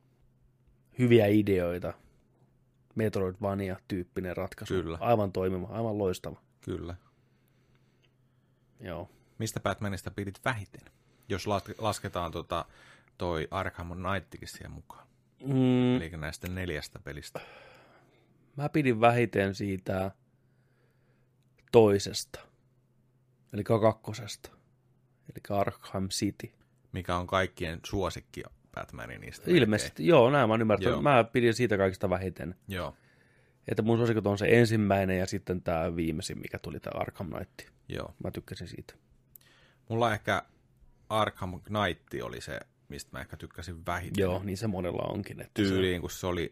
Hyviä ideoita. Metroidvania-tyyppinen ratkaisu. Kyllä. Aivan toimiva, aivan loistava. Kyllä. Joo. Mistä Batmanista pidit vähiten? Jos lasketaan toi Arkham Knightikin siihen mukaan. Eli näistä 4 pelistä. Mä pidin vähiten siitä toisesta. Eli 2. Eli Arkham City. Mikä on kaikkien suosikki Batmanin niistä? Ilmeisesti, joo, näin mä oon ymmärtänyt. Joo. Mä pidin siitä kaikista vähiten. Joo. Että mun suosikot on se ensimmäinen ja sitten tämä viimeisin, mikä tuli tämä Arkham Knight. Joo. Mä tykkäsin siitä. Mulla ehkä Arkham Knight oli se, mistä mä ehkä tykkäsin vähiten. Joo, niin se monella onkin. Että tyyliin, kun se oli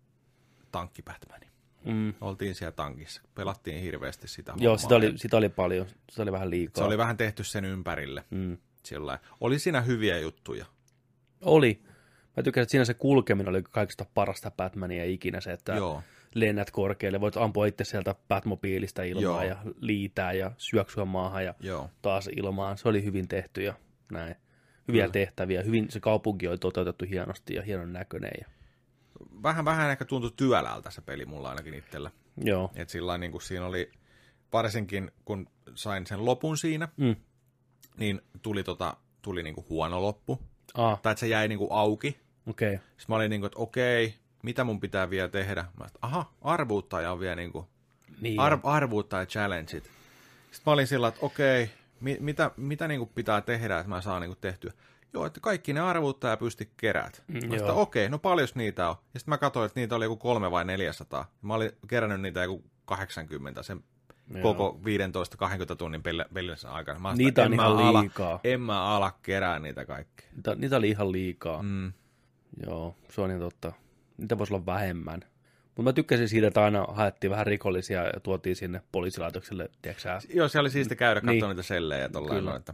tankki Batman. Oltiin siellä tankissa. Pelattiin hirveästi sitä hommaa. Joo, sitä oli paljon. Se oli vähän liikaa. Se oli vähän tehty sen ympärille. Oli siinä hyviä juttuja. Oli. Mä tykkäsin, että siinä se kulkeminen oli kaikista parasta Batmania ikinä. Se, että lennät korkealle, voit ampua itse sieltä Batmobiilista ilmaan ja liitää ja syöksyä maahan ja taas ilmaan. Se oli hyvin tehty ja näin. Hyviä tehtäviä. Hyvin se kaupunki oli toteutettu hienosti ja hienon näköinen. Ja vähän ehkä tuntui työlältä se peli mulla ainakin itsellä. Joo. Et sillain, niin kuin siinä oli, varsinkin kun sain sen lopun siinä, niin tuli niin kuin huono loppu. Tai että se jäi niin kuin auki. Okay. Sitten mä olin niin kuin, että okei, mitä mun pitää vielä tehdä? Mä sanoin, arvuuttaja on vielä niin kuin, arvuuttaja challengeit. Sitten mä olin sillä, että okei, mitä niin kuin pitää tehdä, että mä saan niin kuin tehtyä? Joo, että kaikki ne arvuuttaja pysti kerät. Mä sanoin, okei, no paljon niitä on. Ja sitten mä katsoin, että niitä oli joku 300 vai 400. Mä olin kerännyt niitä joku 80 sen koko 15-20 tunnin pelissä aikana. Mä niitä on ihan liikaa. En mä ala kerää niitä kaikkea. Niitä oli ihan liikaa. Joo, se on ihan totta. Niitä voisi olla vähemmän. Mutta mä tykkäsin siitä, että aina haettiin vähän rikollisia ja tuotiin sinne poliisilaitokselle, tiedätkö. Joo, se oli siisti käydä katsomaan niitä sellejä tollain. Että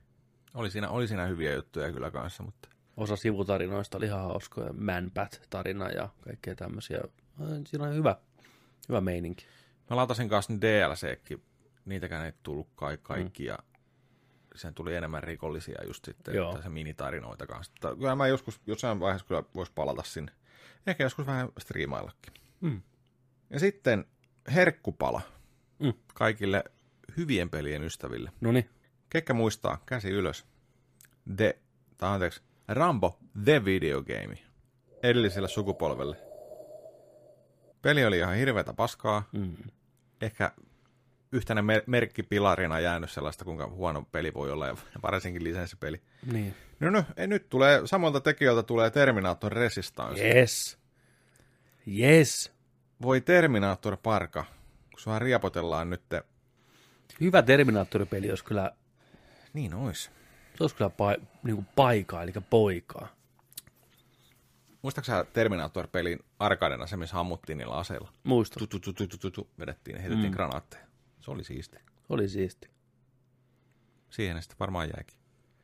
oli siinä hyviä juttuja kyllä kanssa, mutta osa sivutarinoista oli ihan hauskoja. Man-Bat-tarina ja kaikkea tämmöisiä. Siinä on hyvä meininki. Mä latasin kanssa DLC:kin. Niitäkään ei tullut kaikki ja sen tuli enemmän rikollisia just sitten. Se minitarinoita kanssa. Kyllä mä jossain vaiheessa kyllä vois palata sinne. Ehkä joskus vähän striimaillakin. Ja sitten herkkupala kaikille hyvien pelien ystäville. Noniin. Ketkä muistaa? Käsi ylös. Rambo The Video Game. Edellisellä sukupolvelle. Peli oli ihan hirveätä paskaa. Ehkä yhtenä merkkipilarina jäänyt sellaista, kuinka huono peli voi olla, ja varsinkin lisenssipeli. Niin. No, nyt tulee, samalta tekijöiltä tulee Terminator Resistance. Yes. Voi Terminator Parka, kun sua riepotellaan nyt. Hyvä Terminator-peli olisi kyllä... Niin ois. Se olisi kyllä niinku paikaa, eli poikaa. Muistatko sä Terminator-pelin arkadena se, missä ammuttiin niillä aseilla? Muistan. Vedettiin ja heitettiin granaatteja. Se oli siisti. Oli siisti. Siihen sitten varmaan jäikin.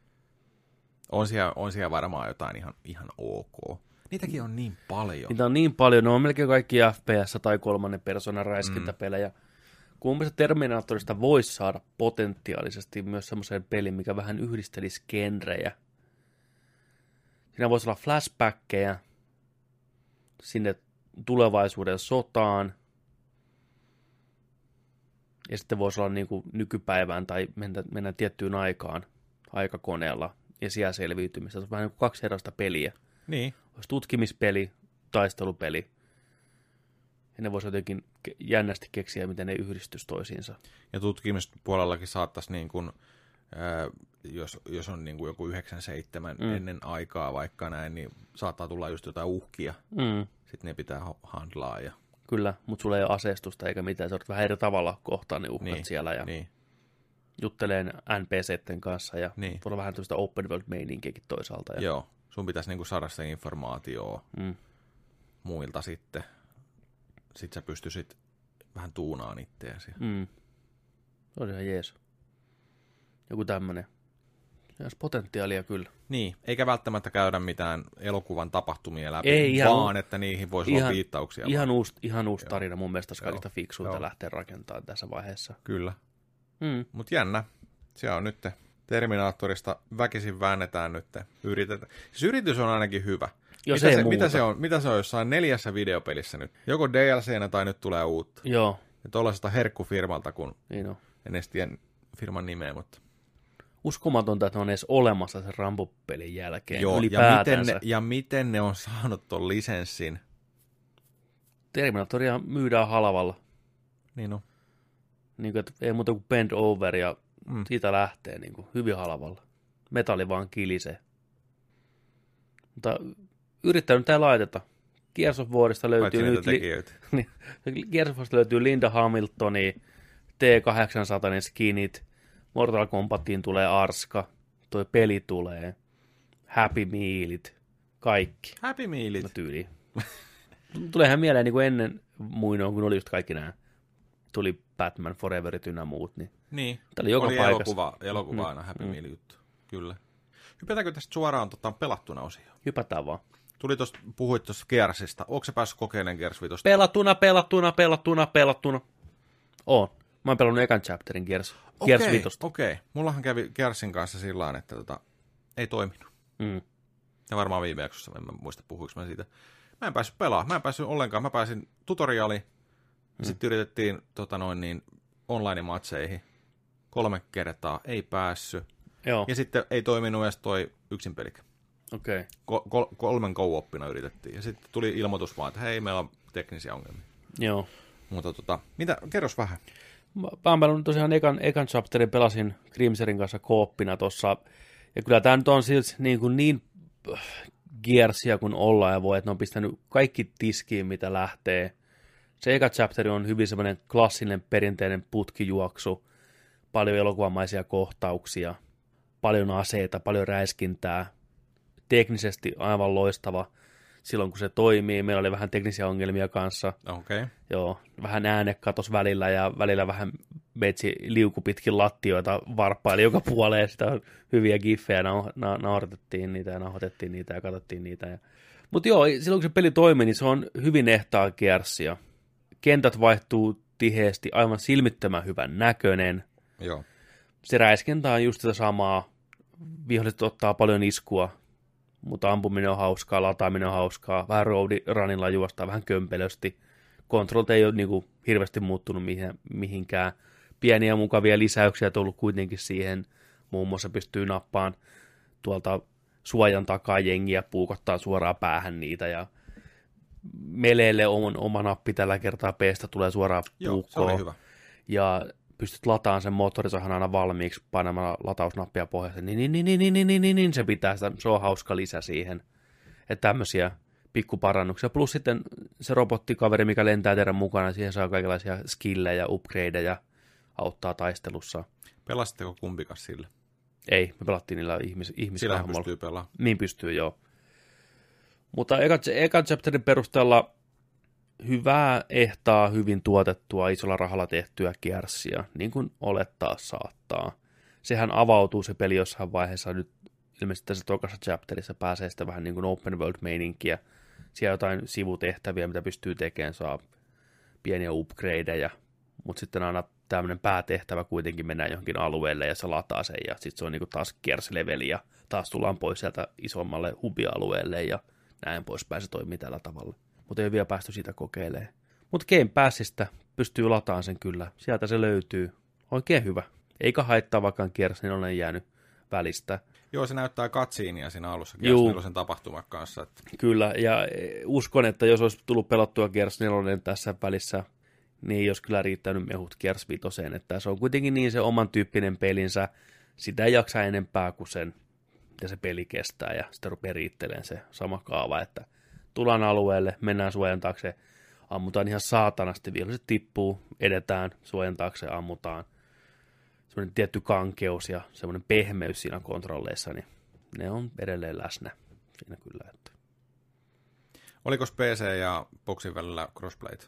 On siellä varmaan jotain ihan ok. Niitäkin on niin paljon. Niitä on niin paljon. Ne on melkein kaikki FPS- tai kolmannen persoonan räiskintäpelejä. Kumpi se Terminatorista voisi saada potentiaalisesti myös semmoiseen peliin, mikä vähän yhdistelisi genrejä. Siinä voisi olla flashbackkejä sinne tulevaisuuden sotaan. Ja sitten voisi olla niin kuin nykypäivään tai mennä tiettyyn aikaan aikakoneella ja siellä selviytymistä. Se olisi vähän niin kuin 2 erilaista peliä. Niin. Olisi tutkimispeli, taistelupeli. Ja ne voisi jotenkin jännästi keksiä, miten ne yhdistys toisiinsa. Ja tutkimuspuolellakin saattaisi, niin kuin, jos on niin kuin joku 97 ennen aikaa vaikka näin, niin saattaa tulla just jotain uhkia. Sitten ne pitää handlaa. Ja... Kyllä, mutta sulla ei ole aseistusta eikä mitään. Sä olet vähän eri tavalla kohtaan ne uhkat siellä. Ja jutteleen NPC:tten kanssa ja voi olla vähän tuosta open world-meininkiäkin toisaalta. Ja... Joo, sun pitäisi niin kuin saada sitä informaatiota muilta sitten. Sitten sä pystyisit vähän tuunaan itseäsi. Se olisi ihan jees. Joku tämmönen. Olisi potentiaalia kyllä. Niin, eikä välttämättä käydä mitään elokuvan tapahtumia läpi, vaan että niihin voisi olla viittauksia. Ihan uusi tarina. Mun mielestä olisi kaikista fiksuinta lähteä rakentamaan tässä vaiheessa. Kyllä. Mutta jännä. Se on nyt Terminaattorista väkisin väännetään nyt. Yritetään. Siis yritys on ainakin hyvä. Mitä se on jossain 4 videopelissä nyt? Joko DLC:nä tai nyt tulee uutta. Joo. Ja tuollaisesta herkkufirmalta, kun niin on. En edes tiedä firman nimeä, mutta... Uskomatonta, että ne on edes olemassa sen Rambo-pelin jälkeen. Joo, ja miten ne on saanut ton lisenssin? Terminatoria myydään halvalla. Niin on. Niin kuin, että ei muuta kuin bend over ja siitä lähtee niin kuin, hyvin halvalla. Metalli vaan kilisee. Mutta yrittänyt ei laiteta. Gears of Warista löytyy nyt... Gears of Warista löytyy Linda Hamiltonia, T800 skinit, Mortal Kombatiin tulee Arska, toi peli tulee, Happy Mealit, kaikki. Happy Mealit? No tyyliin. Tuleehan mieleen niin kuin ennen muinoin, kun oli just kaikki nämä. Tuli Batman Foreverit ynnä muut. Niin. Oli joka paikassa. Elokuva aina Happy Meal juttu. Kyllä. Hypätäänkö tästä suoraan pelattuna osioon? Hypätään vaan. Puhuit tuossa Gearsista. Ootko sä päässyt kokeilemaan Gears 5? Pelattuna. Oon. Mä oon pelannut ekan chapterin Gears 5. Okei. Mullahan kävi Gearsin kanssa sillä että ei toiminut. Ja varmaan viime jaksossa, en muista puhuinko mä siitä. Mä en päässyt pelaamaan. Mä en päässyt ollenkaan. Mä pääsin tutoriaaliin. Sitten yritettiin online-matseihin 3 kertaa. Ei päässyt. Joo. Ja sitten ei toiminut edes toi yksin pelikä. Okei. 3 co-oppina yritettiin. Ja sitten tuli ilmoitus vaan, että hei, meillä on teknisiä ongelmia. Joo. Mutta kerros vähän. Mä oon pelannut tosiaan ekan chapterin, pelasin Grimserin kanssa kooppina tossa. Ja kyllä tää nyt on siis niin Gearsia kuin ollaan ja voi, että ne on pistänyt kaikki tiskiin, mitä lähtee. Se eka chapteri on hyvin semmoinen klassinen perinteinen putkijuoksu. Paljon elokuvamaisia kohtauksia. Paljon aseita, paljon räiskintää. Teknisesti aivan loistava silloin, kun se toimii. Meillä oli vähän teknisiä ongelmia kanssa. Okay. Joo, vähän ääne katos välillä ja välillä vähän metsi liuku pitkin lattioita, varppaili joka puoleen. Sitä on hyviä giffejä, nauhoitettiin niitä ja nauhoitettiin niitä ja katsottiin niitä. Mutta joo, silloin kun se peli toimii, niin se on hyvin ehtaa Gearsia. Kentät vaihtuu tiheesti, aivan silmittömän hyvän näköinen. Joo. Se räiskintä on just sitä samaa. Viholliset ottaa paljon iskua, mutta ampuminen on hauskaa, lataaminen on hauskaa. Vähän roadiranilla juostaa vähän kömpelösti. Control ei ole niinku hirveästi muuttunut mihinkään. Pieniä mukavia lisäyksiä tullut kuitenkin siihen. Muun muassa pystyy nappaan tuolta suojan takaa jengiä, puukottaa suoraan päähän niitä. Ja Meleelle on oma nappi tällä kertaa, P:stä tulee suoraan puukkoon. Joo, se oli hyvä. Ja pystyt lataamaan sen moottorisahan aina valmiiksi painamalla latausnappia pohjassa, niin se pitää sitä, se on hauska lisä siihen. Että tämmöisiä pikkuparannuksia. Plus sitten se robottikaveri, mikä lentää teidän mukana, siihen saa kaikenlaisia skillejä, upgradeja, auttaa taistelussa. Pelasitteko kumpikas sille? Ei, me pelattiin niillä ihmishahmoilla. Sillähän pystyy pelaamaan. Niin pystyy, joo. Mutta ekan chapterin perusteella hyvää, ehtaa, hyvin tuotettua, isolla rahalla tehtyä Gearsia, niin kuin olettaa saattaa. Sehän avautuu se peli jossain vaiheessa, nyt ilmeisesti tässä tokassa chapterissa pääsee sitä vähän niin kuin open world-meininkiä. Siellä jotain sivutehtäviä, mitä pystyy tekemään, saa pieniä upgradeja, mutta sitten aina tämmöinen päätehtävä kuitenkin mennään johonkin alueelle ja se lataa sen ja sitten se on niin kuin taas Gears-leveli ja taas tullaan pois sieltä isommalle hubialueelle ja näin poispäin, se toimii tällä tavalla. Mutta ei ole vielä päästy siitä kokeilemaan. Mutta Game Passista pystyy lataamaan sen kyllä. Sieltä se löytyy. Oikein hyvä. Eikä haittaa, vaikka Gears 4 on jäänyt välistä. Joo, se näyttää katsiinia siinä alussa Gears 4 tapahtuman kanssa. Että... Kyllä, ja uskon, että jos olisi tullut pelattua Gears 4 tässä välissä, niin ei olisi kyllä riittänyt mehut Gears 5. Että se on kuitenkin niin se oman tyyppinen pelinsä. Sitä ei jaksa enempää kuin sen, ja se peli kestää, ja sitten rupeaa riittelemään se sama kaava, että tullaan alueelle, mennään suojan taakse, ammutaan ihan saatanasti, viholliset tippuu, edetään suojan taakse, ammutaan. Semmoinen tietty kankeus ja semmoinen pehmeys siinä kontrolleissa, niin ne on edelleen läsnä siinä kyllä. Että. Oliko PC ja Boxin välillä crossplayt?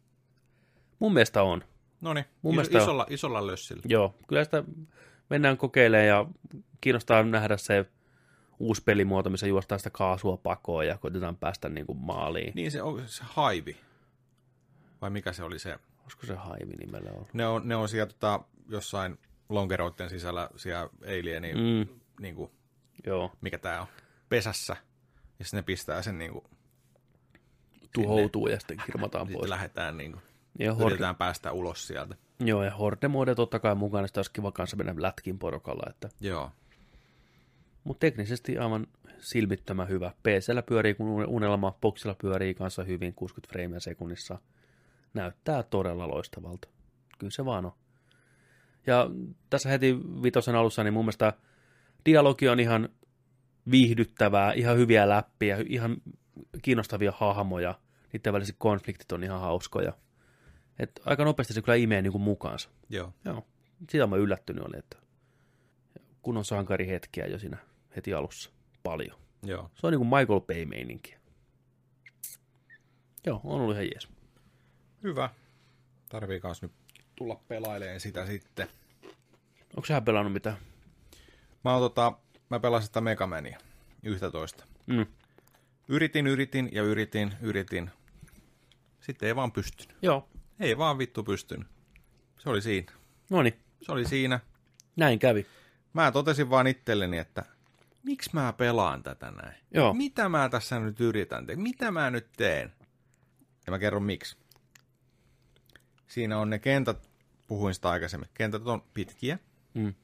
Mun mielestä on. Noniin, isolla lössillä. Joo, kyllä sitä mennään kokeilemaan ja kiinnostaa nähdä se uusi pelimuoto, missä juostaan sitä kaasua pakoon ja koitetaan päästä niin kuin maaliin. Niin se on se Hive. Vai mikä se oli se? Olisiko se Hive nimellä ollut? Ne on siellä jossain lonkeroiden sisällä siellä Alienin, niin kuin, joo. Mikä tää on, pesässä. Ja sitten ne pistää sen niin kuin, tuhoutuu ja sitten kirmataan pois. Sitten lähdetään niin kuin, ja yritetään päästä ulos sieltä. Joo, ja Horde-mode totta kai mukana, sitä olisi kiva kanssa mennä lätkin porukalla. Että. Joo. Mutta teknisesti aivan silmittömän hyvä. PC:llä pyörii kun unelma, Boxilla pyörii kanssa hyvin 60 freimiä sekunnissa. Näyttää todella loistavalta. Kyllä se vaan on. Ja tässä heti vitosen alussa, niin mun mielestä dialogi on ihan viihdyttävää, ihan hyviä läppiä, ihan kiinnostavia hahmoja. Niiden väliset konfliktit on ihan hauskoja. Et aika nopeasti se kyllä imee niin kuin mukaansa. Joo. Sitä mä yllättynyt olin, että kun on sankarihetkiä jo siinä heti alussa. Paljon. Joo. Se on niin kuin Michael Bay-meininkiä. Joo, on ollut ihan jees. Hyvä. Tarvii kans nyt tulla pelailemaan sitä sitten. Onko sähän pelannut mitään? Mä pelasin sitä Mega Mania 11. Mm. Yritin. Sitten ei vaan pystynyt. Joo. Ei vaan vittu pystynyt. Se oli siinä. Noniin. Se oli siinä. Näin kävi. Mä totesin vaan itselleni, että miksi mä pelaan tätä näin? Joo. Mitä mä tässä nyt yritän tehdä? Mitä mä nyt teen? Ja mä kerron miksi. Siinä on ne kentät, puhuin sitä aikaisemmin, kentät on pitkiä. Mm.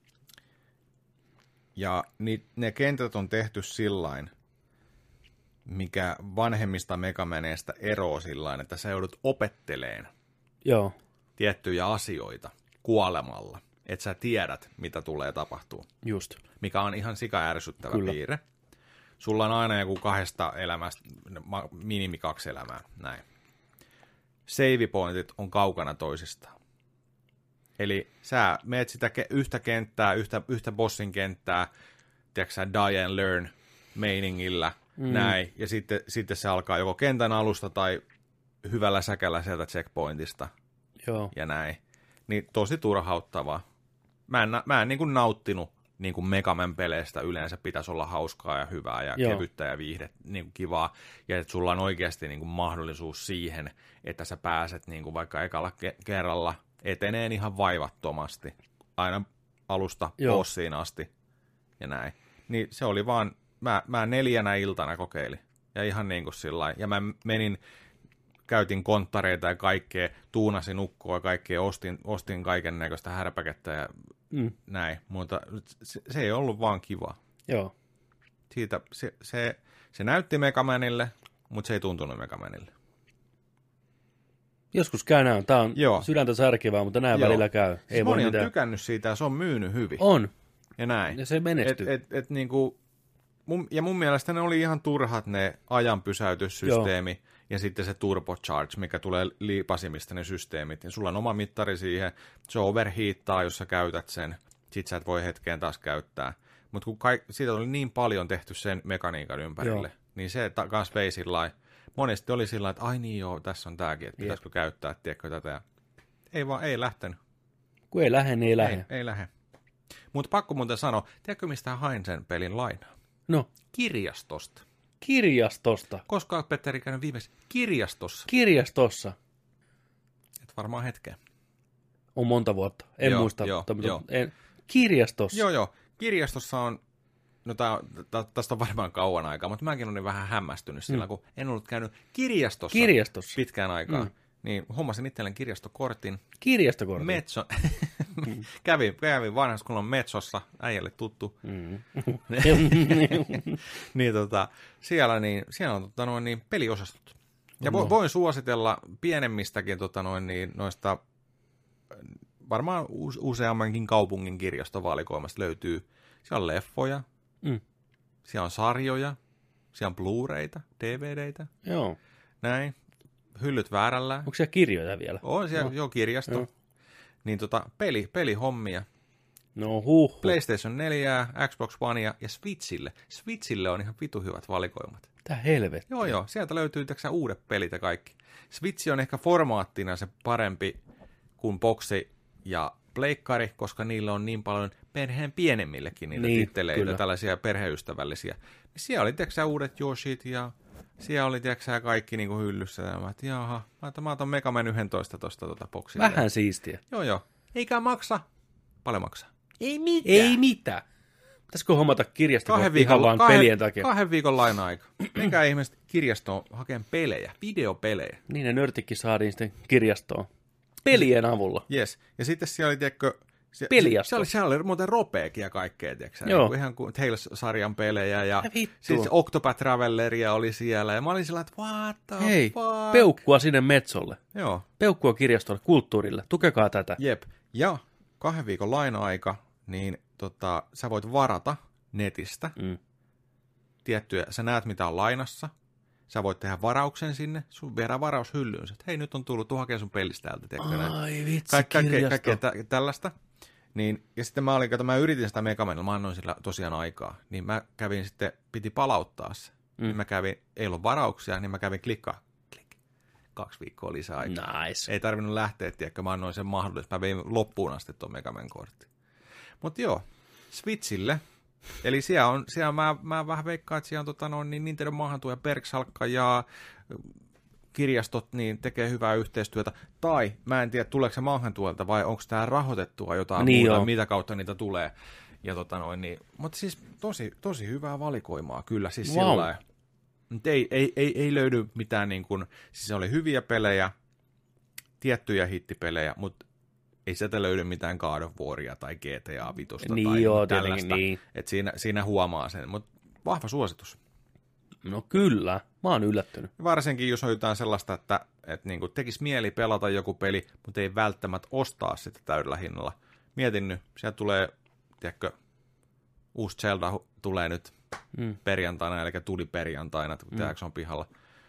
Ja ne kentät on tehty sillain, mikä vanhemmista Megamaneista eroaa sillain, että sä joudut opetteleen Joo. tiettyjä asioita kuolemalla. Että sä tiedät, mitä tulee tapahtuu. Just. Mikä on ihan sikaärsyttävä Kyllä. piirre. Sulla on aina joku 2 elämästä, minimi 2 elämää, näin. Save pointit on kaukana toisistaan. Eli sä meet sitä yhtä kenttää, yhtä bossin kenttää, tiedätkö sä, die and learn meiningillä, näin, ja sitten se alkaa joko kentän alusta tai hyvällä säkällä sieltä checkpointista, Joo. ja näin. Niin tosi turhauttavaa. Mä en niin kuin nauttinut niin kuin Mega Man -peleistä yleensä pitäisi olla hauskaa ja hyvää ja kevyttä ja niin kuin kivaa. Ja että sulla on oikeasti niin kuin mahdollisuus siihen, että sä pääset niin kuin vaikka ekalla kerralla eteneen ihan vaivattomasti. Aina alusta bossiin asti ja näin. Niin se oli vaan, mä 4 iltana kokeilin. Ja ihan niin kuin sillain. Ja mä käytin konttareita ja kaikkea, tuunasin ukkoa ja kaikkea, ostin kaiken näköistä härpäkettä ja näin, mutta se ei ollut vaan kiva. Joo. Siitä, se näytti Mega Manille, mutta se ei tuntunut Mega Manille. Joskus käy näin. Tää on sydäntä särkevää, mutta näin välillä käy. Ei moni on tykännyt siitä ja se on myynyt hyvin. On. Ja näin. Ja se menestyy. Niinku, mun mielestä ne oli ihan turhat ne ajanpysäytyssysteemi ja sitten se turbocharge, mikä tulee liipasimista ne systeemit. Ja sulla on oma mittari siihen, se overheattaa, jos sä käytät sen. Sit sä et voi hetkeen taas käyttää. Mutta kun siitä oli niin paljon tehty sen mekaniikan ympärille, niin se kans vei sillai. Monesti oli sillä että ai niin joo, tässä on tääkin, että pitäisikö käyttää, tiedätkö tätä. Ei lähtenyt. Kun ei lähde, niin ei lähde. Ei lähde. Mutta pakko muuten sanoa, tiedätkö mistä hain sen pelin lainaa? No. Kirjastosta. Kirjastosta? Koska olet, Petteri, käynyt viimeksi kirjastossa? Kirjastossa. Et varmaan hetkeä. On monta vuotta. En muista. Joo. Kirjastossa? Joo. Kirjastossa on, no tästä on varmaan kauan aikaa, mutta mäkin olin vähän hämmästynyt sillä, kun en ollut käynyt kirjastossa pitkään aikaa. Niin hommasin itselleen kirjastokortin. Kirjastokortin? Metso. kävin vanhassa, kun on Metsossa, äijälle tuttu. niin siellä on peliosastot. Ja voin suositella pienemmistäkin noista varmaan useammankin kaupungin kirjastovalikoimasta löytyy. Siellä on leffoja, siellä on sarjoja, siellä on Blu-rayta, DVDitä. Joo. Näin. Hyllyt väärällä. Onko siellä kirjoja vielä? On siellä kirjasto. Joo. Niin pelihommia. No PlayStation 4, Xbox One ja Switchille. Switchille on ihan vitu hyvät valikoimat. Tää helvetti. Joo. Sieltä löytyy uudet pelit ja kaikki. Switch on ehkä formaattina se parempi kuin boksi ja pleikkari, koska niillä on niin paljon perheen pienemmillekin niitä titteleitä, tällaisia perheystävällisiä. Niin siellä oli uudet Yoshit ja siellä oli kaikki niinku hyllyssä. Ja mä jaha, mä otan Mega Man 11 tosta boksille. Vähän siistiä. Joo. Eikä maksa. Paljon maksaa. Ei mitään. Pitäisikö hommata kirjastokortti ihan vaan pelien takia? 2 viikon laina-aika. Menkää ihmiset kirjastoon hakemaan pelejä, videopelejä. Niin ne nörttikin saadiin sitten kirjastoon. Pelien avulla. Yes. Ja sitten siellä oli, tiedätkö, siellä oli muuten ropeakin ja kaikkea, tiedätkö? Niin ihan kuin Tales-sarjan pelejä ja sitten Octopath Traveleria oli siellä. Ja mä olin sillä, että what the fuck? Peukkua sinne Metsolle. Joo. Peukkua kirjastolle, kulttuurille. Tukekaa tätä. Jep. Ja 2 viikon laina-aika, niin sä voit varata netistä tiettyjä, sä näet mitä on lainassa. Sä voit tehdä varauksen sinne, sun viedään varaus hyllyyn. Hei, nyt on tullut, tuu hakea sun pelistä täältä. Ai vitsi, kirjasto. Kaikkea tällaista. Niin, ja sitten mä yritin sitä Mega Manilla, mä annoin sillä tosiaan aikaa. Niin mä kävin sitten, piti palauttaa se. Niin mä kävin, ei ollut varauksia, niin mä kävin klikkaa. 2 viikkoa lisää aikaa. Nice. Ei tarvinnut lähteä, tiedäkö, mä annoin sen mahdollisuus. Mä vein loppuun asti tuon Mega Man -kortti. Mutta joo, Switchille. Eli siellä mä vähän veikkaan, että siellä on niin Nintendo maahantuja, Bergsalkka ja kirjastot niin tekee hyvää yhteistyötä. Tai mä en tiedä, tuleeko se maahantuolta vai onko tämä rahoitettua jotain muuta, mitä kautta niitä tulee. Ja mutta siis tosi hyvää valikoimaa kyllä. Siis sillä ei löydy mitään siis se oli hyviä pelejä, tiettyjä hittipelejä, mutta ei sieltä löydy mitään God of Waria tai GTA 5 tai tällaista. Niin. Että siinä huomaa sen, mutta vahva suositus. No kyllä, mä oon yllättynyt. Varsinkin jos on jotain sellaista, että tekisi mieli pelata joku peli, mutta ei välttämättä ostaa sitä täydellä hinnalla. Mietin nyt, sieltä tulee, tiedätkö, uusi Zelda tulee nyt perjantaina, eli tuli perjantaina, kun tiedätkö on pihalla.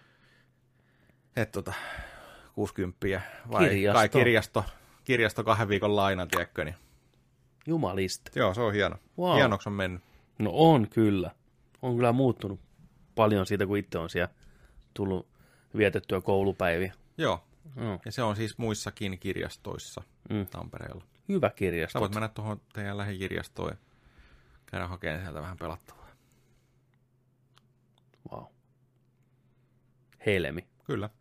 Että 60 vai kirjasto 2 viikon laina, tiedätkö? Niin. Jumalista. Joo, se on hieno. Wow. Hienoksi on mennyt. No on kyllä. On kyllä muuttunut paljon siitä, kun itse on siellä tullut vietettyä koulupäiviä. Joo. Ja se on siis muissakin kirjastoissa Tampereella. Hyvä kirjasto. Sä voit mennä tuohon teidän lähikirjastoon ja käydä hakemaan sieltä vähän pelattavaa. Wow. Helmi. Kyllä.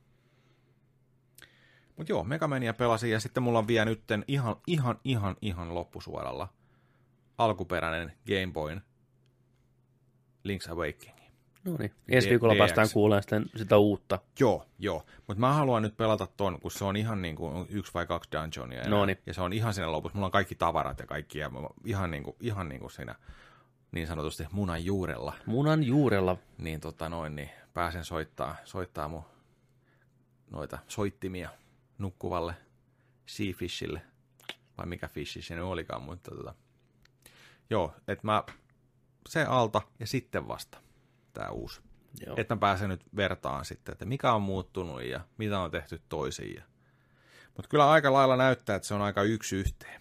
Mutta joo, Mega Mania pelasin ja sitten mulla on vielä nytten ihan loppusuoralla alkuperäinen Game Boyn Link's Awakening. No niin, ensi viikolla päästään kuulemaan sitä uutta. Joo. Mutta mä haluan nyt pelata ton, kun se on ihan niin kuin 1 vai 2 dungeonia. Noniin. Ja se on ihan siinä lopussa. Mulla on kaikki tavarat ja kaikki, ja ihan niin kuin siinä niin sanotusti munan juurella. Munan juurella. Niin pääsen soittaa mun noita soittimia nukkuvalle Seafishille, vai mikä fishi se nyt olikaan, mutta joo, että mä se alta ja sitten vasta tää uusi. Joo. Että mä pääsen nyt vertaan sitten, että mikä on muuttunut ja mitä on tehty toisin. Mutta kyllä aika lailla näyttää, että se on aika yksi yhteen.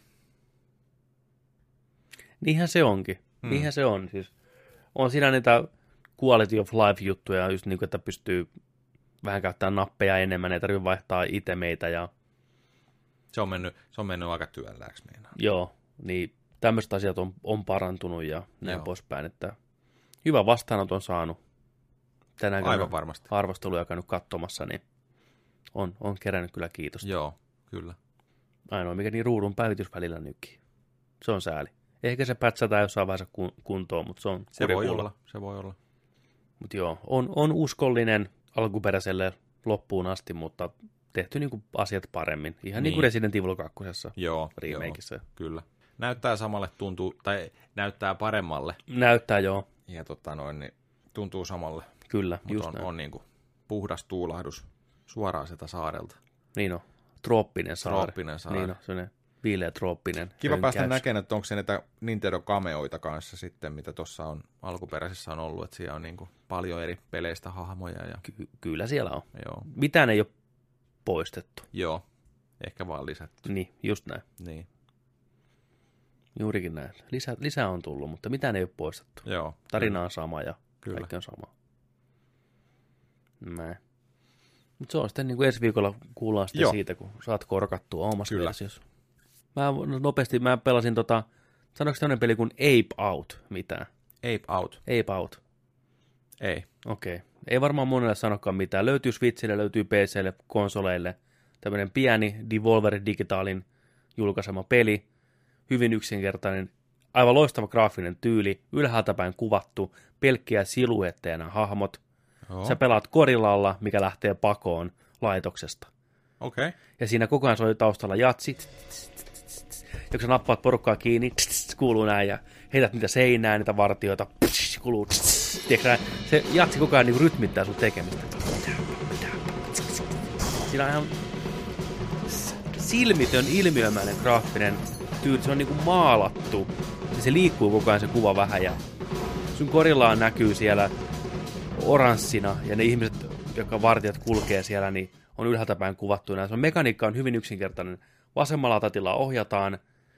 Niinhän se onkin. Niinhän se on. Siis on siinä niitä quality of life-juttuja, just niin kuin, että pystyy vähän käyttämään nappeja enemmän, ei tarvitse vaihtaa itemeitä. Ja... Se on mennyt aika työlläksi meinaan. Joo, niin tämmöiset asiat on parantunut ja näin poispäin, että hyvä vastaanot on saanut. Tänään aivan varmasti. Arvosteluja käynyt katsomassa, niin on kerännyt kyllä kiitosta. Joo, kyllä. Ainoa, mikä niin ruudun päivitysvälillä nykii. Se on sääli. Ehkä se pätsätään jossain vaiheessa kuntoon, mutta se on se voi olla. Mutta joo, on uskollinen alkuperäiselle loppuun asti, mutta tehty niinku asiat paremmin. Ihan niin kuin Resident Evil 2. Remakeissa. Joo, kyllä. Näyttää samalle, näyttää paremmalle. Näyttää, joo. Ja niin tuntuu samalle. Kyllä, just näin. On niinku puhdas tuulahdus suoraan sieltä saarelta. Niin on. Trooppinen saari. Niin on, sellainen viileä trooppinen. Kiva päästä näkemään, että onko se näitä Nintendo-cameoita kanssa sitten, mitä tuossa on alkuperäisessä on ollut, että siellä on niinku paljon eri peleistä hahmoja. Ja... Kyllä siellä on. Joo. Mitään ei ole poistettu. Joo, ehkä vaan lisätty. Niin, just näin. Niin. Juurikin näin. Lisää on tullut, mutta mitään ei ole poistettu. Joo. Tarina on sama ja kaikki on sama. Näin. Mutta se on sitten niin kuin ensi viikolla kuullaan sitten siitä, kun saat korkattua omassa versiossa. Mä pelasin sanoiko tämmöinen peli kuin Ape Out mitään? Ape Out. Ei. Okei. Ei varmaan monelle sanokaan mitään. Löytyy Switchille, löytyy PClle, konsoleille. Tämmöinen pieni Devolver Digitalin julkaisema peli. Hyvin yksinkertainen. Aivan loistava graafinen tyyli. Ylhäältä päin kuvattu. Pelkkiä siluetteja nämä hahmot. Joo. Sä pelaat gorillalla, mikä lähtee pakoon laitoksesta. Okei. Okay. Ja siinä koko ajan soi taustalla jatsi. Ja kun sä nappaat porukkaa kiinni, kuuluu näin, ja heität niitä seinää, niitä vartioita, kuuluu. Tiedätkö, se jatsi koko ajan niin rytmittää sun tekemistä. Siinä on ihan silmitön, ilmiömäinen graafinen tyyli. Se on niin kuin maalattu. Ja se liikkuu koko ajan se kuva vähän, ja sun gorillaan näkyy siellä oranssina, ja ne ihmiset, jotka vartijat kulkee siellä, niin on ylhäältä päin kuvattuina. Se mekaniikka on hyvin yksinkertainen. Vasemmalla tatilla ohjataan,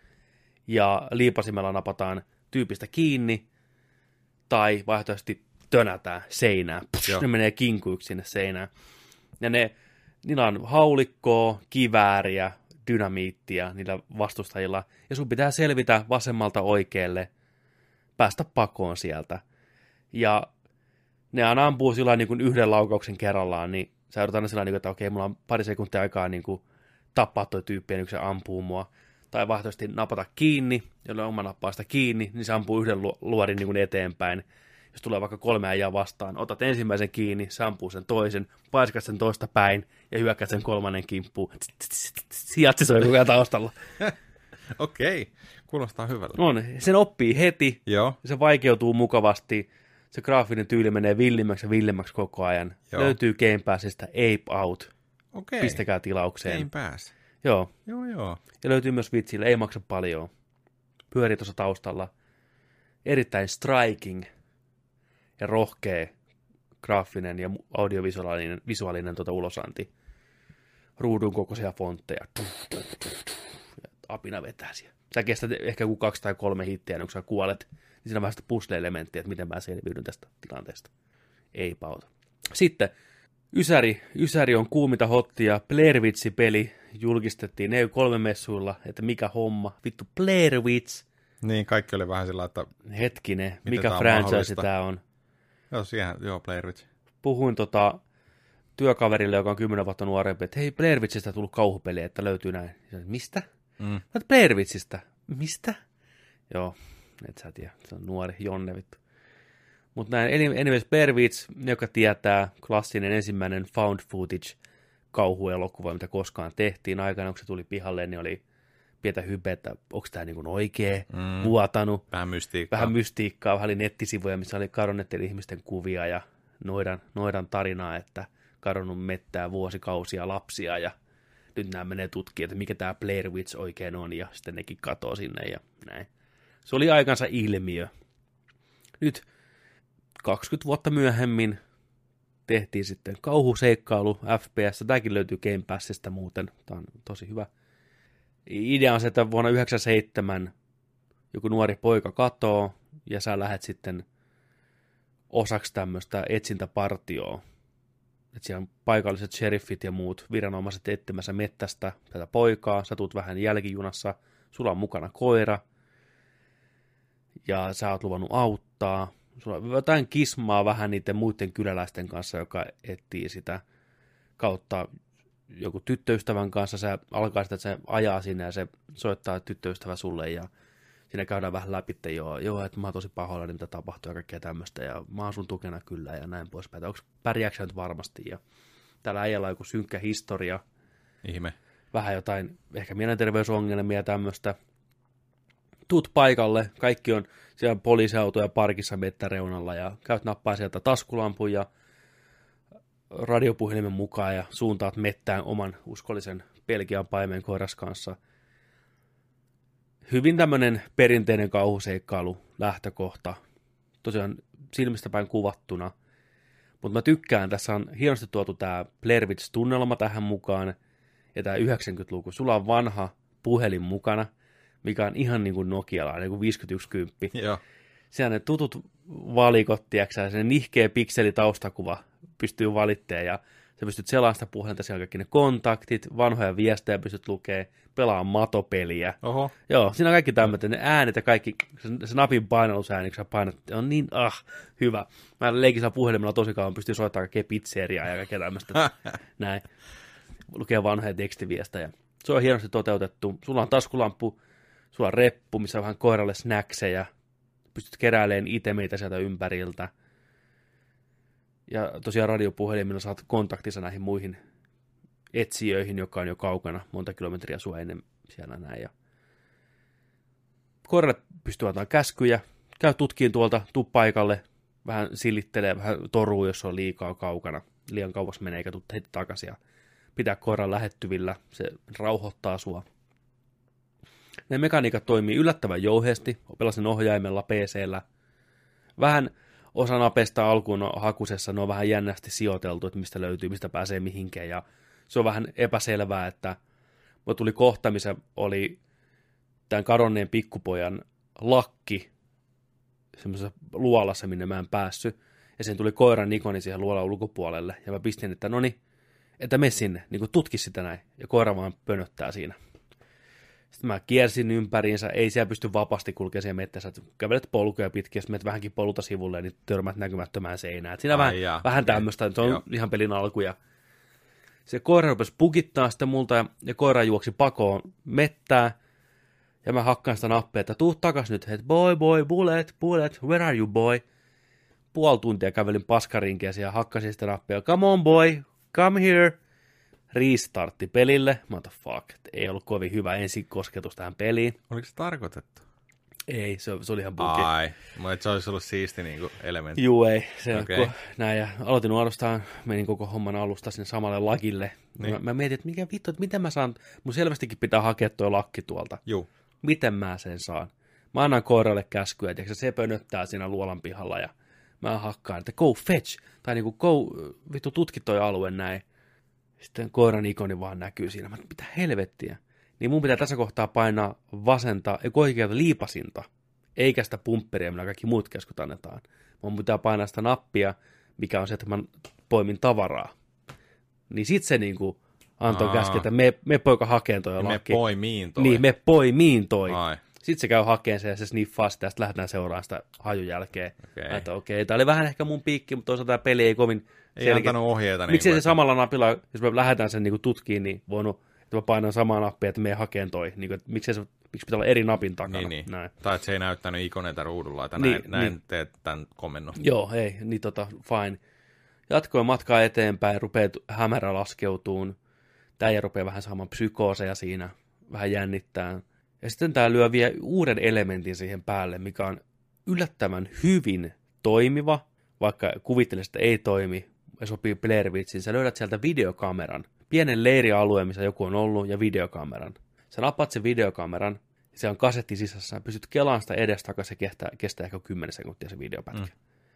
ja liipasimella napataan tyypistä kiinni, tai vaihtoehtoisesti tönätään seinään. Ne menee kinkuiksi sinne seinään. Ja niillä on haulikkoa, kivääriä, dynamiittia niillä vastustajilla, ja sun pitää selvitä vasemmalta oikealle, päästä pakoon sieltä. Ja ne aina ampuu sillä niin kuin yhden laukauksen kerrallaan, niin sä joudut aina sillä niin, että okei, mulla on pari sekuntia aikaa niin kuin tappaa toi tyyppi, niin kun se ampuu mua. Tai vaihtoehtoisesti napata kiinni, jolloin oma nappaa sitä kiinni, niin se ampuu yhden luodin niin kuin eteenpäin. Jos tulee vaikka 3 äijää vastaan, otat ensimmäisen kiinni, se ampuu sen toisen, paiskat sen toista päin ja hyökkät sen 3. kimppuun. Jatsi soi koko ajan taustalla. Okei, kuulostaa hyvältä. On, sen oppii heti, Joo. Se vaikeutuu mukavasti. Se graafinen tyyli menee villimmäksi koko ajan. Joo. Löytyy Game Passista Ape Out. Okei. Pistäkää tilaukseen. Game Pass. Joo. Joo. Ja löytyy myös Switchille, ei maksa paljon. Pyörii tuossa taustalla. Erittäin striking ja rohkea graafinen ja audiovisuaalinen ulosanti. Ruudun kokoisia fontteja. Apina vetää siellä. Sä kestät ehkä 2 tai 3 hittiä, kun sä kuolet. Niin siinä on vähän sitä puzzle-elementtiä, että miten mä selviydyn tästä tilanteesta. Ei pauta. Sitten Ysäri on kuuminta hottia. Blair Witch-peli julkistettiin E3-messuilla, että mikä homma. Vittu, Blair Witch. Niin, kaikki oli vähän sillä, että... Hetkinen, mikä franchise tää on? Joo, Blair Witch. Puhuin työkaverille, joka on 10 vuotta nuorempi, että hei, Blair Witchistä on tullut kauhupeli, että löytyy näin. Mistä? Blair Witchistä. Mistä? Joo, et sä tiedä. Se on nuori Jonne vittu. Mutta näin, anyways, Blair Witch, joka tietää, klassinen ensimmäinen found footage kauhuelokuva, mitä koskaan tehtiin. Aikana, kun se tuli pihalle, niin oli pientä hype, että onko tämä niin oikea, vuotanut. Vähän mystiikkaa. Vähän oli nettisivuja, missä oli kadonneiden ihmisten kuvia ja noidan tarinaa, että kadonnut mettää vuosikausia lapsia ja nyt nämä menee tutkimaan, että mikä tämä Blair Witch oikein on ja sitten nekin katoo sinne ja näin. Se oli aikansa ilmiö. Nyt 20 vuotta myöhemmin tehtiin sitten kauhuseikkailu FPS. Tämäkin löytyy Game Passista muuten. Tämä on tosi hyvä. Idea on se, että vuonna 1997 joku nuori poika katoo ja sä lähdet sitten osaksi tämmöistä etsintäpartioa. Että siellä on paikalliset sheriffit ja muut viranomaiset etsimässä mettästä tätä poikaa. Sä tuut vähän jälkijunassa. Sulla on mukana koira. Ja sä oot luvannut auttaa. Sulla on jotain kismaa vähän niiden muiden kyläläisten kanssa, joka etsii sitä kautta joku tyttöystävän kanssa. Se alkaa sitä, että se ajaa sinne ja se soittaa tyttöystävä sulle ja siinä käydään vähän läpi, että joo, että mä oon tosi pahoillani, mitä tapahtuu ja kaikkea tämmöistä ja mä oon sun tukena kyllä ja näin poispäin. Onko pärjääksä nyt varmasti ja täällä äijällä on joku synkkä historia. Ihme. Vähän jotain ehkä mielenterveysongelmia ja tämmöistä. Tuut paikalle, kaikki on siellä poliisiautoja parkissa mettäreunalla ja käyt nappaa sieltä taskulampun ja radiopuhelimen mukaan ja suuntaat mettään oman uskollisen Belgian paimen koiras kanssa. Hyvin tämmöinen perinteinen kauhuseikkailu lähtökohta, tosiaan silmistä päin kuvattuna, mutta mä tykkään, tässä on hienosti tuotu tämä Blair Witch-tunnelma tähän mukaan ja tämä 90-luku. Sulla on vanha puhelin mukana, mikä on ihan niin kuin Nokialla, niin kuin 5110. Joo. Siellä ne tutut valikot, tiiäksä, se nihkeä pikselitaustakuva pystyy valittamaan ja sä pystyt selaamaan sitä puhelinta, siellä on kaikki ne kontaktit, vanhoja viestejä pystyt lukemaan, pelaamaan matopeliä. Oho. Joo, siinä on kaikki tämmöitä, ne äänet ja kaikki, se napin painallusääni, kun sä painat, on niin, hyvä. Mä leikin saa puhelimella tosi kauan, pystyy soittamaan kaikkea pizzeriaa ja kaikkea tämmöistä, näin. Lukee vanhoja tekstiviestejä. Se on hienosti toteutettu. Sulla on taskulamppu, sulla on reppu, missä on vähän koiralle snackseja, pystyt keräilemään itemeitä sieltä ympäriltä. Ja tosiaan radiopuhelimilla saat kontaktissa näihin muihin etsijöihin, joka on jo kaukana, monta kilometriä sua ennen siellä näin. Ja koiralle pystyy antamaan käskyjä, käy tutkiin tuolta, tuu paikalle, vähän silittelee, vähän toruu, jos on liikaa kaukana, liian kauas menee eikä tuu heti takaisin. Ja pitää koiran lähettyvillä, se rauhoittaa sua. Ne mekaniikat toimii yllättävän jouheesti, pelasin ohjaimella, PC:llä. Vähän osa napeista alkuun hakusessa, ne on vähän jännästi sijoiteltu, että mistä löytyy, mistä pääsee mihinkään. Ja se on vähän epäselvää, että mulla tuli kohta, missä oli tämän kadonneen pikkupojan lakki semmoisessa luolassa, minne mä en päässyt. Ja sen tuli koiran ikoni siihen luolan ulkopuolelle. Ja mä pistin, että noni, että mene sinne, niin kuin tutki sitä näin. Ja koira vaan pönöttää siinä. Sitten mä kiersin ympäriinsä, ei siellä pysty vapaasti kulkemaan siellä mettässä, että kävelet polkuja pitkin, jos menet vähänkin polulta sivulle, niin törmät näkymättömään seinään. Siinä vähän tämmöistä, se on ihan pelin alku. Ja se koira rupesi pukittaa sitten multa, ja koira juoksi pakoon mettää, ja mä hakkaan sitä nappia, että tuu takas nyt, että boy, bullet, where are you boy? Puoli tuntia kävelin paskarinkiä siellä, hakkasin sitä nappia, come on boy, come here. Restartti pelille. Mä oon fuck, ei ollut kovin hyvä ensikosketus tähän peliin. Oliko se tarkoitettu? Ei, se oli ihan bugi. Ai, mutta se olisi ollut siisti niinku elementti. Juu, ei. Se okay. Näin, ja aloitin nuorostaan, menin koko homman alusta sinne samalle lagille. Niin. Mä mietin, että mikä vittu, että miten mä saan, mun selvästikin pitää hakea tuo lakki tuolta. Juu. Miten mä sen saan? Mä annan koiralle käskyä, että se pönöttää siinä luolan pihalla, ja mä hakkaan, että go fetch, tai niinku go, vittu tutki toi alue näin. Sitten koiran ikoni vaan näkyy siinä. Mä mitä helvettiä. Niin mun pitää tässä kohtaa painaa vasenta, oikealta liipasinta, eikä sitä pumpperia, millä kaikki muut käskyt annetaan. Mun pitää painaa sitä nappia, mikä on se, että mä poimin tavaraa. Niin sit se niinku antoi käskeä, että me poika hakeen toi lakki. Me poimiin toi. Niin, me poimiin toi. Ai. Sitten se käy hakeen sen ja se sniffaa sitä ja sitten lähdetään seuraamaan sitä hajun jälkeen. Okei, tää oli vähän ehkä mun piikki, mutta toisaalta tää peli ei kovin ei antanut ohjeita. Miksi se samalla napilla, jos me lähdetään sen niin tutkiin, niin voinut, että mä painan samaa nappia, että me hakeen toi. Niin kuin, miksi pitää olla eri napin takana. Niin. Näin. Tai että se ei näyttänyt ikoneita ruudulla, että näin teet tämän komennon. Joo, ei, niin fine. Jatkoin matkaa eteenpäin, rupeaa hämärä laskeutuun. Tää rupeaa vähän saamaan psykooseja siinä, vähän jännittää. Ja sitten tää lyö vielä uuden elementin siihen päälle, mikä on yllättävän hyvin toimiva, vaikka kuvittelisit, että ei toimi ja sopii Blair Witchiin, sä löydät sieltä videokameran, pienen leirialueen, missä joku on ollut, ja videokameran. Sä napaat sen videokameran, ja se on kasetti sisässä, pystyt kelaan sitä edestakaisin, se kestää ehkä 10 sekuntia se videopätkä.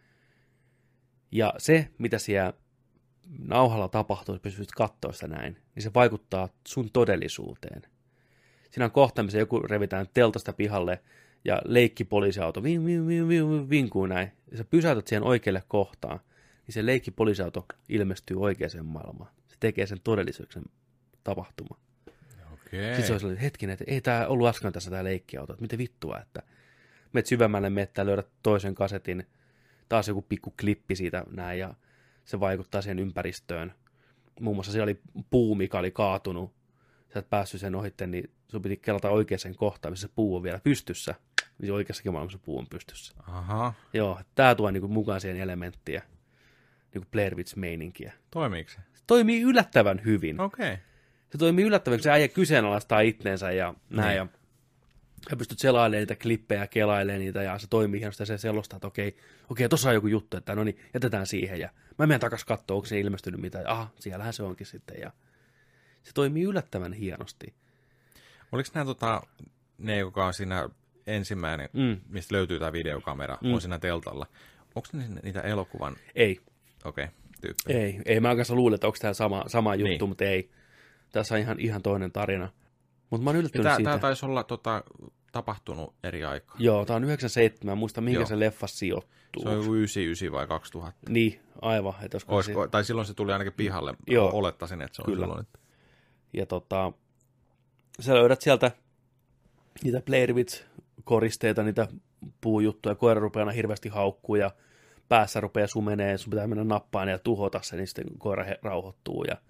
Ja se, mitä siellä nauhalla tapahtuu, että pystyt katsoa sitä näin, niin se vaikuttaa sun todellisuuteen. Siinä on kohta, missä joku revitään teltasta pihalle, ja leikkipoliisiauto vinkuu näin, ja sä pysäytät siihen oikealle kohtaan, niin se leikkipoliisiauto ilmestyy oikeaan maailmaan. Se tekee sen todellisuuden tapahtuman. Okei. Sitten se olisi hetkinen, että ei tämä ollut äsken tässä tämä leikkiauto, että miten vittua, että menet syvemmälle mettään, löydät toisen kasetin, taas joku pikku klippi siitä näin, ja se vaikuttaa siihen ympäristöön. Muun muassa siellä oli puu, mikä oli kaatunut, sä et päässyt sen ohitte, niin sun piti kelata oikeaan kohtaan, missä se puu on vielä pystyssä, niin oikeassakin maailmassa puu on pystyssä. Aha. Joo, tää tuo niinku mukaan siihen elementtiä, niinku Blair Witch-meininkiä. Toimiiko se? Se toimii yllättävän hyvin. Okei. Se toimii yllättävän, kun se äijä kyseenalaistaa itteensä ja näin, ja pystyt selailemaan niitä klippejä, kelailemaan niitä, ja se toimii hienosti, ja se selostaa, että okei, tossa on joku juttu, että no niin, jätetään siihen, ja mä menen takas katsoa, onko se ilmestynyt mitään, ja siellähän se onkin sitten, ja se toimii yllättävän hienosti. Oliko nämä ne, joka on siinä ensimmäinen, mistä löytyy tämä videokamera, on siinä teltalla, onko ne niitä elokuvan? Ei. Okei, tyyppi. Ei, mä oikeastaan luulen, että onko tämä sama juttu, mutta ei. Tässä on ihan toinen tarina. Mutta mä oon yllättynyt siitä. Tämä taisi olla tapahtunut eri aikaa. Joo, tämä on 97, muista mihinkä se leffa sijoittuu. Se on joku 99 vai 2000. Niin, aivan. Tai silloin se tuli ainakin pihalle. Joo. Olettaisin, että se on Kyllä. silloin. Ja sä löydät sieltä niitä Blair Witch-koristeita, niitä puujuttuja, koira rupeaa aina hirveästi haukkuu ja päässä rupeaa sumenee, sun pitää mennä nappaan ja tuhota se, niin sitten koira rauhoittuu. Ja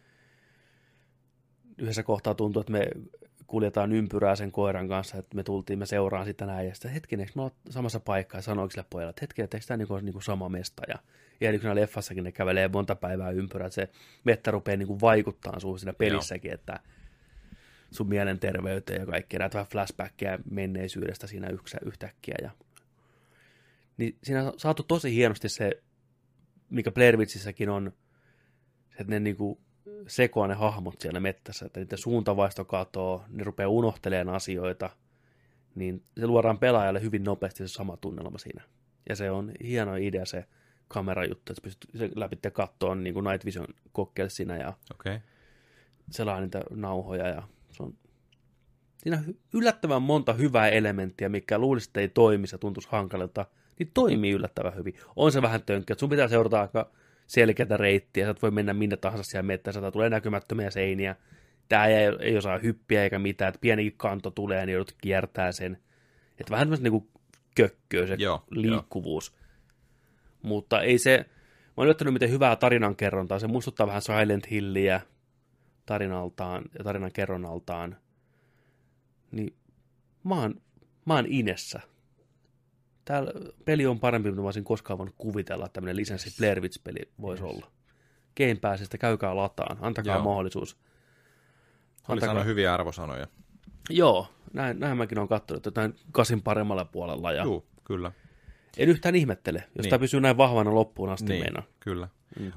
yhdessä kohtaa tuntuu, että me kuljetaan ympyrää sen koiran kanssa, että me seuraan sitä näin, ja sitten hetkinen, me ollaan samassa paikkaa, ja sanoiko sille pojalle, että hetkinen, että eikö tämä niinku sama mesta, ja eli kun leffassakin ne kävelee monta päivää ympyrää, että se mettä rupeaa niinku vaikuttaa suhun siinä pelissäkin, että sun mielenterveyteen ja kaikkea, näet vähän flashbackia menneisyydestä siinä yhtäkkiä, ja niin siinä on saatu tosi hienosti se, mikä Blair Witchissäkin on, että ne niinku sekoaa ne hahmot siellä mettässä, että niiden suuntavaisto katoo, ne rupeaa unohtelemaan asioita, niin se luodaan pelaajalle hyvin nopeasti se sama tunnelma siinä. Ja se on hieno idea se kamerajuttu, että pystyt läpi katsoa niin kuin Night Vision kokkeelle siinä ja selaa niitä nauhoja. Ja se on siinä yllättävän monta hyvää elementtiä, mikä luulisi, että ei toimi, se tuntuisi hankalilta, niin toimii yllättävän hyvin. On se vähän tönkkä, että sun pitää seurata aika selkeätä reittiä, sä et voi mennä minne tahansa siellä mettässä, tulee näkymättömiä seiniä, tää ei osaa hyppiä eikä mitään, että pienikin kanto tulee, niin joudut kiertää sen, että vähän tämmöistä niinku kökköä se liikkuvuus, mutta ei se, mä oon yllättänyt miten hyvää tarinankerrontaa, se muistuttaa vähän Silent Hilliä tarinaltaan ja tarinan kerronnaltaan, niin mä oon inessä. Täällä peli on parempi, mitä mä olisin koskaan voinut kuvitella, että tämmöinen lisenssi Blair Witch-peli voisi olla. Game Passista, käykää lataan, antakaa mahdollisuus. Oli sanonut hyviä arvosanoja. Joo, näin mäkin olen katsonut, jotain 8 paremmalla puolella. Ja joo, kyllä. En yhtään ihmettele, jos tämä pysyy näin vahvana loppuun asti meinaa. Kyllä.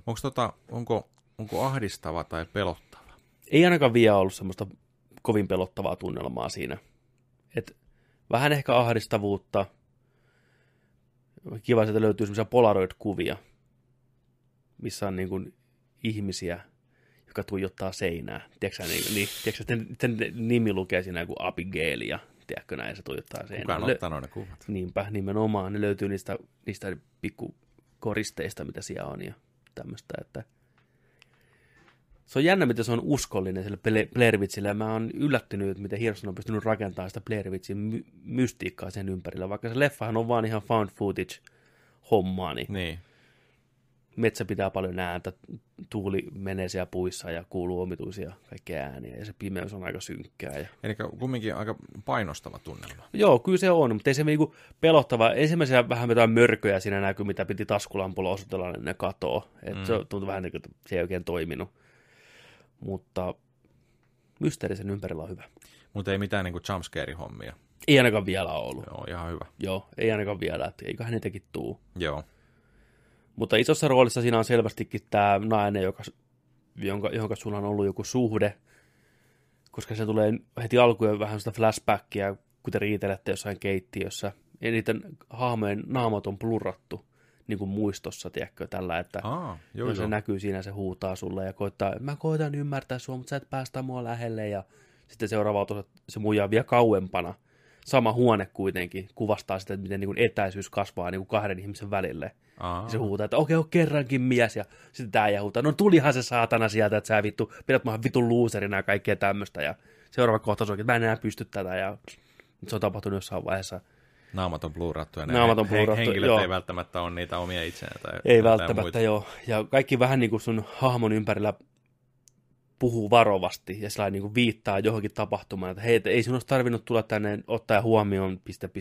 Onko ahdistava tai pelottava? Ei ainakaan vielä ollut semmoista kovin pelottavaa tunnelmaa siinä. Et vähän ehkä ahdistavuutta. Kiva, että löytyy semmoisia Polaroid-kuvia, missä on niin kuin ihmisiä, jotka tuijottaa seinää. Tiedätkö, sen nimi lukee siinä kuin Abigail, ja tiedätkö näin, se tuijottaa seinää. Kukaan ottanut ne kuvat? Niinpä, nimenomaan. Ne löytyy niistä pikkukoristeista, mitä siellä on, ja tämmöistä, että se on jännä, miten se on uskollinen sille Blair Witchille, ja mä oon yllättynyt, että miten hienosti on pystynyt rakentamaan sitä Blair Witchin mystiikkaa sen ympärillä, vaikka se leffahan on vaan ihan found footage-hommaa, niin metsä pitää paljon ääntä, tuuli menee siellä puissa ja kuuluu omituisia kaikkea ääniä, ja se pimeys on aika synkkää. Eli kumminkin aika painostava tunnelma. Joo, kyllä se on, mutta ei se niinku pelottava. Ensimmäisiä vähän jotain mörköjä siinä näkyy, mitä piti taskulampulla osoitella, niin ne katoo. Se tuntuu vähän niin kuin, että se ei oikein toiminut. Mutta mysteeri sen ympärillä on hyvä. Mutta ei mitään niinku jumpscare-hommia. Ei ainakaan vielä ollut. Joo, ihan hyvä. Joo, ei ainakaan vielä, että eiköhän niitäkin tuu. Joo. Mutta isossa roolissa siinä on selvästikin tämä nainen, jonka sulla on ollut joku suhde, koska se tulee heti alkuun vähän sitä flashbackia, kun te riitelette jossain keittiössä. Ja niiden hahmojen naamat on blurrattu, niin kuin muistossa, tiedätkö, tällä, että se näkyy siinä, se huutaa sulle ja koittaa, mä koitan ymmärtää sua, mutta sä et päästä mua lähelle. Ja sitten seuraava auto, se muijaa vielä kauempana. Sama huone kuitenkin kuvastaa sitä, miten niin kuin etäisyys kasvaa niin kuin kahden ihmisen välille. Ja se huutaa, että okei, kerrankin mies. Ja sitten tämä ja huutaa, no tulihan se saatana sieltä, että sä vittu, pidät mä vitun loserina ja kaikkea tämmöistä. Ja seuraava kohtaus on, että mä en enää pysty tätä. Ja se on tapahtunut jossain vaiheessa. Naamat on blurrattu ja henkilöt ei välttämättä ole niitä omia itseään. Tai ei välttämättä, muita. Joo. Ja kaikki vähän niin kuin sun hahmon ympärillä puhuu varovasti ja sillä niin kuin viittaa johonkin tapahtumaan, että hei, ei sinun olisi tarvinnut tulla tänne ottaa huomioon ...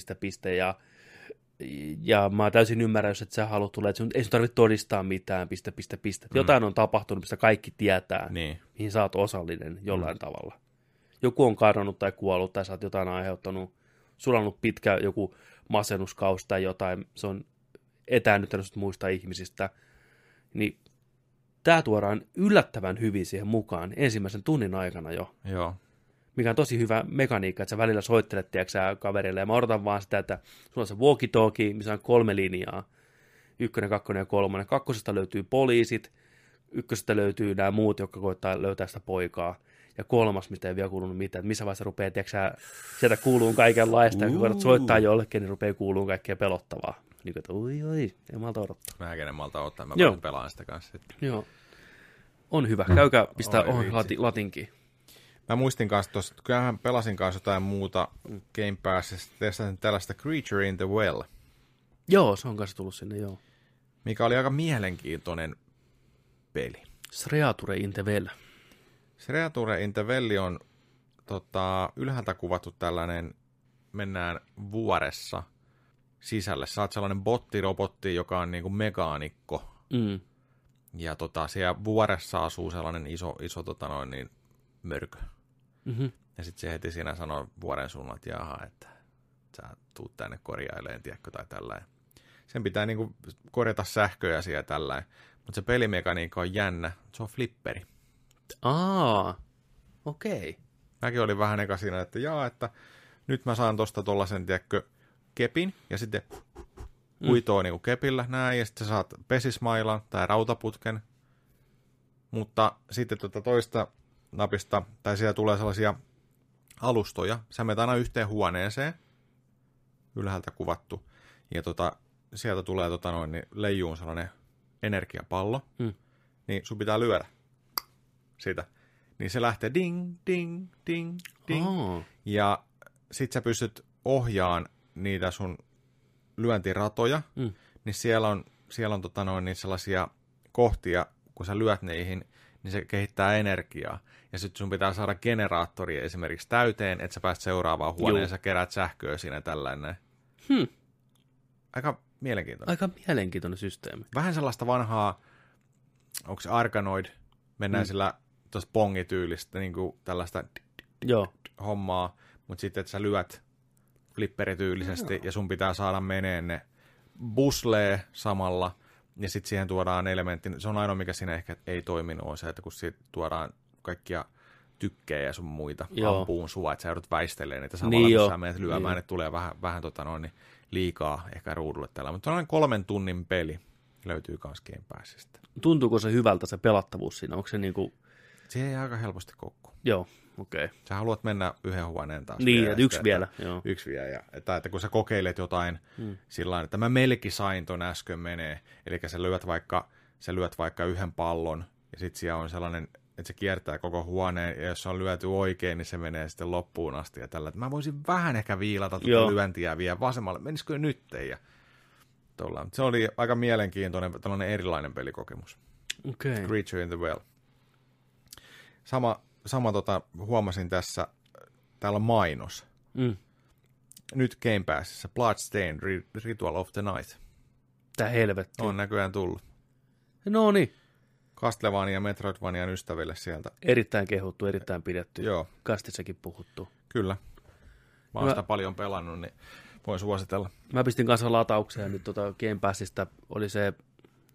Ja mä täysin ymmärrän, jos et sä halua tulla, että ei sun tarvitse todistaa mitään ... Jotain on tapahtunut, mistä kaikki tietää, mihin sä oot osallinen jollain tavalla. Joku on kadonnut tai kuollut tai sä oot jotain aiheuttanut. Sulla on ollut pitkä joku masennuskausi tai jotain, se on etäännyttänyt muista ihmisistä, niin tämä tuodaan yllättävän hyvin siihen mukaan ensimmäisen tunnin aikana jo. Joo. Mikä on tosi hyvä mekaniikka, että sä välillä soittelet, tiedätkö, kaverille, ja mä odotan vaan sitä, että sulla on se walkie-talkie, missä on 3 linjaa, 1, 2 ja 3. 2 löytyy poliisit, 1 löytyy nämä muut, jotka koittaa löytää sitä poikaa. Ja 3, mistä ei vielä kuulunut mitään, että missä vaiheessa rupeaa, tiedätkö, sieltä kuuluu kaikenlaista, ja kun koetat soittaa jollekin, niin rupeaa kuuluun kaikkea pelottavaa. Niin kuin, että oi, ei malta odottaa. Mäkin en malta odottaa, mä voin pelaan sitä kanssa. Joo, on hyvä. Käykää pistää latinkiin. Mä muistin kanssa tuossa, että kyllähän pelasin kanssa jotain muuta Game Passista, testasin tällaista Creature in the Well. Joo, se on kanssa tullut sinne, joo. Mikä oli aika mielenkiintoinen peli. Creature in the Well. Creature in the Well on ylhäältä kuvattu tällainen, mennään vuoressa sisälle. Sä oot sellainen bottirobotti, joka on niinku mekaanikko. Ja siellä vuoressa asuu sellainen iso mörkö. Mm-hmm. Ja sitten se heti siinä sanoo vuoren suunnalla, että jaha, että sä tuut tänne korjaileen, tiedätkö, tai tällainen. Sen pitää niinku korjata sähköjä siellä tällainen. Mutta se pelimekaniikka on jännä. Se on flipperi. Okei. Mäkin olin vähän eka siinä, että että nyt mä saan tosta tollasen, tiedätkö, kepin, ja sitten uitoo niinku kepillä näin, ja sitten sä saat pesismailan tai rautaputken. Mutta sitten toista napista, tai siellä tulee sellaisia alustoja, sä menet aina yhteen huoneeseen, ylhäältä kuvattu, ja sieltä tulee leijuun sellainen energiapallo, niin sun pitää lyödä sitä. Niin se lähtee ding, ding, ding, ding. Ja sit sä pystyt ohjaan niitä sun lyöntiratoja, niin siellä on niin sellaisia kohtia, kun sä lyöt niihin, niin se kehittää energiaa. Ja sitten sun pitää saada generaattori esimerkiksi täyteen, että sä pääst seuraavaan huoneen ja sä kerät sähköä siinä tällainen. Aika mielenkiintoinen. Aika mielenkiintoinen systeemi. Vähän sellaista vanhaa, onko se Arkanoid, mennään sillä tuossa pongityylistä, niin kuin tällaista hommaa, mutta sitten että sä lyöt flipperityylisesti ja sun pitää saada meneen ne buslee samalla, ja sitten siihen tuodaan elementti, se on ainoa mikä siinä ehkä ei toiminut, on se, että kun siitä tuodaan kaikkia tykkejä ja sun muita ampuun sua, että sä joudut väistelemään niitä samalla, kun sä menet lyömään, että tulee vähän liikaa ehkä ruudulle tällä, mutta on 3 tunnin peli, löytyy kans Game Passista. Tuntuuko se hyvältä se pelattavuus siinä, onko se niinku... Se ei aika helposti kokku. Joo, okei. Sä haluat mennä yhden huoneen taas. Niin, että yksi vielä. Yksi vielä. Ja, että kun sä kokeilet jotain sillain, että mä melkein sain ton äsken menee. Eli sä lyöt vaikka yhden pallon ja sit siellä on sellainen, että se kiertää koko huoneen ja jos se on lyöty oikein, niin se menee sitten loppuun asti. Ja tällä, että mä voisin vähän ehkä viilata tuota lyöntiä vielä vasemmalle. Menisikö nyt? Ja se oli aika mielenkiintoinen, tällainen erilainen pelikokemus. Okay. Creature in the Well. Sama huomasin tässä, täällä on mainos. Nyt Game Passissa, Bloodstained Ritual of the Night. Tää helvetti. On näköjään tullut. No niin. Castlevania ja Metroidvanian ystäville sieltä. Erittäin kehuttu, erittäin pidetty. Joo. Kastissakin puhuttu. Kyllä. Mä oon sitä paljon pelannut, niin voin suositella. Mä pistin kanssa latauksia nyt Game Passista. Oli se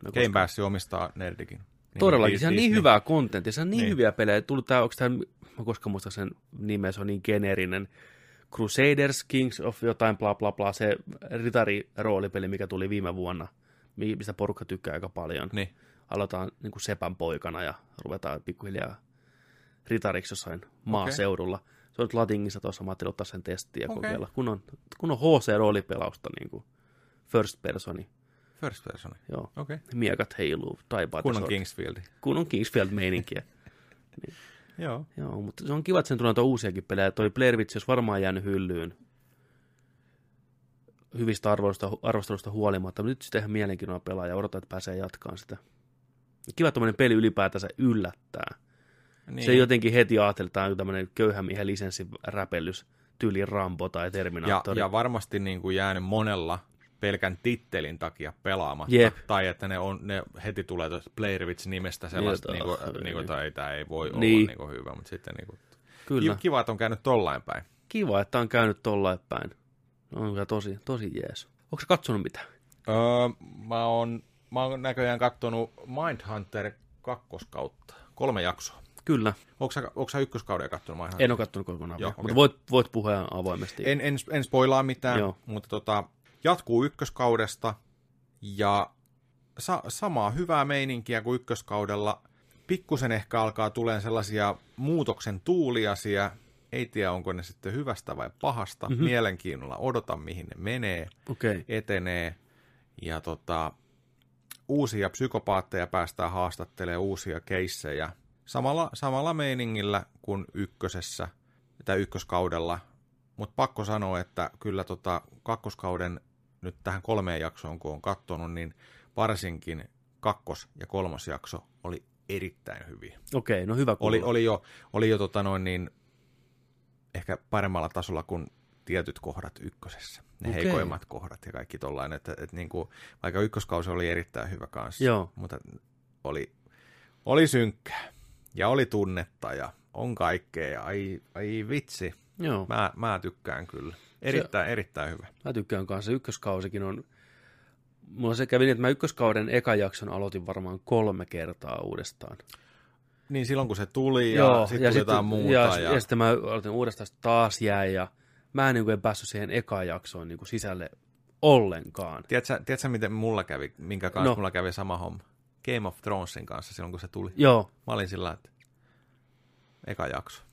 Game Pass omistaa Nerdikin. Todellakin, se on niin hyvää kontenttia, se on niin hyviä pelejä. Onko tämä, mä koskaan muista sen nimen, se on niin geneerinen. Crusaders, Kings of jotain bla bla bla, se ritari-roolipeli, mikä tuli viime vuonna, mistä porukka tykkää aika paljon. Niin. Aloitetaan niin kuin sepän poikana ja ruvetaan pikkuhiljaa ritariksi jossain maaseudulla. Se on nyt Latingissa tuossa, mä ajattelin ottaa sen testiin ja kokeilla. Kun on HC-roolipelausta, niin kuin first personi. First personi? Joo. Okay. Miekat heiluu, taipaat. Kun on Kingsfield. Kun on Kingsfield-meininkiä. Niin. Joo, mutta se on kiva, että sen tulee uusiakin pelejä. Toi Blair Witch olisi varmaan jäänyt hyllyyn hyvistä arvostelusta huolimatta, mutta nyt sitä ihan mielenkiinnolla pelaa ja odotan, että pääsee jatkaan sitä. Kiva, että tämmöinen peli ylipäätänsä yllättää. Niin. Se ei jotenkin heti ajatella, että tämä on tämmöinen köyhän miehen lisenssiräpellys, tyyli Rambo tai Terminaattori. Ja varmasti niin kuin jäänyt monella pelkän tittelin takia pelaamatta. Jep. Tai että ne heti tulee tuosta Blair Witch-nimestä sellaista, että tämä ei voi olla niin kuin hyvä, mutta sitten niin kuin, kyllä. Kiva, että on käynyt tollain päin. Kiva, että on käynyt tollain päin. On kyllä tosi jees. Onko sä katsonut mitään? Mä oon näköjään katsonut Mindhunter 2. kautta. 3 jaksoa. Kyllä. Onko sä ykköskauden katsonut Mindhunter? En ole katsonut kokonaan vielä, mutta voit puhua avoimesti. En spoilaa mitään, mutta jatkuu ykköskaudesta ja samaa hyvää meininkiä kuin ykköskaudella. Pikkusen ehkä alkaa tulemaan sellaisia muutoksen tuuliasia. Ei tiedä, onko ne sitten hyvästä vai pahasta. Mielenkiinnolla odotan, mihin ne menee, etenee. Ja uusia psykopaatteja päästään haastattelemaan, uusia keissejä. Samalla meiningillä kuin ykköskaudella. Mutta pakko sanoa, että kyllä kakkoskauden nyt tähän 3 jaksoon, kun on katsonut, niin varsinkin 2. ja 3. jakso oli erittäin hyviä. Okei, no hyvä kuulla. Oli jo ehkä paremmalla tasolla kuin tietyt kohdat ykkösessä. Ne heikoimmat kohdat ja kaikki tollainen. Että niin kuin, vaikka ykköskausi oli erittäin hyvä kanssa, mutta oli synkkää ja oli tunnetta ja on kaikkea. Ja ai vitsi. Joo. Mä tykkään kyllä. Erittäin hyvä. Mä tykkään kanssa. Ykköskausikin on... Mulla se kävi niin, että mä ykköskauden ekan jakson aloitin varmaan 3 kertaa uudestaan. Niin silloin kun se tuli ja sitten tuli jotain muuta. Ja sitten mä aloitin uudestaan, taas jäi ja mä en päässyt siihen ekaan jaksoon niin kuin sisälle ollenkaan. Tiedätkö miten mulla kävi, minkä kanssa mulla kävi sama homma? Game of Thronesin kanssa silloin kun se tuli. Joo. Mä olin sillä, että eka jakso.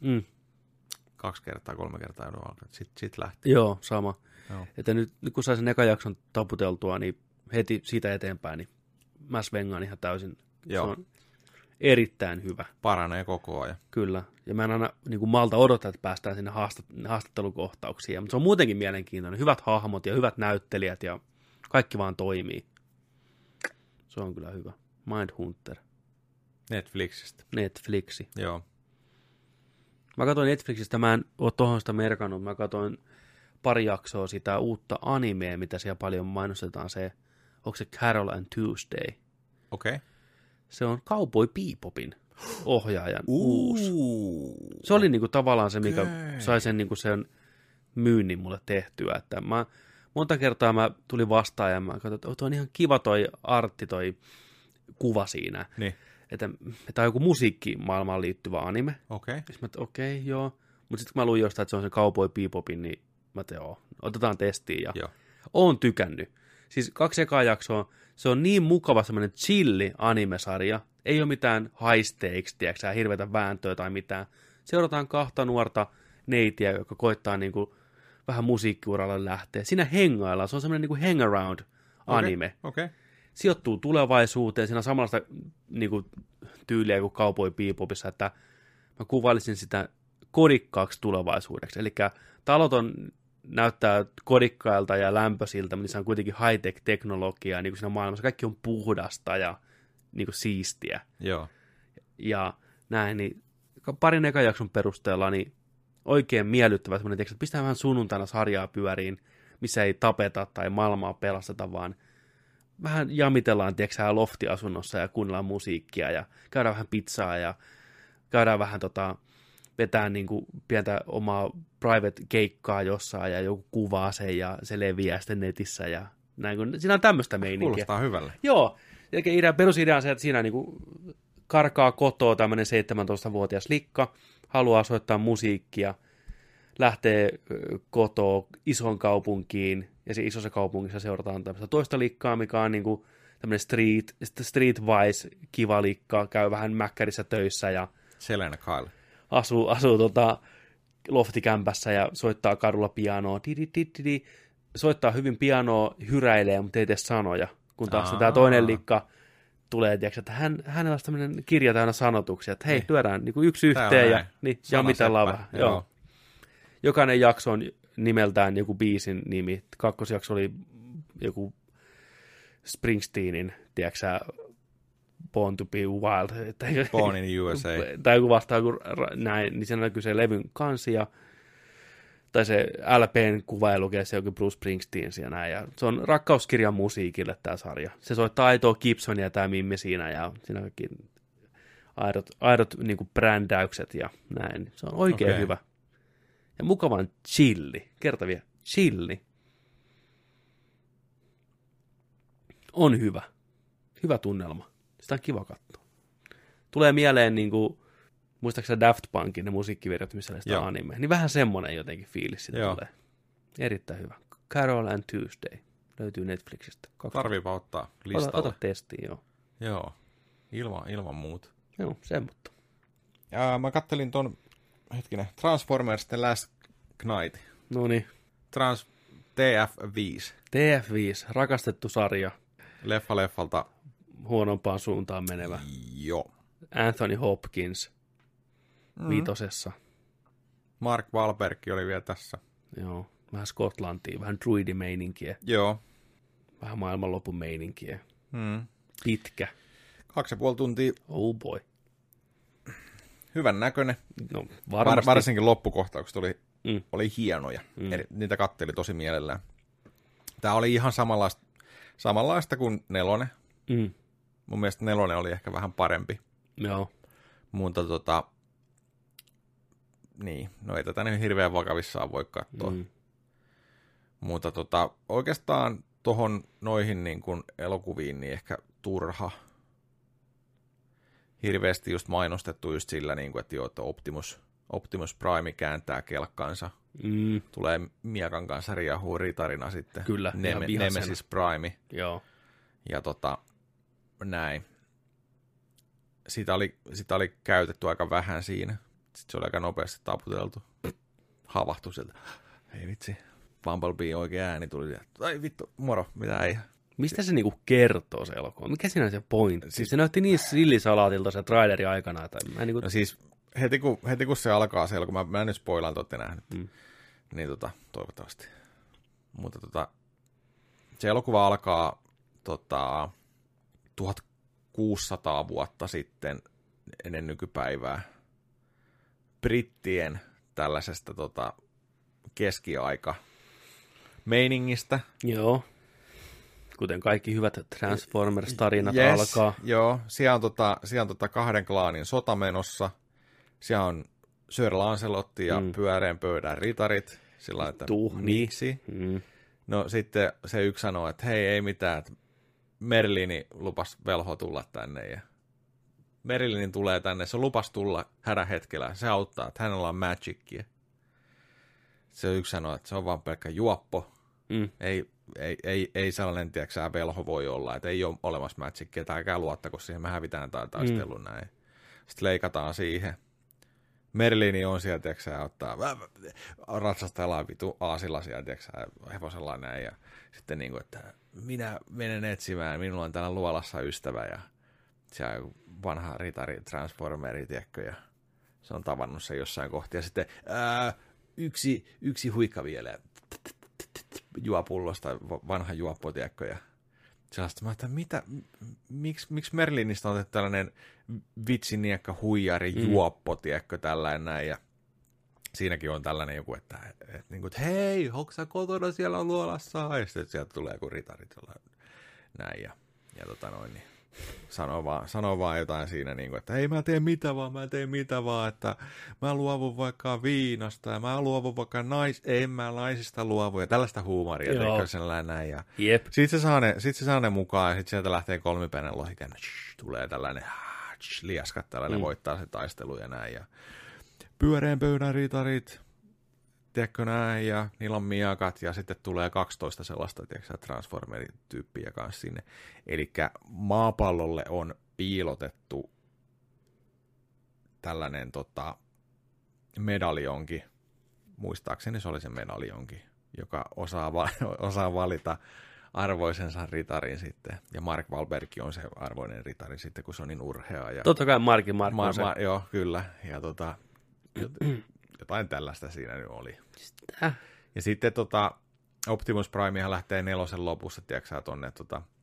2 kertaa, 3 kertaa joudun alkaa. Sitten lähti. Joo, sama. Joo. Että nyt kun sai sen ekan jakson taputeltua, niin heti siitä eteenpäin, niin mä svengaan ihan täysin. Joo. Se on erittäin hyvä. Paranee koko ajan. Kyllä. Ja mä en aina niin kuin malta odottaa, että päästään sinne haastattelukohtauksiin. Mutta se on muutenkin mielenkiintoinen. Hyvät hahmot ja hyvät näyttelijät ja kaikki vaan toimii. Se on kyllä hyvä. Mindhunter. Netflixi. Joo. Mä katsoin Netflixistä, mä en ole tohon sitä merkannut. Mä katsoin pari jaksoa sitä uutta animea, mitä siellä paljon mainostetaan. Onko se Carol and Tuesday? Okei. Se on Cowboy Bebopin ohjaajan uusi. Se oli niinku tavallaan se, mikä sai sen, niinku sen myynnin mulle tehtyä. Että monta kertaa mä tulin vastaan ja mä katsoin, että toi on ihan kiva toi artti, toi kuva siinä. Niin. Että tämä on joku musiikkimaailmaan liittyvä anime. Okei. Okei, joo. Mutta sitten kun mä luin jostain, että se on se Cowboy Bebopin, niin mä otetaan testiin ja oon tykännyt. Siis 2 ekaa jaksoa, se on niin mukava semmoinen chilli anime-sarja. Ei ole mitään high stakes, tiedätkö, hirveätä vääntöä tai mitään. Seurataan 2 nuorta neitiä, jotka koittaa niinku vähän musiikkiuralle lähteä. Siinä hengaillaan, se on semmoinen niinku hang-around anime. Okei. Sijoittuu tulevaisuuteen, siinä on samanlaista niinku tyyliä kuin Cowboy Bebopissa, että mä kuvailisin sitä kodikkaaksi tulevaisuudeksi. Eli talot näyttää kodikkailta ja lämpöisiltä, mutta se on kuitenkin high-tech-teknologiaa, niin kuin siinä maailmassa kaikki on puhdasta ja niin kuin siistiä. Joo. Ja näin, niin parin ekan jakson perusteella niin oikein miellyttävä semmoinen, että pistää vähän sunnuntaina sarjaa pyöriin, missä ei tapeta tai maailmaa pelasteta, vaan vähän jamitellaan, tiedätkö, loftiasunnossa ja kuunnellaan musiikkia ja käydään vähän pizzaa ja käydään vähän vetää niin kuin pientä omaa private keikkaa jossain ja joku kuvaa sen ja se leviää sitten netissä ja näin. Siinä on tämmöistä meininkiä. Kuulostaa hyvälle. Joo, Perusidea on se, että siinä niinku karkaa kotoa tämmöinen 17-vuotias likka, haluaa soittaa musiikkia, lähtee kotoa ison kaupunkiin, ja siinä isossa kaupungissa seurataan tämmöistä toista likkaa, mikä on niinku tämmöinen streetwise kiva likka, käy vähän mäkkärissä töissä ja Selena Kyle. asuu loftikämpässä ja soittaa kadulla pianoa, soittaa hyvin pianoa, hyräilee, mutta ei tee sanoja, kun taas tämä toinen likka tulee, tiiäks, että hänellä on tämmöinen kirja täynnä sanotuksia, että hei, lyödään niin kuin yksi yhteen ja jammitellaan vähän. Joo. Jokainen jakso on nimeltään joku biisin nimi. Kakkosjakso oli joku Springsteenin, tiiäksä, Born to be Wild. Born in USA. Tai joku vastaa näin, niin siinä näkyy se levyn kansia, tai se LPn kuva ja lukee se joku Bruce Springsteen ja näin. Ja se on rakkauskirjan musiikille tämä sarja. Se soittaa aitoa Gibsonia tämä Mimmi siinä, ja siinä kaikki aidot niin kuin brändäykset ja näin. Se on oikein hyvä. Ja mukavan chilli. Kerta vielä. Chilli. On hyvä. Hyvä tunnelma. Sitä on kiva katsoa. Tulee mieleen niinku, muistaakseni Daft Punkin ne musiikkivideot, missä oli sitä anime. Niin vähän semmoinen jotenkin fiilis siitä tulee. Erittäin hyvä. Carol and Tuesday. Löytyy Netflixistä. Tarviipa ottaa listalle. Ota testiin, joo. Joo. Ilman muuta. Joo, semmoista. Ja mä kattelin ton, Transformers The Last Knight. Noniin. TF5. TF5, rakastettu sarja. Leffalta. Huonompaan suuntaan menevä. Joo. Anthony Hopkins. Viitosessa. Mark Wahlberg oli vielä tässä. Joo. Vähän Skotlantia, vähän druidimeininkiä. Joo. Vähän maailmanlopun meininkiä. Pitkä. 2,5 tuntia. Oh boy. Hyvän näköinen. No, varmasti. Varsinkin loppukohtaukset oli hienoja. Niitä katteli tosi mielellään. Tämä oli ihan samanlaista kuin 4. Mun mielestä 4 oli ehkä vähän parempi. Joo. Mutta niin, no ei tätä niin hirveän vakavissaan voi katsoa. Mutta oikeastaan noihin niin kuin elokuviin niin ehkä turha. Hirveästi just mainostettu just sillä, niin kuin, että Optimus Prime kääntää kelkkansa. Tulee miekan kanssa riahuu ritarina sitten. Kyllä, Nemesis Prime. Joo. Ja näin. Sitä oli käytetty aika vähän siinä. Sitten se oli aika nopeasti taputeltu. Havahtui sieltä. Hei vitsi, Bumblebee oikein ääni tuli. Ai vittu, moro, mitä ei. Mistä se niinku kertoo se elokuva? Mikä siinä on se pointti? Siis se näytti niin sillisalaatilta se traileri aikana. Tai mä niinku... No siis heti kun se alkaa se elokuva, mä en nyt spoilaan, te ootte nähnyt. Niin toivottavasti. Mutta se elokuva alkaa 1600 vuotta sitten ennen nykypäivää brittien tällaisesta keskiaika meiningistä. Joo. Kuten kaikki hyvät Transformers-tarinat alkaa. Joo, siellä on 2 klaanin sota menossa. Siellä on Sir Lancelotti ja pyöreän pöydän ritarit. Sillä että miksi? No sitten se yksi sanoo, että hei, ei mitään, että Merlini lupas velho tulla tänne. Ja Merlinin tulee tänne, se lupas tulla hädän hetkellä. Se auttaa, että hänellä on magicia. Se yksi sanoo, että se on vaan pelkkä juoppo. Ei sellainen, tiedätkö, velho voi olla, että ei ole olemassa magicia, tai älkää luottako siihen, me hävitään taistelun näin. Sitten leikataan siihen. Merlini on siellä, tiedätkö, ottaa ratsastellaan vitu aasilla siellä, tiedätkö, hevosella näin, ja sitten niin kuin, että minä menen etsimään, minulla on täällä luolassa ystävä, ja siellä on vanha ritari Transformeri, tiedätkö, ja se on tavannut sen jossain kohti, ja sitten yksi huikka vielä, juopullosta, vanha juoppo, tiedätkö, ja sellaista, mä että miksi Merlinistä on otettu tällainen vitsiniekka huijari juoppo, tiedätkö, tällainen näin, ja siinäkin on tällainen joku, että hei, onko sä kotona, siellä on luolassa, ja sitten sieltä tulee joku ritarit, näin, ja niin. sanoo vaan jotain siinä, niin kuin, että ei mä teen mitä vaan, että mä luovun vaikka viinasta ja mä luovun vaikka en mä naisista luovu ja tällaista huumoria, teikö sellainen näin. Ja Jep. Sitten se saa ne mukaan ja sitten sieltä lähtee kolmipäinen lohikänne, tulee tällainen liaskat, tällainen voittaa se taistelu ja näin. Ja pyöreän pöydän ritarit, tiedätkö näin, ja niillä on miakat, ja sitten tulee 12 sellaista, tiedätkö, Transformeri-tyyppiä kanssa sinne. Eli maapallolle on piilotettu tällainen medaljonki, muistaakseni se oli se medaljonki, joka osaa valita arvoisensa ritarin sitten, ja Mark Wahlberg on se arvoinen ritari sitten, kun se on niin urhea. Ja totta kai Mark on se. Joo, kyllä, ja jotain tällaista siinä nyt oli. Sitä. Ja sitten Optimus Primehan lähtee 4 lopussa, tiedätkö tonne,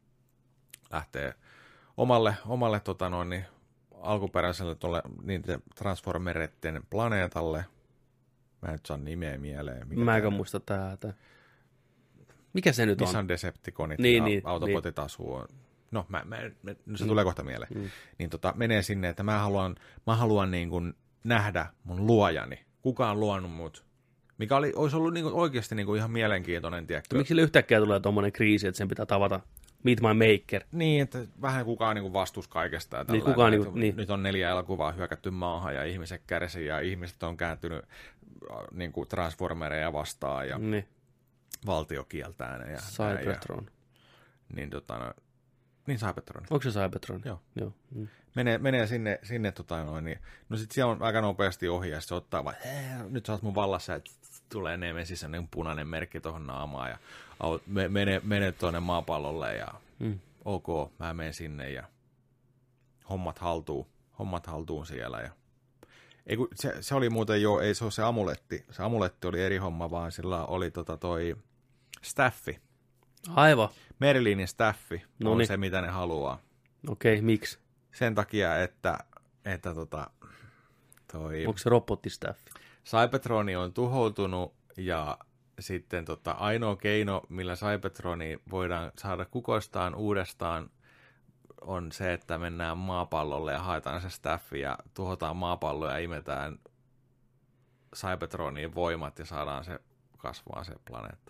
lähtee omalle alkuperäiselle niiden Transformereiden planeetalle. Mä en nyt saa nimeä mieleen. Mä en muista täältä. Mikä se nyt on? Missä on Decepticonit niin, ja autokotitasu on. No, se tulee kohta mieleen. Niin menee sinne, että mä haluan niin kuin nähdä mun luojani. Kuka on luonut mut? Mikä olisi ollut niin kuin oikeasti niin kuin ihan mielenkiintoinen, tiedätkö? Miksi sille yhtäkkiä tulee tommonen kriisi, että sen pitää tavata Meet My Maker? Niin, että vähän kukaan niin vastuus kaikesta. Nyt on 4 elokuvaa hyökätty maahan ja ihmiset kärsii ja ihmiset on kääntynyt niin kuin Transformereja vastaan ja valtio kieltää. Ja Cybertron. Niin niin Cybertron. Onko se Cybertron? Joo. Menee sinne niin. No sit siellä on aika nopeasti ohi ja se ottaa vaan, nyt sä oot mun vallassa ja tulee Nemesissä niin punainen merkki tuohon naamaan ja mene tuonne maapallolle ja ok, mä menen sinne ja hommat haltuun siellä ja se oli muuten jo, ei se ole se amuletti. Se amuletti oli eri homma, vaan sillä oli toi staffi. Aivan. Merlinin staffi on se, mitä ne haluaa. Okei, miksi? Sen takia, että onko se robotistaffi? Cybertroni on tuhoutunut ja sitten ainoa keino, millä Cybertroni voidaan saada kukoistaan uudestaan, on se, että mennään maapallolle ja haetaan se staffi ja tuhotaan maapallo ja imetään Cybertronin voimat ja saadaan se kasvaa se planeetta.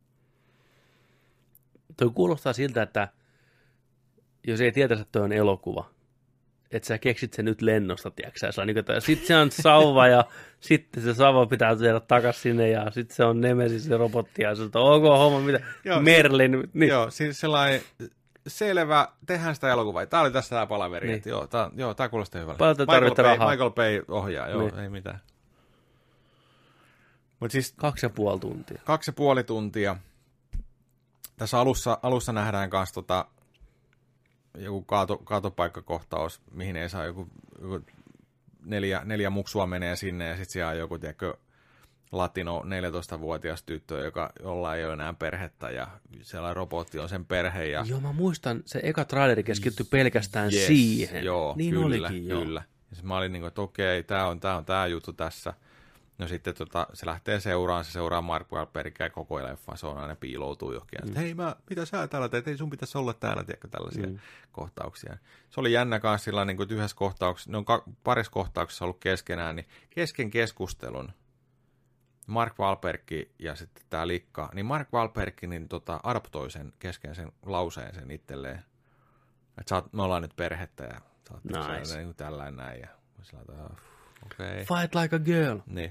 Toi kuulostaa siltä, että jos ei tietäisi, että toi on elokuva, että sä keksit sen nyt lennosta, tiedätkö? Sitten se on sauva ja sitten se sauva pitää tehdä takaisin sinne ja sitten se on Nemesis se robotti ja se on ok homma, mitä Merlin. Niin. Joo, siis sellainen selvä, tehdään sitä elokuvaa. Tämä oli tässä tämä palaveri, niin. Että tämä kuulostaa hyvältä. Michael Bay ohjaa, niin. Ei mitään. Mut siis 2,5 tuntia. 2,5 tuntia. Tässä alussa nähdään myös joku kaatopaikkakohtaus, mihin ei saa joku 4 muksua menee sinne, ja sitten siellä on joku, tiedätkö, latino 14-vuotias tyttö, jolla ei ole enää perhettä, ja siellä robotti on sen perhe. Ja joo, mä muistan, se eka traileri keskittyi pelkästään siihen. Joo, niin kyllä. Olikin, kyllä. Ja mä olin niin kuin, että okei, tämä on tämä juttu tässä. No sitten se lähtee se seuraa Mark Wahlbergia koko leffa, se on aina piiloutuu johonkin. Että hei, mitä sä täällä teet? Ei sun pitäisi olla täällä, tiedätkö, tällaisia kohtauksia. Se oli jännä kanssa sillä niin kuin yhdessä kohtauksessa, ne on parissa kohtauksessa ollut keskenään, niin kesken keskustelun Mark Wahlberg ja sitten tämä likka, niin Mark Wahlberg niin adoptoi sen kesken sen lauseen sen itselleen. Että me ollaan nyt perhettä ja sä oot nice. Niin tällainen näin. Ja okay. Fight like a girl. Niin.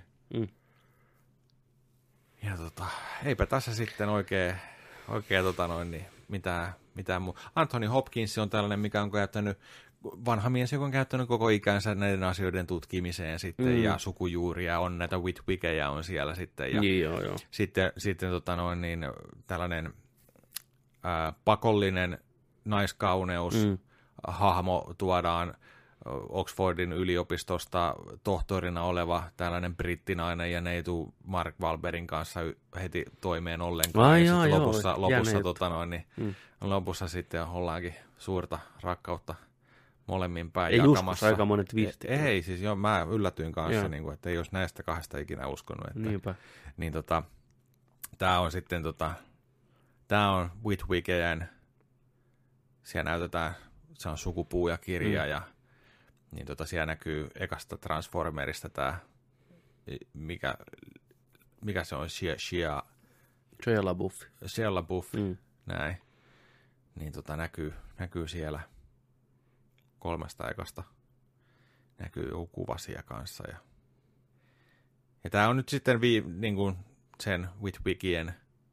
Ja eipä tässä sitten oikein niin, mitään muu. Anthony Hopkins on tällainen, mikä on käyttänyt, vanha mies, joka on käyttänyt koko ikänsä näiden asioiden tutkimiseen sitten, ja sukujuuria on, näitä Witwigejä on siellä sitten, ja joo. sitten tällainen pakollinen naiskauneus hahmo tuodaan Oxfordin yliopistosta tohtorina oleva tällainen brittinainen, ja ne ei tule Mark Wahlbergin kanssa heti toimeen ollenkaan. Ja sitten lopussa sitten ollaankin suurta rakkautta molemmin päin ei jakamassa. Ei aika monet twisti. Ei, siis joo, mä yllätyin kanssa, niin kuin, että ei olisi näistä kahdesta ikinä uskonut. Että, niinpä. Niin tämä on sitten tämä on Witwigejen, siellä näytetään se on sukupuu ja kirja, ja niin siellä näkyy ekasta Transformerista tämä, mikä se on, Shia LaBeouf, näin. Niin näkyy siellä 3 ekasta. Näkyy joku kuva siellä kanssa. Ja tää on nyt sitten niin kuin sen Witwikien,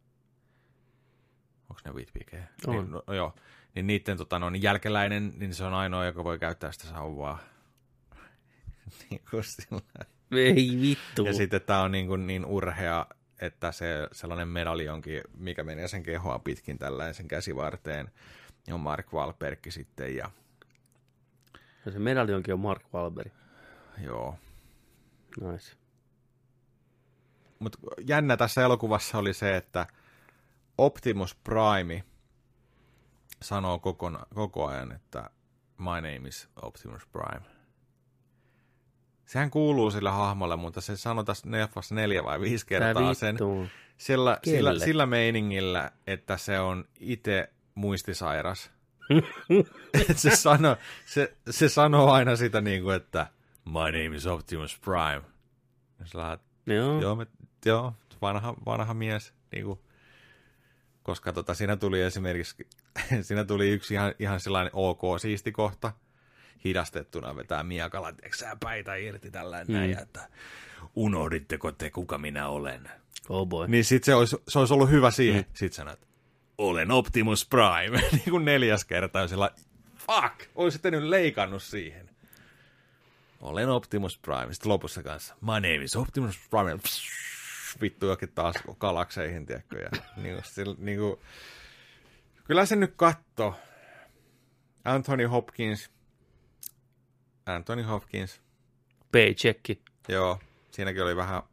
onko ne Witwikejä? Niin, no, joo. Niin niiden jälkeläinen, niin se on ainoa, joka voi käyttää sitä sauvaa. Niin kuin sillä. Ei vittu. Ja sitten tää on niin urhea, että se sellainen medaljonki, mikä menee sen kehoa pitkin tällainen sen käsivarteen, niin on Mark Wahlberg sitten. Ja se medaljonki on Mark Wahlberg. Joo. Nice. Mutta jännä tässä elokuvassa oli se, että Optimus Prime sanoo koko ajan, että my name is Optimus Prime. Sehän kuuluu sille hahmolle, mutta se sanoo tässä neffassa 4 vai 5 kertaa sen. Sillä meiningillä, että se on itse muistisairas. se sanoo aina sitä niin kuin, että my name is Optimus Prime. Joo, vanha mies. Niin kuin, koska siinä tuli esimerkiksi yksi ihan sellainen siisti kohta. Hidastettuna vetää miakalla, teksää päitä irti tällainen näin, että unohditteko te, kuka minä olen? Oh boy. Niin sit se olisi ollut hyvä siihen. Sitten sanot, olen Optimus Prime. Niin kuin 4 kertaa sellainen, fuck, olisit nyt leikannut siihen. Olen Optimus Prime. Sitten lopussa kanssa, my name is Optimus Prime. Vittu jokin taas galakseihin, tiedätkö? Ja, niin kuin, kyllä se nyt katto. Anthony Hopkins. Paychecki. Joo, siinäkin oli vähän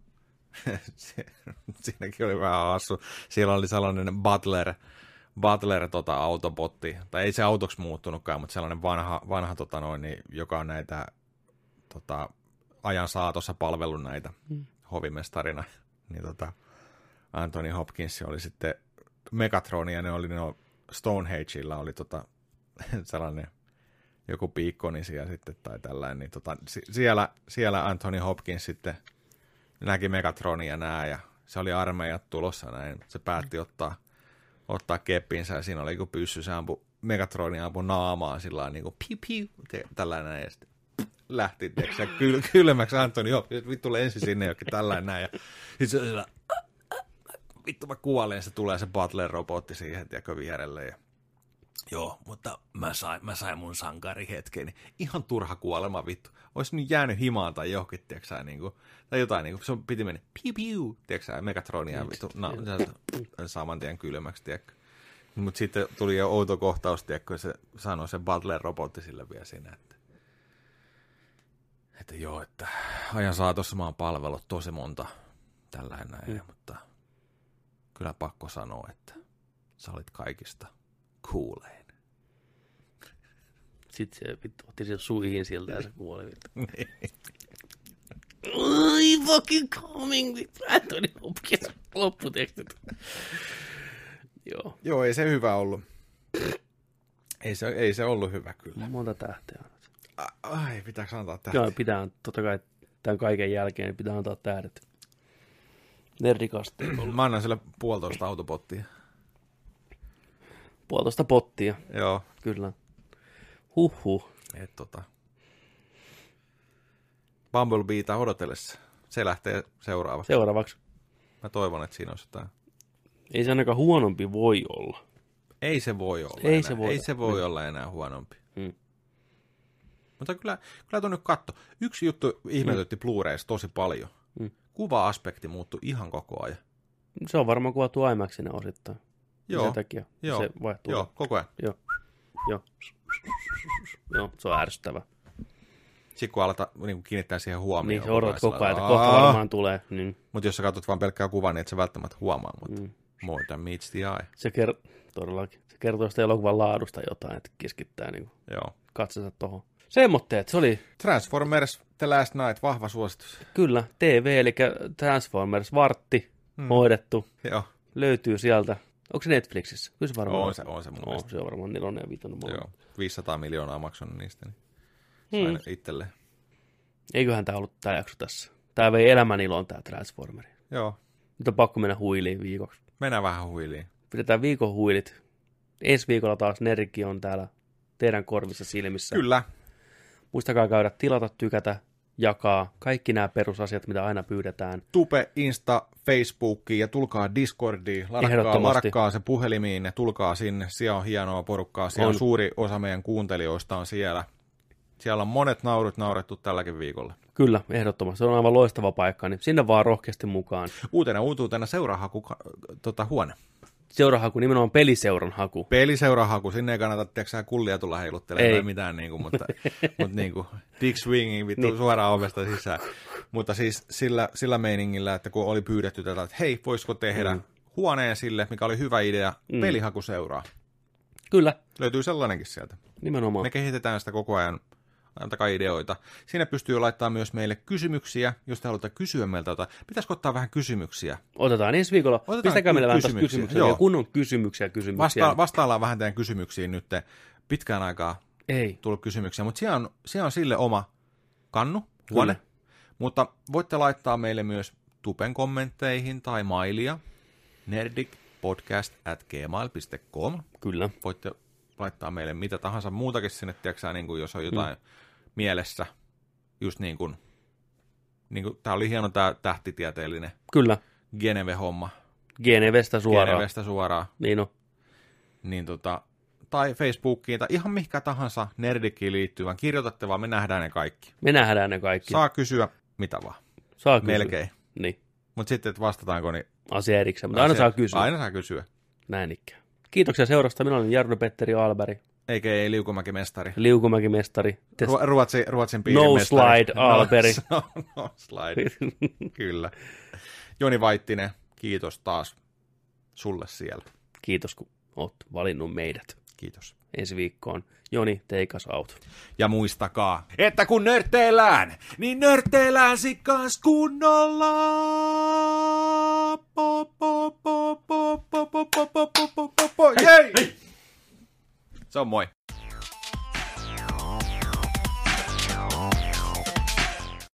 hassu. Siellä oli sellainen Butler autobotti, tai ei se autoksi muuttunutkaan, mutta sellainen vanha joka on näitä ajan saatossa palvellut näitä hovimestarina. Niin Anthony Hopkins oli sitten Megatron, ja ne Stonehengella oli sellainen joku piikkonisia sitten tai tällainen, niin siellä Anthony Hopkins sitten näki Megatronia ja se oli armeijat tulossa näin. Se päätti ottaa keppinsä ja siinä oli joku pyssy, se Megatronia ampui naamaan sillä niin kuin piu, tällainen ja sitten lähti kylmäksi Anthony Hopkins, vittu lensi sinne jokin tällainen näin ja sitten se sillä vittu mä kuolen, se tulee se Butler-robotti siihen tiedätkö vierelle ja joo, mutta mä sain mun sankarihetkeni. Ihan turha kuolema, vittu. Olisi nyt jäänyt himaan tai johonkin, tiiäksä, niinku, tai jotain, niinku, se piti mennä piu, tiiäksä, Megatronia, vittu, saman tien kylmäksi, tiiäkö. Mutta sitten tuli jo outo kohtaus, tiiäkö, se sanoi se Butler-robotti sille vielä siinä, että joo, että ajan saatossa mä oon palvellut tosi monta tällä näin, mutta kyllä pakko sanoa, että sä olit kaikista kuulein. Sitten se vittu otti sen suihin sieltä ja se kuoli vittu. Fucking coming with Anthony Hopkins. Lopputekstit. Joo. Joo, ei se hyvä ollut. Ei se ollut hyvä kyllä. Monta tähteä on. Ai, pitääkö antaa tähteä? Joo, pitää, totta kai tämän kaiken jälkeen niin pitää antaa tähdet. Nerdikasteen. Mä annan sille 1,5 autobottia. 1,5 pottia. Joo. Kyllä. Huhhuh. Bumblebeeta odotellessa. Se lähtee seuraavaksi. Mä toivon, että siinä on jotain. Ei se ainakaan huonompi voi olla. Ei se voi olla Ei se voi olla enää huonompi. Mutta kyllä tuon nyt katso. Yksi juttu ihmetytti Blu-rayssa tosi paljon. Kuva-aspekti muuttui ihan koko ajan. Se on varmaan kuvattu IMAXina osittain. Joo. Sen takia se vaihtuu. Joo, koko ajan. Joo, se on ärsyttävä. Sitten kun aletaan niin kiinnittää siihen huomioon. Niin, se odotat koko ajan, että kohta varmaan tulee. Niin. Mutta jos sä katsot vaan pelkkää kuvaa, niin et sä välttämättä huomaa. Mutta more than meets the eye. Todellakin. Se kertoo sitä elokuvan laadusta jotain, että keskittää niin katsensa tohon. Semmoitteet, se oli Transformers The Last Night, vahva suositus. Kyllä, TV, eli Transformers vartti, hoidettu. Joo. Löytyy sieltä Onko se Netflixissä? Kyllä se varmaan On se mun mielestä. Se on varmaan 4 ja 5 Joo, 500 miljoonaa maksanut niistä, niin sain itselleen. Eiköhän tämä ollut tämä jakso tässä. Tämä vei elämän iloon tämä Transformeri. Joo. Nyt on pakko mennä huiliin viikoksi. Mennään vähän huiliin. Pidetään viikon huilit. Ensi viikolla taas Nerikki on täällä teidän korvissa silmissä. Kyllä. Muistakaa käydä tilata, tykätä, jakaa. Kaikki nämä perusasiat, mitä aina pyydetään. Tube, Insta, Facebookiin ja tulkaa Discordiin. Ladatkaa se puhelimiin ja tulkaa sinne. Siellä on hienoa porukkaa. Siellä on suuri osa meidän kuuntelijoista on siellä. Siellä on monet naurut naurettu tälläkin viikolla. Kyllä, ehdottomasti. Se on aivan loistava paikka, niin sinne vaan rohkeasti mukaan. Uutuutena seurahaku huone. Seurahaku, nimenomaan peliseuran haku. Peliseuranhaku, sinne ei kannata kullia tulla heiluttelemaan tai mitään, mutta dick swinging vittu suoraan ovesta sisään. Mutta siis sillä meiningillä, että kun oli pyydetty tätä, että hei, voisiko tehdä huoneen sille, mikä oli hyvä idea, pelihaku seuraa. Kyllä. Löytyy sellainenkin sieltä. Nimenomaan. Me kehitetään sitä koko ajan. Antakaa ideoita. Siinä pystyy laittamaan myös meille kysymyksiä, jos te haluatte kysyä meiltä jotain. Pitäisikö ottaa vähän kysymyksiä? Otetaan ensi viikolla. Pistäkää meille vähän kysymyksiä. Ja kun on kysymyksiä. Vastaillaan vähän teidän kysymyksiin nyt. Pitkään aikaa tullut kysymyksiä, mutta siellä on sille oma huone. Mutta voitte laittaa meille myös Tupen kommentteihin tai mailia nerdicpodcast@gmail.com. Kyllä. Voitte laittaa meille mitä tahansa muutakin sinne, tiedätkö, niin kuin jos on jotain mielessä, just niin kuin tämä oli hieno tämä tähtitieteellinen Kyllä. Geneve-homma. Genevestä suoraan. Niin on. Niin tai Facebookiin tai ihan mihinkä tahansa Nerdickiin liittyvän. Kirjoitatte vaan, me nähdään ne kaikki. Saa kysyä mitä vaan. Saa kysyä. Melkein. Niin. Mutta sitten, että vastataanko, niin asia erikseen, mutta aina saa kysyä. Aina saa kysyä. Näin ikään. Kiitoksia seurasta. Minä olen Jarno-Petteri Alberg. Eikä ei Liukumäki-mestari. Ruotsin piirin no mestari. Slide Alberg. No slide, kyllä. Joni Vaittinen, kiitos taas sulle siellä. Kiitos, kun olet valinnut meidät. Kiitos. Ensi viikkoon. Joni, take us out. Ja muistakaa, että kun nörtteillään, niin nörtteillään sikkaas kunnolla. Jei! Se on moi.